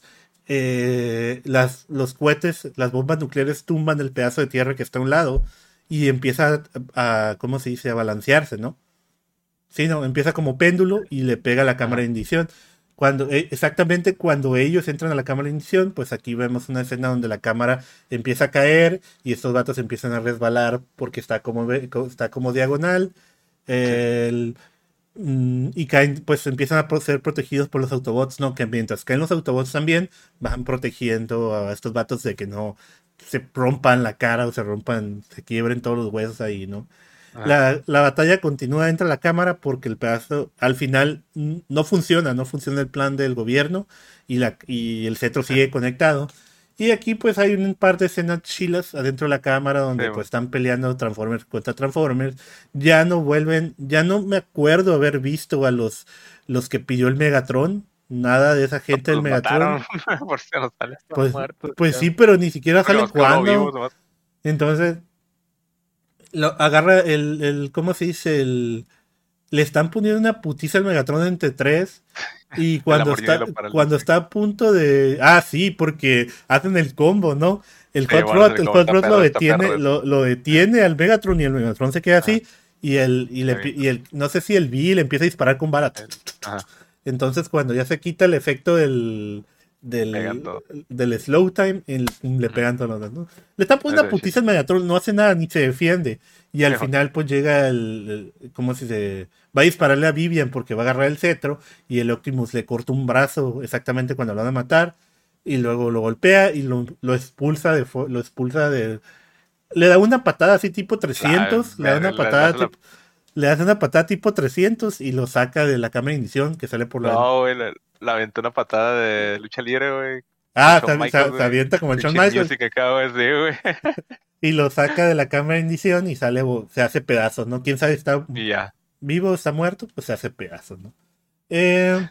eh, las, los cohetes, las bombas nucleares tumban el pedazo de tierra que está a un lado y empieza a, a ¿cómo se dice? A balancearse, ¿no? Sí, no, empieza como péndulo y le pega a la cámara de
Ajá.
ignición. Cuando, eh, exactamente cuando ellos entran a la cámara de ignición, pues aquí vemos una escena donde la cámara empieza a caer y estos vatos empiezan a resbalar porque está como, ve- co- está como diagonal.
Sí.
El, mm, y caen, pues empiezan a pro- ser protegidos por los Autobots, ¿no? Que mientras caen los Autobots también van protegiendo a estos vatos de que no se rompan la cara o se rompan, se quiebren todos los huesos ahí, ¿no?
Ajá.
La, la batalla continúa dentro de la cámara porque el pedazo al final mm, no funciona, no funciona el plan del gobierno y, la, y el cetro sigue conectado. Y aquí pues hay un par de escenas chilas adentro de la cámara
Sí,
donde pues
mo.
están peleando Transformers contra Transformers. Ya no vuelven, ya no me acuerdo haber visto a los, los que pidió el Megatron. Nada de esa gente del
Los
Megatron.
mataron, por si no sale.
Están
Pues,
muertos
pues
ya.
sí, pero ni siquiera
Porque
salen
nos quedó uno vivo,
jugando.
nomás.
Entonces, lo, agarra el, el, ¿cómo se dice? El, le están poniendo una putiza al Megatron entre tres. Y
Se la
cuando
mordió y
está,
lo
cuando
paralizó.
está a punto de. Ah, sí, porque hacen el combo, ¿no? El
Sí,
Hot
bueno,
Rod,
así
el
como
Hot
está
Rod lo
perro, está
detiene,
perro.
lo, lo detiene al Megatron y el Megatron se queda
Ajá,
así. Y el, y, le,
está bien.
y el, no sé si el V le empieza a disparar con bala.
El- Ajá,
Entonces, cuando ya se quita el efecto del,
pegan
del,
todo.
del slow time, el- le
Ujú.
pegan todos los demás, ¿no? Le está poniendo
Eso
una
es chido.
putiza al Megatron, no hace nada ni se defiende. Y al
Sí, mo.
final, pues llega el. el- ¿Cómo se dice? Va a dispararle a Vivian porque va a agarrar el cetro. Y el Optimus le corta un brazo exactamente cuando lo van a matar. Y luego lo golpea y lo, lo expulsa de. fu- Lo expulsa de. Le da una patada así tipo
La,
trescientos. Le da
verga,
una
le, le
patada
hace la.
tipo. Le hace una patada tipo trescientos y lo saca de la cámara de ignición que sale por la.
No, güey, le, le aventó una patada de lucha libre, güey. Como
Ah,
Shawn
se,
Michaels,
se- se
güey.
avienta como el Shawn
Pinche
Michaels
music acá, güey, sí, güey.
y lo saca de la cámara de ignición y sale, vo- se hace pedazos, ¿no? ¿Quién sabe si está
Y ya.
vivo o está muerto? Pues se hace pedazos, ¿no? Eh,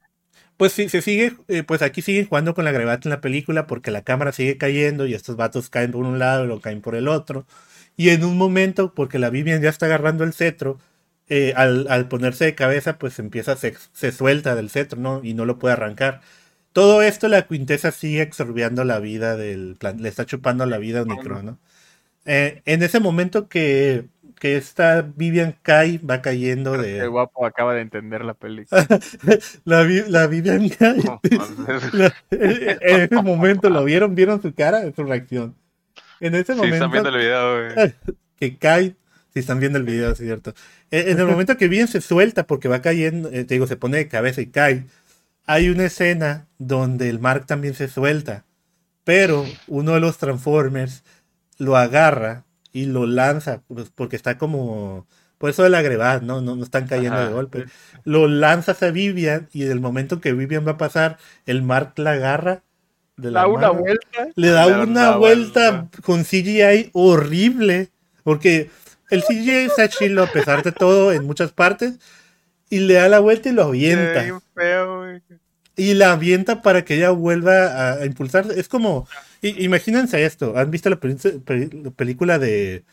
pues sí, se sigue, eh, pues aquí siguen jugando con la gravedad en la película porque la cámara sigue cayendo y estos vatos caen por un lado y lo caen por el otro. Y en un momento, porque la Vivian ya está agarrando el cetro, eh, al, al ponerse de cabeza, pues empieza, se, se suelta del cetro, ¿no? Y no lo puede arrancar. Todo esto la Quintesa sigue absorbiendo la vida del plan, le está chupando la vida a Unicron, ¿no? Eh, en ese momento que, que esta Vivian cae, va cayendo
Qué
de...
guapo acaba de entender la película.
la, Vi- la Vivian cae.
No, mames.
La- en en ese momento lo vieron, vieron su cara, su reacción. En ese
Sí, están viendo
momento
el video, güey.
que cae, si están viendo el video, es cierto. En, en el momento que Vivian se suelta porque va cayendo, eh, te digo, se pone de cabeza y cae, hay una escena donde el Mark también se suelta, pero uno de los Transformers lo agarra y lo lanza, pues, porque está como... Por eso de la gravedad, ¿no? No, no están cayendo de
Ajá.
golpe. Lo lanzas a Vivian y en el momento que Vivian va a pasar, el Mark la agarra de la
Da una
mano.
vuelta.
Le da
Le da
una
una
vuelta
vuelta.
con C G I horrible. Porque el C G I está chilo a pesar de todo en muchas partes. Y le da la vuelta y lo
Se ve
avienta.
bien feo, güey.
Y la avienta para que ella vuelva a, a impulsar. Es como. i- Imagínense esto. ¿Han visto la, peli- peli- la película de.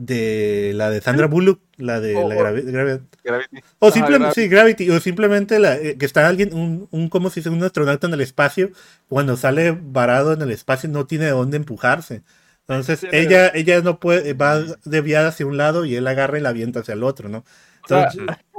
de la de Sandra Bullock? La de
O-
la
o-
gravedad. Gravi-
Gravity.
o
Ajá,
simplemente,
Gravity.
sí, Gravity, o simplemente la, eh, que está alguien, un, un, como si fuera un astronauta en el espacio, cuando sale varado en el espacio no tiene de dónde empujarse. Entonces
Tiene-
ella, ella no puede, va desviada hacia un lado y él agarra y la avienta hacia el otro, ¿no? Entonces,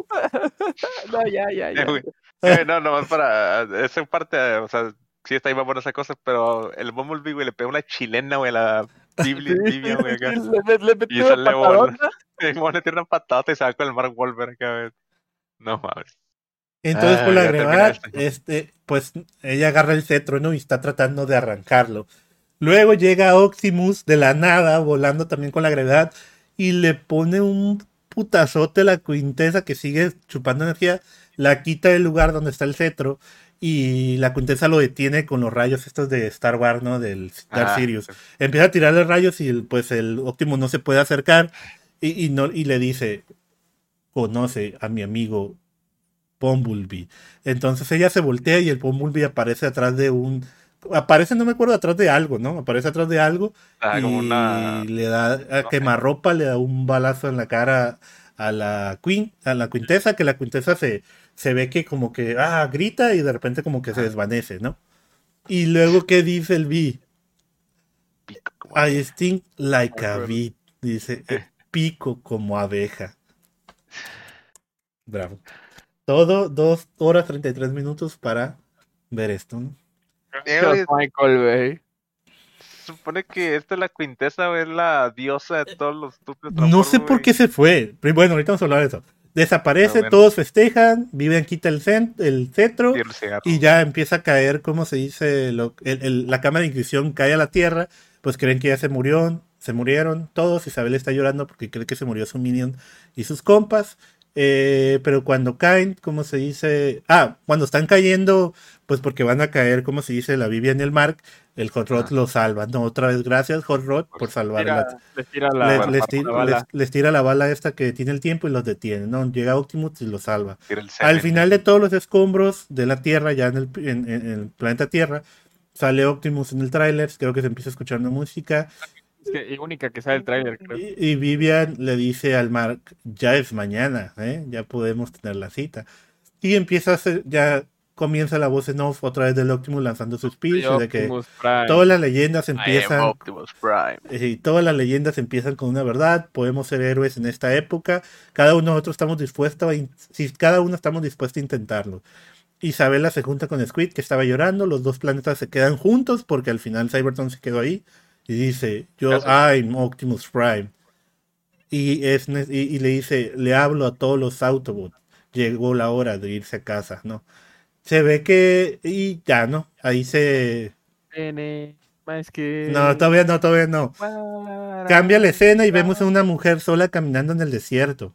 No, ya, ya,
Eh,
ya.
güey. Eh, no, nomás para esa parte, eh, o sea, sí está ahí va buena esa cosa, pero el Bumblebee, güey, le pega una chilena, güey, a la Bibli-
Sí,
Vivian, güey,
sí,
acá.
le, le, le
Y
metió una
sale volando.
patadota.
Y bueno, tiene una patata y se va con el Mark Wahlberg acá, güey. No mames.
entonces por
Ah,
la
ya termina
gravedad,
esto.
este, pues ella agarra el cetro, ¿no? Y está tratando de arrancarlo. Luego llega Optimus de la nada, volando también con la gravedad, y le pone un putazote a la Quintesa que sigue chupando energía, la quita del lugar donde está el cetro, y la Quintesa lo detiene con los rayos estos de Star Wars, ¿no? Del Darth
Ah,
Sirius. Empieza a tirarle rayos y el- pues el Optimus no se puede acercar, y, y no, y le dice, conoce a mi amigo Bumblebee. Entonces ella se voltea y el Bumblebee aparece atrás de un... Aparece, no me acuerdo, atrás de algo, ¿no? Aparece atrás de algo
ah,
y
como una.
le da a
No sé.
quemarropa, le da un balazo en la cara a la Queen, a la Quintesa, que la Quintesa se, se ve que como que, ah, grita y de repente como que se
Ajá.
desvanece, ¿no? Y luego, ¿qué dice el B?
Pico, como
I sting like
Me
a
acuerdo.
bee. Dice,
Eh.
pico como abeja. Bravo. Todo dos horas treinta y tres minutos para ver esto, ¿no?
Eh,
Gracias,
güey,
Michael Bay.
se supone que esta es la Quintesa, güey, es la diosa de todos los estúpidos
No sé
Transformers,
por
güey.
qué se fue. Pero bueno, ahorita vamos a hablar de eso. Desaparece,
Pero bueno.
todos festejan, Vivian quita el, cen- el cetro
Y el cigarro.
y ya empieza a caer, ¿cómo se dice? Lo- el- el- la cámara de Inquisición cae a la tierra, pues creen que ya se murió, se murieron todos, Isabel está llorando porque cree que se murió su minion y sus compas, eh, pero cuando caen, ¿cómo se dice? Ah, cuando están cayendo, pues porque van a caer, ¿cómo se dice? La Vivian y el Mark, el Hot Rod
Ajá.
lo salva. No, otra vez, gracias Hot Rod por salvar
Tira-
la,
les tira la,
les,
Bueno,
les
la
ti-
bala.
les- les tira la bala esta que tiene el tiempo y los detiene, ¿no? Llega Optimus y los salva.
Tira el
Al
semen.
final de todos los escombros de la Tierra, ya en el, en- en el planeta Tierra, sale Optimus en el tráiler, creo que se empieza a escuchar una música,
Es que y única que sale el tráiler, creo.
y, y Vivian le dice al Mark, ya es mañana, ¿eh? Ya podemos tener la cita. Y empieza a hacer, ya comienza la voz en off otra vez del Optimus lanzando su speech,
Y
de que
Optimus Prime.
todas las leyendas
I am
empiezan...
Optimus Prime.
Y todas las leyendas empiezan con una verdad, podemos ser héroes en esta época, cada uno de nosotros estamos dispuestos a, in- si cada uno estamos dispuestos a intentarlo. Isabela se junta con Squid, que estaba llorando, los dos planetas se quedan juntos porque al final Cybertron se quedó ahí y dice, yo,
Gracias.
I'm Optimus Prime. Y, es, ne- y, y le dice, le hablo a todos los Autobots, llegó la hora de irse a casa, ¿no? Se ve que, y ya, ¿no? Ahí se...
Tiene más que...
No, todavía no, todavía no. Cambia la escena y vemos a una mujer sola caminando en el desierto.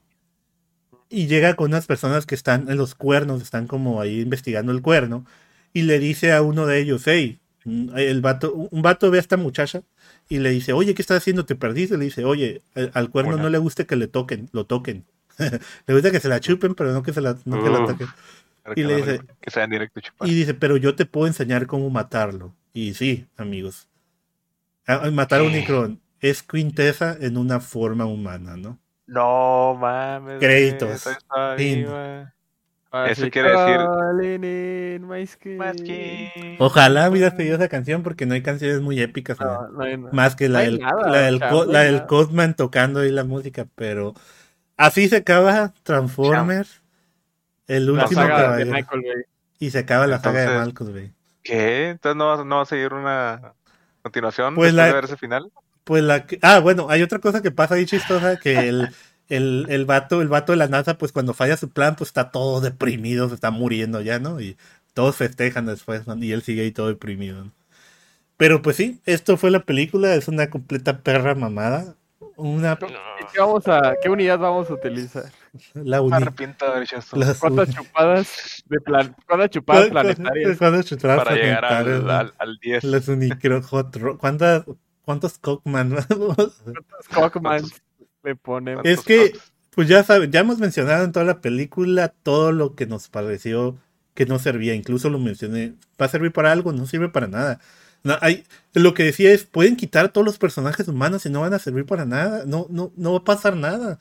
Y llega con unas personas que están en los cuernos, están como ahí investigando el cuerno. Y le dice a uno de ellos, hey, el vato, un vato ve a esta muchacha y le dice, oye, ¿qué estás haciendo? ¿Te perdiste? Le dice, oye, al cuerno
Una.
no le gusta que le toquen, lo toquen. Le gusta que se la chupen, pero no que se la, no que la
Uf.
toquen.
Pero
Y
que
le
no-
dice-
que sean directo a chupar.
Y dice, pero yo te puedo enseñar cómo matarlo. Y sí, amigos. A- a matar a
¿Qué?
Unicron es Quintessa en una forma humana, ¿no?
No mames.
Créditos.
güey, eso está
Fin.
bien, güey.
Así,
Eso quiere decir-
calling in my skin.
Más que-
Ojalá hubieras pedido esa canción porque no hay canciones muy épicas.
No,
¿no?
no hay nada.
Más que la
No hay
del,
nada,
la del,
chavo,
Co-
no
la
hay
del
nada.
Cosman tocando ahí la música, pero así se acaba Transformers, el
La
último
saga de
caballero.
Michael Bay.
Y se acaba la saga de
Entonces-
Malcolm, güey.
¿Qué? Entonces no va, no va a seguir una continuación
Pues
después
la-
de ver ese final.
Pues la que- ah, bueno, hay otra cosa que pasa ahí chistosa, que el, el, el vato, el vato de la NASA, pues cuando falla su plan, pues está todo deprimido, se está muriendo ya, ¿no? Y todos festejan después, ¿no? Y él sigue ahí todo deprimido, ¿no? Pero pues sí, esto fue la película, es una completa perra mamada. Una
¿Qué, vamos a, ¿Qué unidad vamos a utilizar?
la
Me
uni,
arrepiento de haber hecho esto.
las
¿Cuántas
uni-
chupadas de plan, cuántas chupadas
¿Cuántas-
planetarias?
cuántas chutadas
Para llegar
planetarias,
al,
¿no?
al, al diez.
Las Unicron Hot Ro- ¿Cuántas, cuántos Cockman?
¿Cuántos Cockmans le ponemos?
Es que, pues ya saben, ya hemos mencionado en toda la película todo lo que nos pareció que no servía, incluso lo mencioné, va a servir para algo, no sirve para nada. No, hay, lo que decía es, pueden quitar todos los personajes humanos y no van a servir para nada, no, no, no va a pasar nada.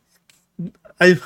Ay,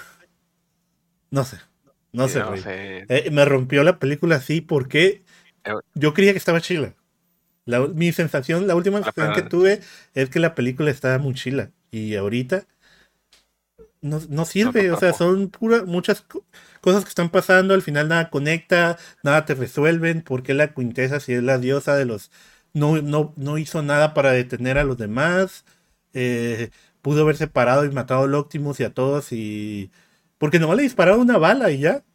no sé, no sé,
No
Rey.
sé.
Eh, me rompió la película así porque
Eh,
yo creía que estaba chila. La, mi sensación, la última
La
sensación que
primera-
tuve es que la película estaba muy chila. Y ahorita no, no sirve,
No,
o sea,
tampoco.
son puras, muchas co- cosas que están pasando, al final nada conecta, nada te resuelven, porque la Quintessa, si es la diosa de los... No, no, no hizo nada para detener a los demás, eh, pudo haber separado y matado al Optimus y a todos y... Porque nomás le dispararon una bala y ya.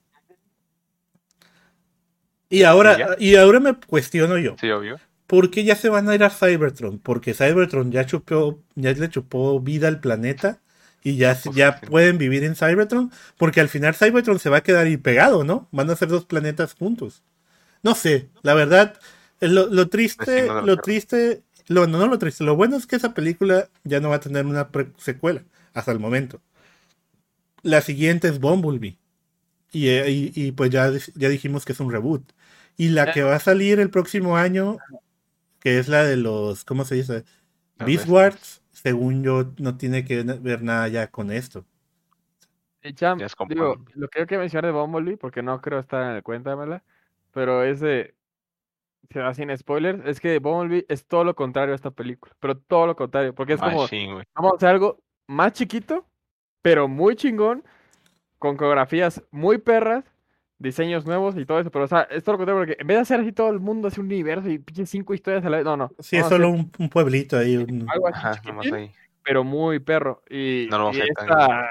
Y ahora,
¿Y ya?
y ahora me cuestiono yo.
Sí, obvio.
¿Por qué ya se van a ir a Cybertron? Porque Cybertron ya chupó, ya le chupó vida al planeta y ya,
Pues,
ya
sí.
pueden vivir en Cybertron. Porque al final Cybertron se va a quedar ahí pegado, ¿no? Van a ser dos planetas juntos. No sé, la verdad, eh, lo, lo triste,
Vecinos de la
lo
Tierra.
triste, lo, no, no lo triste, lo bueno es que esa película ya no va a tener una pre- secuela hasta el momento. La siguiente es Bumblebee. Y, eh, y, y pues ya, ya dijimos que es un reboot. Y la que va a salir el próximo año, que es la de los, ¿cómo se dice?
Las
Beast
bestias.
Wars, según yo, no tiene que ver nada ya con esto.
Y Cham,
Ya es con
digo,
Bumblebee.
lo que yo quiero mencionar de Bumblebee, porque no creo estar en el cuéntamela, pero es de, se da sin spoilers, es que Bumblebee es todo lo contrario a esta película, pero todo lo contrario, porque es como,
Machine, güey.
vamos a hacer algo más chiquito, pero muy chingón, con coreografías muy perras, diseños nuevos y todo eso, pero o sea, es todo lo contrario, porque en vez de hacer así todo el mundo, así un universo y pinches cinco historias a la vez, no, no.
Sí, es
vamos a
solo
hacer
un, un pueblito ahí. un-
algo así
Ajá,
chiquitín,
nomás ahí.
pero muy perro. Y,
No lo vamos
y
a hacer tan-
esta,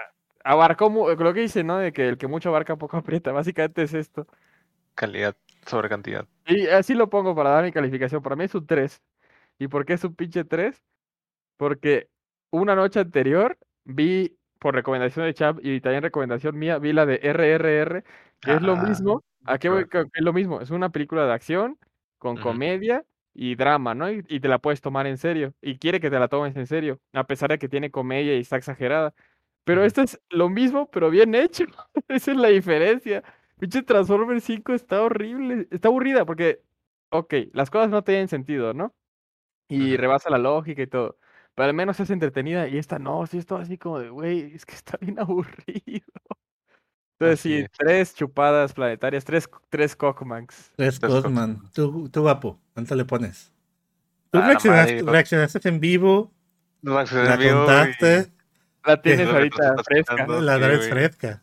abarcó mu- lo que dice, ¿no? De que el que mucho abarca poco aprieta. Básicamente es esto.
Calidad sobre cantidad.
Y así lo pongo para dar mi calificación. Para mí es un tres. ¿Y por qué es un pinche tres? Porque una noche anterior vi, por recomendación de Chap y también recomendación mía, vi la de R R R, que es lo
Ah,
mismo. ¿A qué voy?
claro.
Que es lo mismo. Es una película de acción con
Ujú,
comedia y drama, ¿no? Y, y te la puedes tomar en serio. Y quiere que te la tomes en serio, a pesar de que tiene comedia y está exagerada. Pero
ujú,
esto es lo mismo, pero bien hecho. Esa es la diferencia. Pinche Transformers cinco está horrible. Está aburrida porque, ok, las cosas no tienen sentido, ¿no? Y
ujú.
rebasa la lógica y todo. Pero al menos es entretenida y esta no, sí, esto así como de, güey, es que está bien aburrido. Entonces
Así
sí,
es.
tres chupadas planetarias, tres, tres Cockmanks.
Tres
Tres cosas.
Cosman. Tú, tú guapo, ¿cuánto le pones? Tú
Ah, la madre.
reaccionaste,
Lo,
reaccionaste en vivo,
lo acceso en
la
vivo y
contaste,
La
que
tienes
lo que tú
ahorita
estás
fresca.
contando,
la
sí,
traes
güey.
fresca.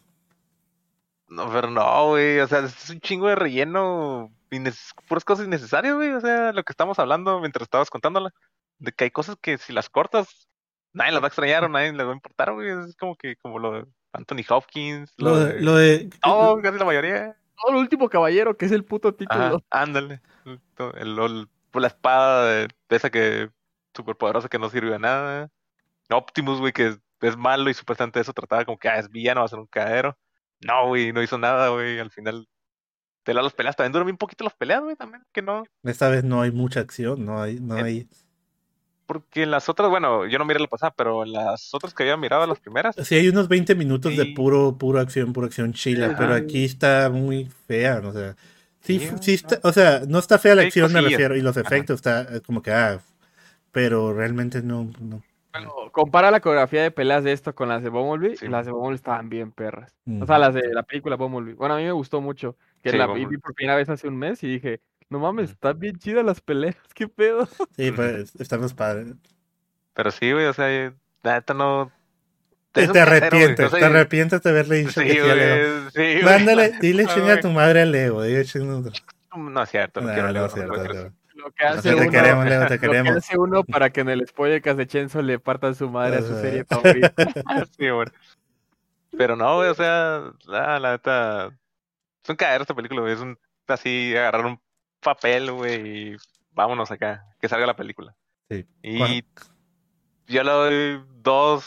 No, pero no, güey. O sea, es un chingo de relleno. Innes- puras cosas innecesarias, güey. O sea, lo que estamos hablando mientras estabas contándola. De que hay cosas que si las cortas, nadie las va a extrañar o nadie les va a importar, güey. Es como que, como lo de Anthony Hopkins,
Lo
lo
de, lo
de.
de,
Oh, casi la mayoría.
Todo el último caballero, que es el puto
Ajá,
título.
ándale. El, el- el- pues, la espada de, de esa que. Súper poderosa que no sirvió de nada. Optimus, güey, que es, es malo y supuestamente eso trataba como que ah, es villano, va a ser un cadero. No, güey, no hizo nada, güey. Al final, te las peleas también duran bien poquito las peleas, güey, también, que no.
esta vez no hay mucha acción, no hay, no
Eh,
hay.
porque en las otras, bueno, yo no miré la pasada, pero en las otras que había mirado, las primeras,
Sí, hay unos veinte minutos de
sí,
puro, puro acción, pura acción chila,
Sí, sí,
pero
ajá,
aquí
sí.
está muy fea, o sea, sí,
sí,
fu-
güey,
sí está,
no.
o sea, no está fea la
Hay
acción, me
cosillas,
refiero, y los
ajá.
efectos está eh, como que, ah, pero realmente no, no.
Bueno, compara la coreografía de peleas de esto con las de Bumblebee y
Sí,
las de Bumblebee estaban bien perras. O sea,
Ujú.
las de la película Bumblebee. Bueno, a mí me gustó mucho, que
sí,
la vi
Bumblebee.
vi por primera vez hace un mes y dije, no mames,
Ujú,
están bien chidas las peleas, qué pedo.
Sí,
ujú.
pues están los padres.
Pero sí, güey, o sea, la neta no.
Te,
Es
te
un cadero, güey. O
arrepientes, te
sea,
arrepientes de haberle dicho
sí,
que sí a Leo.
güey, sí, güey, la
Mándale, dile
neta,
chinga a
güey.
tu madre a Leo, dile chinga.
No es cierto, no quiero
No,
a
no
Lego,
es
no se
cierto,
puede decir eso.
Leo.
Lo que
No se
hace
Te
puede
uno,
queremos, Leo,
decir
te
lo que
queremos.
hace uno para que en el spoilercast de Chenzo le partan su madre a
O
su
sea,
serie favorita.
sí, güey. Pero no, güey, o sea, la, la neta, es un caer esta película, güey. Es un así, agarrar un papel, güey, y vámonos acá, que salga la película.
sí. Cuan-
Y yo le doy dos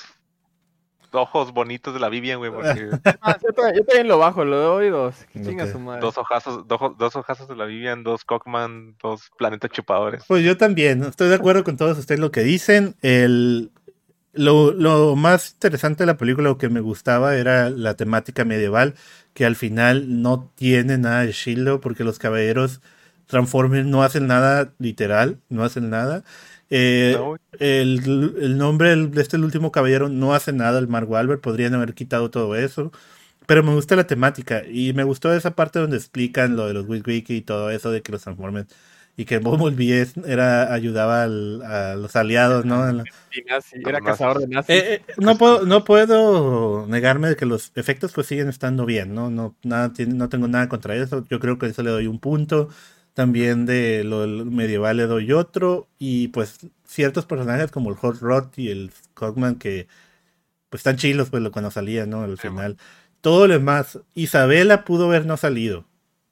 ojos bonitos de la Vivian, güey, porque
Ah, yo, ta- yo también lo bajo, lo doy dos. Que
Ok.
chinga su madre.
dos ojazos, dos, ojo- dos ojazos de la Vivian, dos Cockman, dos planetas chupadores.
Pues yo también, estoy de acuerdo con todos ustedes lo que dicen. El, lo, lo más interesante de la película, lo que me gustaba era la temática medieval, que al final no tiene nada de Shield, porque los caballeros Transformers no hacen nada literal, no hacen nada.
No,
Eh,
güey.
el, el nombre del- de este el último caballero no hace nada, el Mark Wahlberg, podrían haber quitado todo eso. Pero me gusta la temática y me gustó esa parte donde explican lo de los Wiki y todo eso de que los Transformers y que Bumblebee es- era ayudaba al- a los aliados, ¿no? En la-
Y nazi,
A
era
los nazis.
cazador de nazis.
Eh, eh, no puedo no puedo negarme de que los efectos pues siguen estando bien, ¿no? No nada tiene- no tengo nada contra eso. Yo creo que eso le doy un punto. También de lo del medieval le doy otro y pues ciertos personajes como el Hot Rod y el Cogman que pues están chilos pues lo- cuando salían, ¿no? Al
Sí, man.
final. Todo lo demás, Isabela pudo haber no salido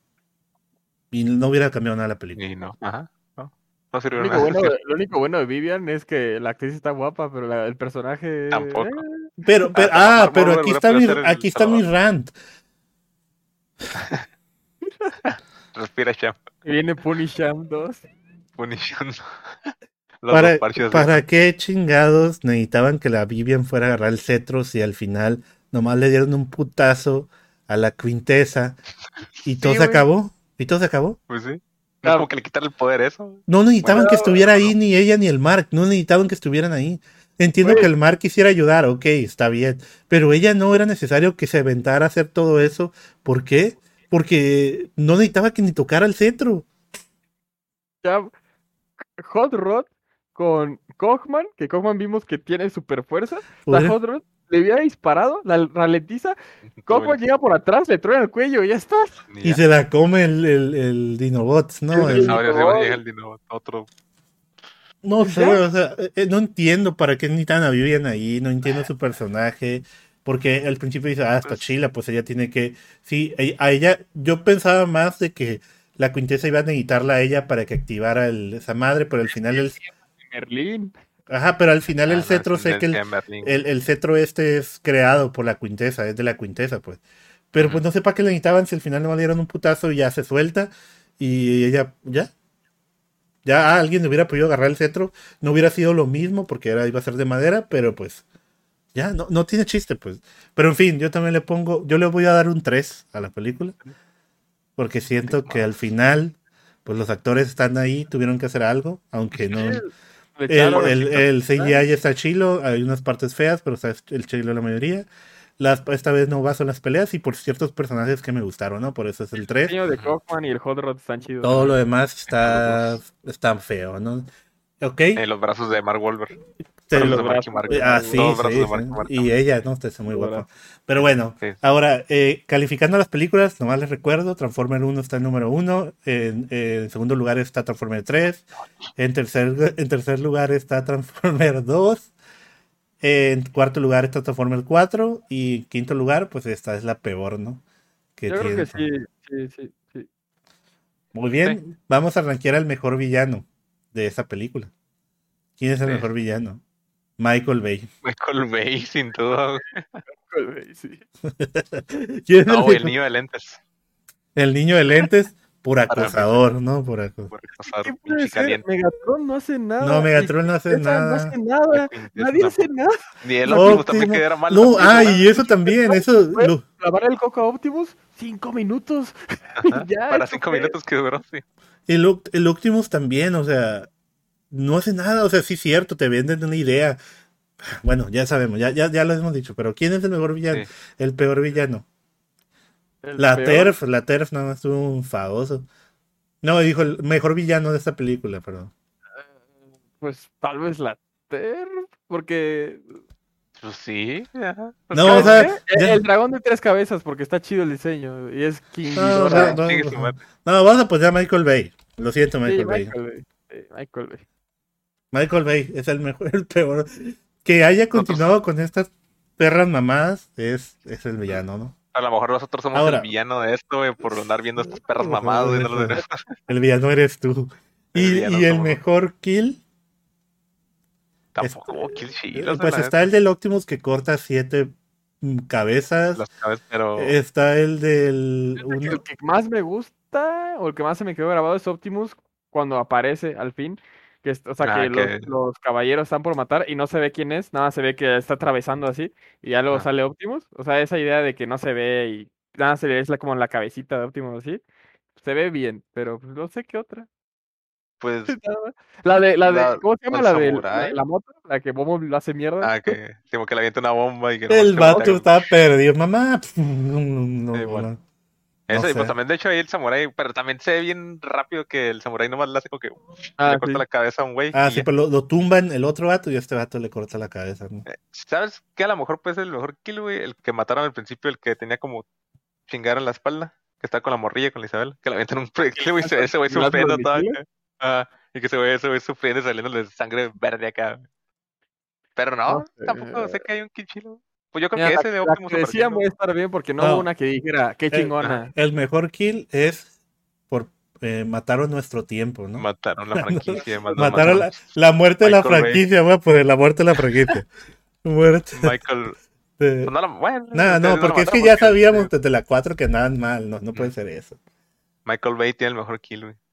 y no hubiera cambiado nada la película.
Y no, ajá, no, no
Lo
sirvió
único
nada, es
bueno,
cierto.
lo único bueno de Vivian es que la actriz está guapa, pero la- el personaje. eh,
Tampoco.
Pero, pero
Hasta
ah,
Mark
pero
Wahlberg
aquí
hubiera
está
podido
mi
ser el
aquí está mi
Salvador.
rant.
Respira, champ.
Viene Punisham dos.
Punition. Los dos
¿Para,
parches de
¿Para qué chingados necesitaban que la Vivian fuera a agarrar el cetro si al final nomás le dieron un putazo a la quintesa y todo
Sí,
se
güey.
acabó? ¿Y todo se acabó?
Pues sí. No es
Claro.
como que le quitar el poder eso, güey.
No necesitaban
Bueno,
que estuviera ahí
no.
ni ella ni el Mark, no necesitaban que estuvieran ahí. Entiendo
Güey.
que el Mark quisiera ayudar, ok, está bien, pero ella no era necesario que se aventara a hacer todo eso. ¿Por qué? Porque no necesitaba que ni tocara el cetro.
Ya, Hot Rod con Kochman, que Kochman vimos que tiene super fuerza. O sea,
Podría-
Hot Rod le hubiera disparado, la ralentiza. Kochman llega por atrás, le truena el cuello y ya está.
Ni
Y
ya.
se la come el, el, el Dinobots, ¿no?
El
El-
Ahora sí
Ay.
llega el dino, otro.
No
¿Y
sé,
ya?
o sea, eh, no entiendo para qué ni tan Vivian ahí, no entiendo su personaje. Porque al principio dice, ah, está chila, pues ella tiene que... Sí, e- a ella, yo pensaba más de que la Quintesa iba a necesitarla a ella para que activara el- esa madre, pero al final el...
Merlín.
Ajá, pero al final
Ah,
el
no,
cetro,
es
sé que el,
tendencia en Berlín.
el, el cetro este es creado por la Quintesa, es de la Quintesa, pues. Pero pues
Ujú.
no sé para qué le necesitaban si al final no le dieron un putazo y ya se suelta. Y ella, ya, ya alguien le hubiera podido agarrar el cetro. No hubiera sido lo mismo porque era, iba a ser de madera, pero pues ya, no, no tiene chiste, pues. Pero en fin, yo también le pongo, yo le voy a dar un tres a la película. Porque siento que al final, pues los actores están ahí, tuvieron que hacer algo, aunque
Sí,
no...
le
El,
echaron.
el, el C G I está chilo, hay unas partes feas, pero está el chilo la mayoría. Las, esta vez no baso en las peleas y por ciertos personajes que me gustaron, ¿no? Por eso es el
El
tres.
diseño de
Ujú.
Cockman y el Hot Rod están chidos
Todo lo
también.
demás
Con los
está,
dos.
está feo, ¿no? Ok.
Eh, los brazos de Mark Wahlberg.
Te-
Y
Brazos
los
de Marky
brazos
Mark.
de
ah,
Marvel.
sí,
Dos brazos
sí,
de
sí.
Marky Mark.
Y ella, ¿no? Está muy
Los
guapa.
brazos.
Pero bueno,
Sí.
ahora, eh, calificando las películas, nomás les recuerdo, Transformer uno está en número uno, en, en segundo lugar está Transformer tres, en tercer, en tercer lugar está Transformer dos, en cuarto lugar está Transformer cuatro y en quinto lugar, pues esta es la peor, ¿no? Que
Yo creo
tiene.
que sí, sí, sí, sí.
Muy
Sí.
bien, vamos a rankear al mejor villano de esa película. ¿Quién es el
Sí.
mejor villano? Michael Bay.
Michael Bay, sin duda. güey.
Sí.
¿Quién es
No,
el,
güey, el
mejor-
niño de lentes.
el niño de lentes? Por
Para
acosador, ¿no? Por acosador.
Por pasar
¿Qué puede
pinche
ser?
caliente.
Megatron no hace nada.
No,
y
Megatron no hace
Quintessa no
nada.
hace
La
nada.
Quintessa
Nadie hace
tampoco.
nada.
Ni el
O sea,
Optimus también
Optimus.
que era malo.
No,
tampoco hizo
ah,
nada.
y eso también, eso.
Fue
lo-
clavar el coco a Optimus, cinco minutos.
Ajá,
Ya,
Para
eso
cinco
fue.
minutos que duró, sí.
el, Oct- el Optimus también, o sea, no hace nada, o sea, sí es cierto, te venden una idea. Bueno, ya sabemos, ya, ya, ya lo hemos dicho, pero ¿quién es el mejor villano?
Sí.
El peor villano.
El
La
peor.
TERF, la TERF nada más tuvo un famoso. No, dijo el mejor villano de esta película, perdón.
Pues tal vez la Ter, porque.
Pues sí. Ajá. Pues
No,
cada
o sea,
uno.
¿Qué? El,
ya-
el dragón de tres cabezas, porque está chido el diseño. Y es King
No,
Ghidorah.
no, no,
Chingue su
no.
madre.
No, vamos a poner a Michael Bay. Lo siento,
Sí,
Michael Bay.
Michael Bay. Sí, Michael Bay.
Michael Bay es el mejor, el peor. Que haya continuado con estas perras mamadas es, es el villano, ¿no?
A lo mejor nosotros somos
Ahora.
el villano de esto, güey, por andar viendo estos perros mamados, güey, no los de-
El villano eres tú.
El
Y,
villano
y el
somos-
mejor kill,
Tampoco hubo kill shield, o sea,
pues
la
está
neta,
el del Optimus que corta siete mm, cabezas.
las cabezas, pero
Está el del...
Fíjate que
uno-
el que más me gusta, o el que más se me quedó grabado, es Optimus cuando aparece al fin. Que, es- o sea,
Ah,
que los,
que-
los caballeros están por matar y no se ve quién es, nada más se ve que está atravesando así y ya luego
Ah.
sale Optimus. O sea, esa idea de que no se ve y nada se ve, es la, como la cabecita de Optimus así. Se ve bien, pero pues, no sé qué otra.
pues,
La de, la de,
La-
¿cómo se llama
el
la de la,
samurái.
la moto? La que Momo lo hace mierda.
ah, que, como que le avienta una bomba y que nomás
El
se
vato
voltea.
estaba perdido. Mamá. pf, no, no,
Sí,
no,
bueno.
no.
Eso,
No
y pues
sé.
también, de hecho, ahí el samurái, pero también se ve bien rápido que el samurái nomás le hace como que
Ah,
le corta
sí.
la cabeza a un güey.
Ah,
y
sí,
ya.
pero lo, lo tumban el otro vato y este vato le corta la cabeza, ¿no?
¿Sabes qué? A lo mejor puede ser el mejor kill, güey, el que mataron al principio, el que tenía como chingar en la espalda, que está con la morrilla, con la Isabel, que le aventan un proyectil, güey, y se ve ese güey
¿Y lo hacen
sufriendo
los
todo
misiles?
acá. Ah, y que se ve ese güey sufriendo y saliéndole sangre verde acá. güey. Pero no,
No sé.
tampoco sé que hay un kill chilo. Pues yo creo
Mira,
que
la,
ese de
la
Optimus
que decían
apareciendo.
voy a estar bien porque no,
No.
hubo una que dijera, qué
Eh,
chingona.
El mejor kill es por eh, mataron nuestro tiempo, ¿no?
Mataron la franquicia. más- nos
Mataron la,
mataron
la muerte de la
Michael Bay.
franquicia, voy a poner la muerte de la franquicia. Muerte.
Michael.
de-
Pues no la, bueno,
Nada,
ustedes
no,
lo
porque es que
mataron
ya
porque,
sabíamos
eh,
desde la cuatro que andaban mal, no, no puede
Mm.
ser eso.
Michael Bay tiene el mejor kill, güey.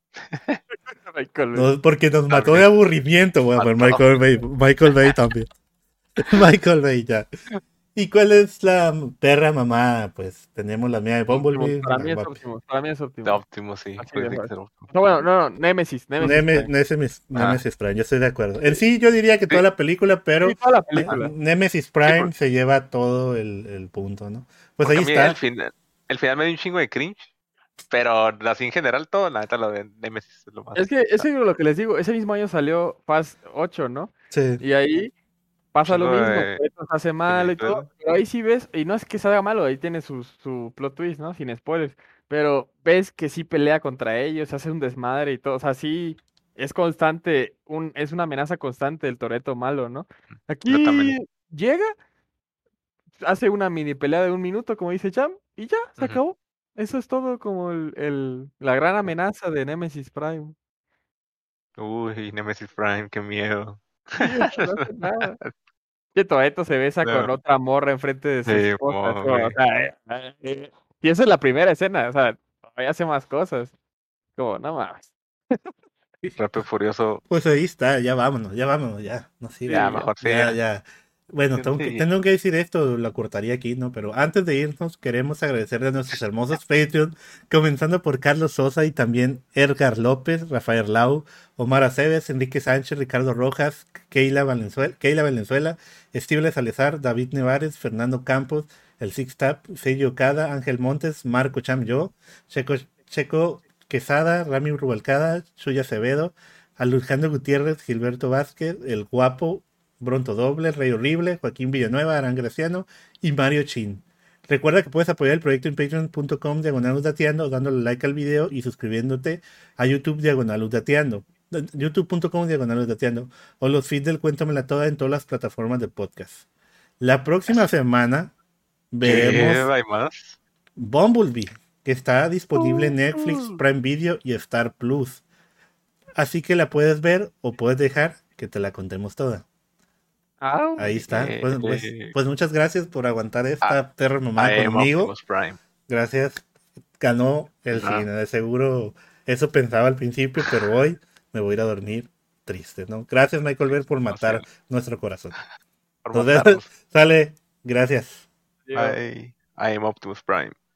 Michael Bay.
No, porque nos mató
También.
de aburrimiento, voy a poner
Mató.
Michael Bay, Michael Bay también. Michael Bay ya. ¿Y cuál es la perra mamá? Pues tenemos la mía de Bumblebee.
Optimus, para mí es
la-
Optimus, para mí es
De
Optimus.
Optimus, sí.
Así
pues,
de
tiene que
fácil.
ser Optimus.
No, bueno, no, no, Nemesis, Nemesis.
Neme-
Prime.
Nemesis,
Ah.
Nemesis Prime, yo estoy de acuerdo. En sí, yo diría que toda
Sí.
la película, pero
Sí, toda la
Ne-
película.
Nemesis Prime
porque-
se lleva todo el, el punto, ¿no? Pues
Porque
ahí
a mí
está.
El final, el final me dio un chingo de cringe. Pero así en general todo, la neta, lo de Nemesis es lo más.
Es que, es que lo que les digo, ese mismo año salió Fast ocho, ¿no?
Sí.
Y ahí pasa lo
Chingo
mismo,
de
Toretto se hace mal y todo,
películas.
pero ahí sí ves, y no es que salga malo, ahí tiene su, su plot twist, ¿no? Sin spoilers, pero ves que sí pelea contra ellos, hace un desmadre y todo, o sea, sí es constante, un, es una amenaza constante el Toretto malo, ¿no? Aquí
Exactamente.
llega, hace una mini pelea de un minuto, como dice Cham, y ya, se
Ujú.
acabó. Eso es todo como el, el- la gran amenaza de Nemesis Prime.
Uy, Nemesis Prime, qué miedo.
Sí, o sea, no hace nada. Que Toretto se besa con
No,
otra morra enfrente de su
sí,
esposa. Es
mo,
como, o
güey.
sea, eh, eh, eh, y esa es la primera escena, o sea, todavía hace más cosas. Como, no mames.
Rápido y Furioso.
Pues ahí está, ya vámonos, ya vámonos, ya, no
Ya,
sigue,
Sí, ya.
mejor sí,
ya,
ya.
ya. Bueno, tengo que,
Sí, ya.
tengo que decir esto, lo cortaría aquí, ¿no? Pero antes de irnos, queremos agradecerle a nuestros hermosos Patreon, comenzando por Carlos Sosa y también Edgar López, Rafael Lau, Omar Aceves, Enrique Sánchez, Ricardo Rojas, Keila Valenzuela, Keila Valenzuela, Steve Salazar, David Nevares, Fernando Campos, el Six Tap, Seiji Okada, Ángel Montes, Marco Cham Yo, Checo, Checo Quesada, Rami Rubalcada, Chuya Acevedo, Alejandro Gutiérrez, Gilberto Vázquez, El Guapo, Bronto Doble, Rey Horrible, Joaquín Villanueva, Arán Graciano y Mario Chin. Recuerda que puedes apoyar el proyecto en patreon punto com diagonal Udateando, dándole like al video y suscribiéndote a YouTube diagonal Udateando, youtube punto com diagonal Udateando, o los feeds del Cuéntamela Toda en todas las plataformas de podcast. La próxima semana
¿Qué?
veremos
¿Hay más?
Bumblebee, que está disponible en
Uh,
Netflix,
uh.
Prime Video y Star Plus. Así que la puedes ver o puedes dejar que te la contemos toda.
Au.
Ahí está.
Eh,
Pues, pues, pues muchas gracias por aguantar
I,
esta perra mamada
I am
conmigo.
Optimus Prime.
Gracias. Ganó el
Ajá.
cine. De seguro eso pensaba al principio, pero hoy me voy a ir a dormir triste, ¿no? Gracias, Michael Ver, por matar
Emoción.
nuestro corazón.
Por
Nos vemos.
matarnos.
Sale. Gracias.
Dios.
I, I am Optimus Prime.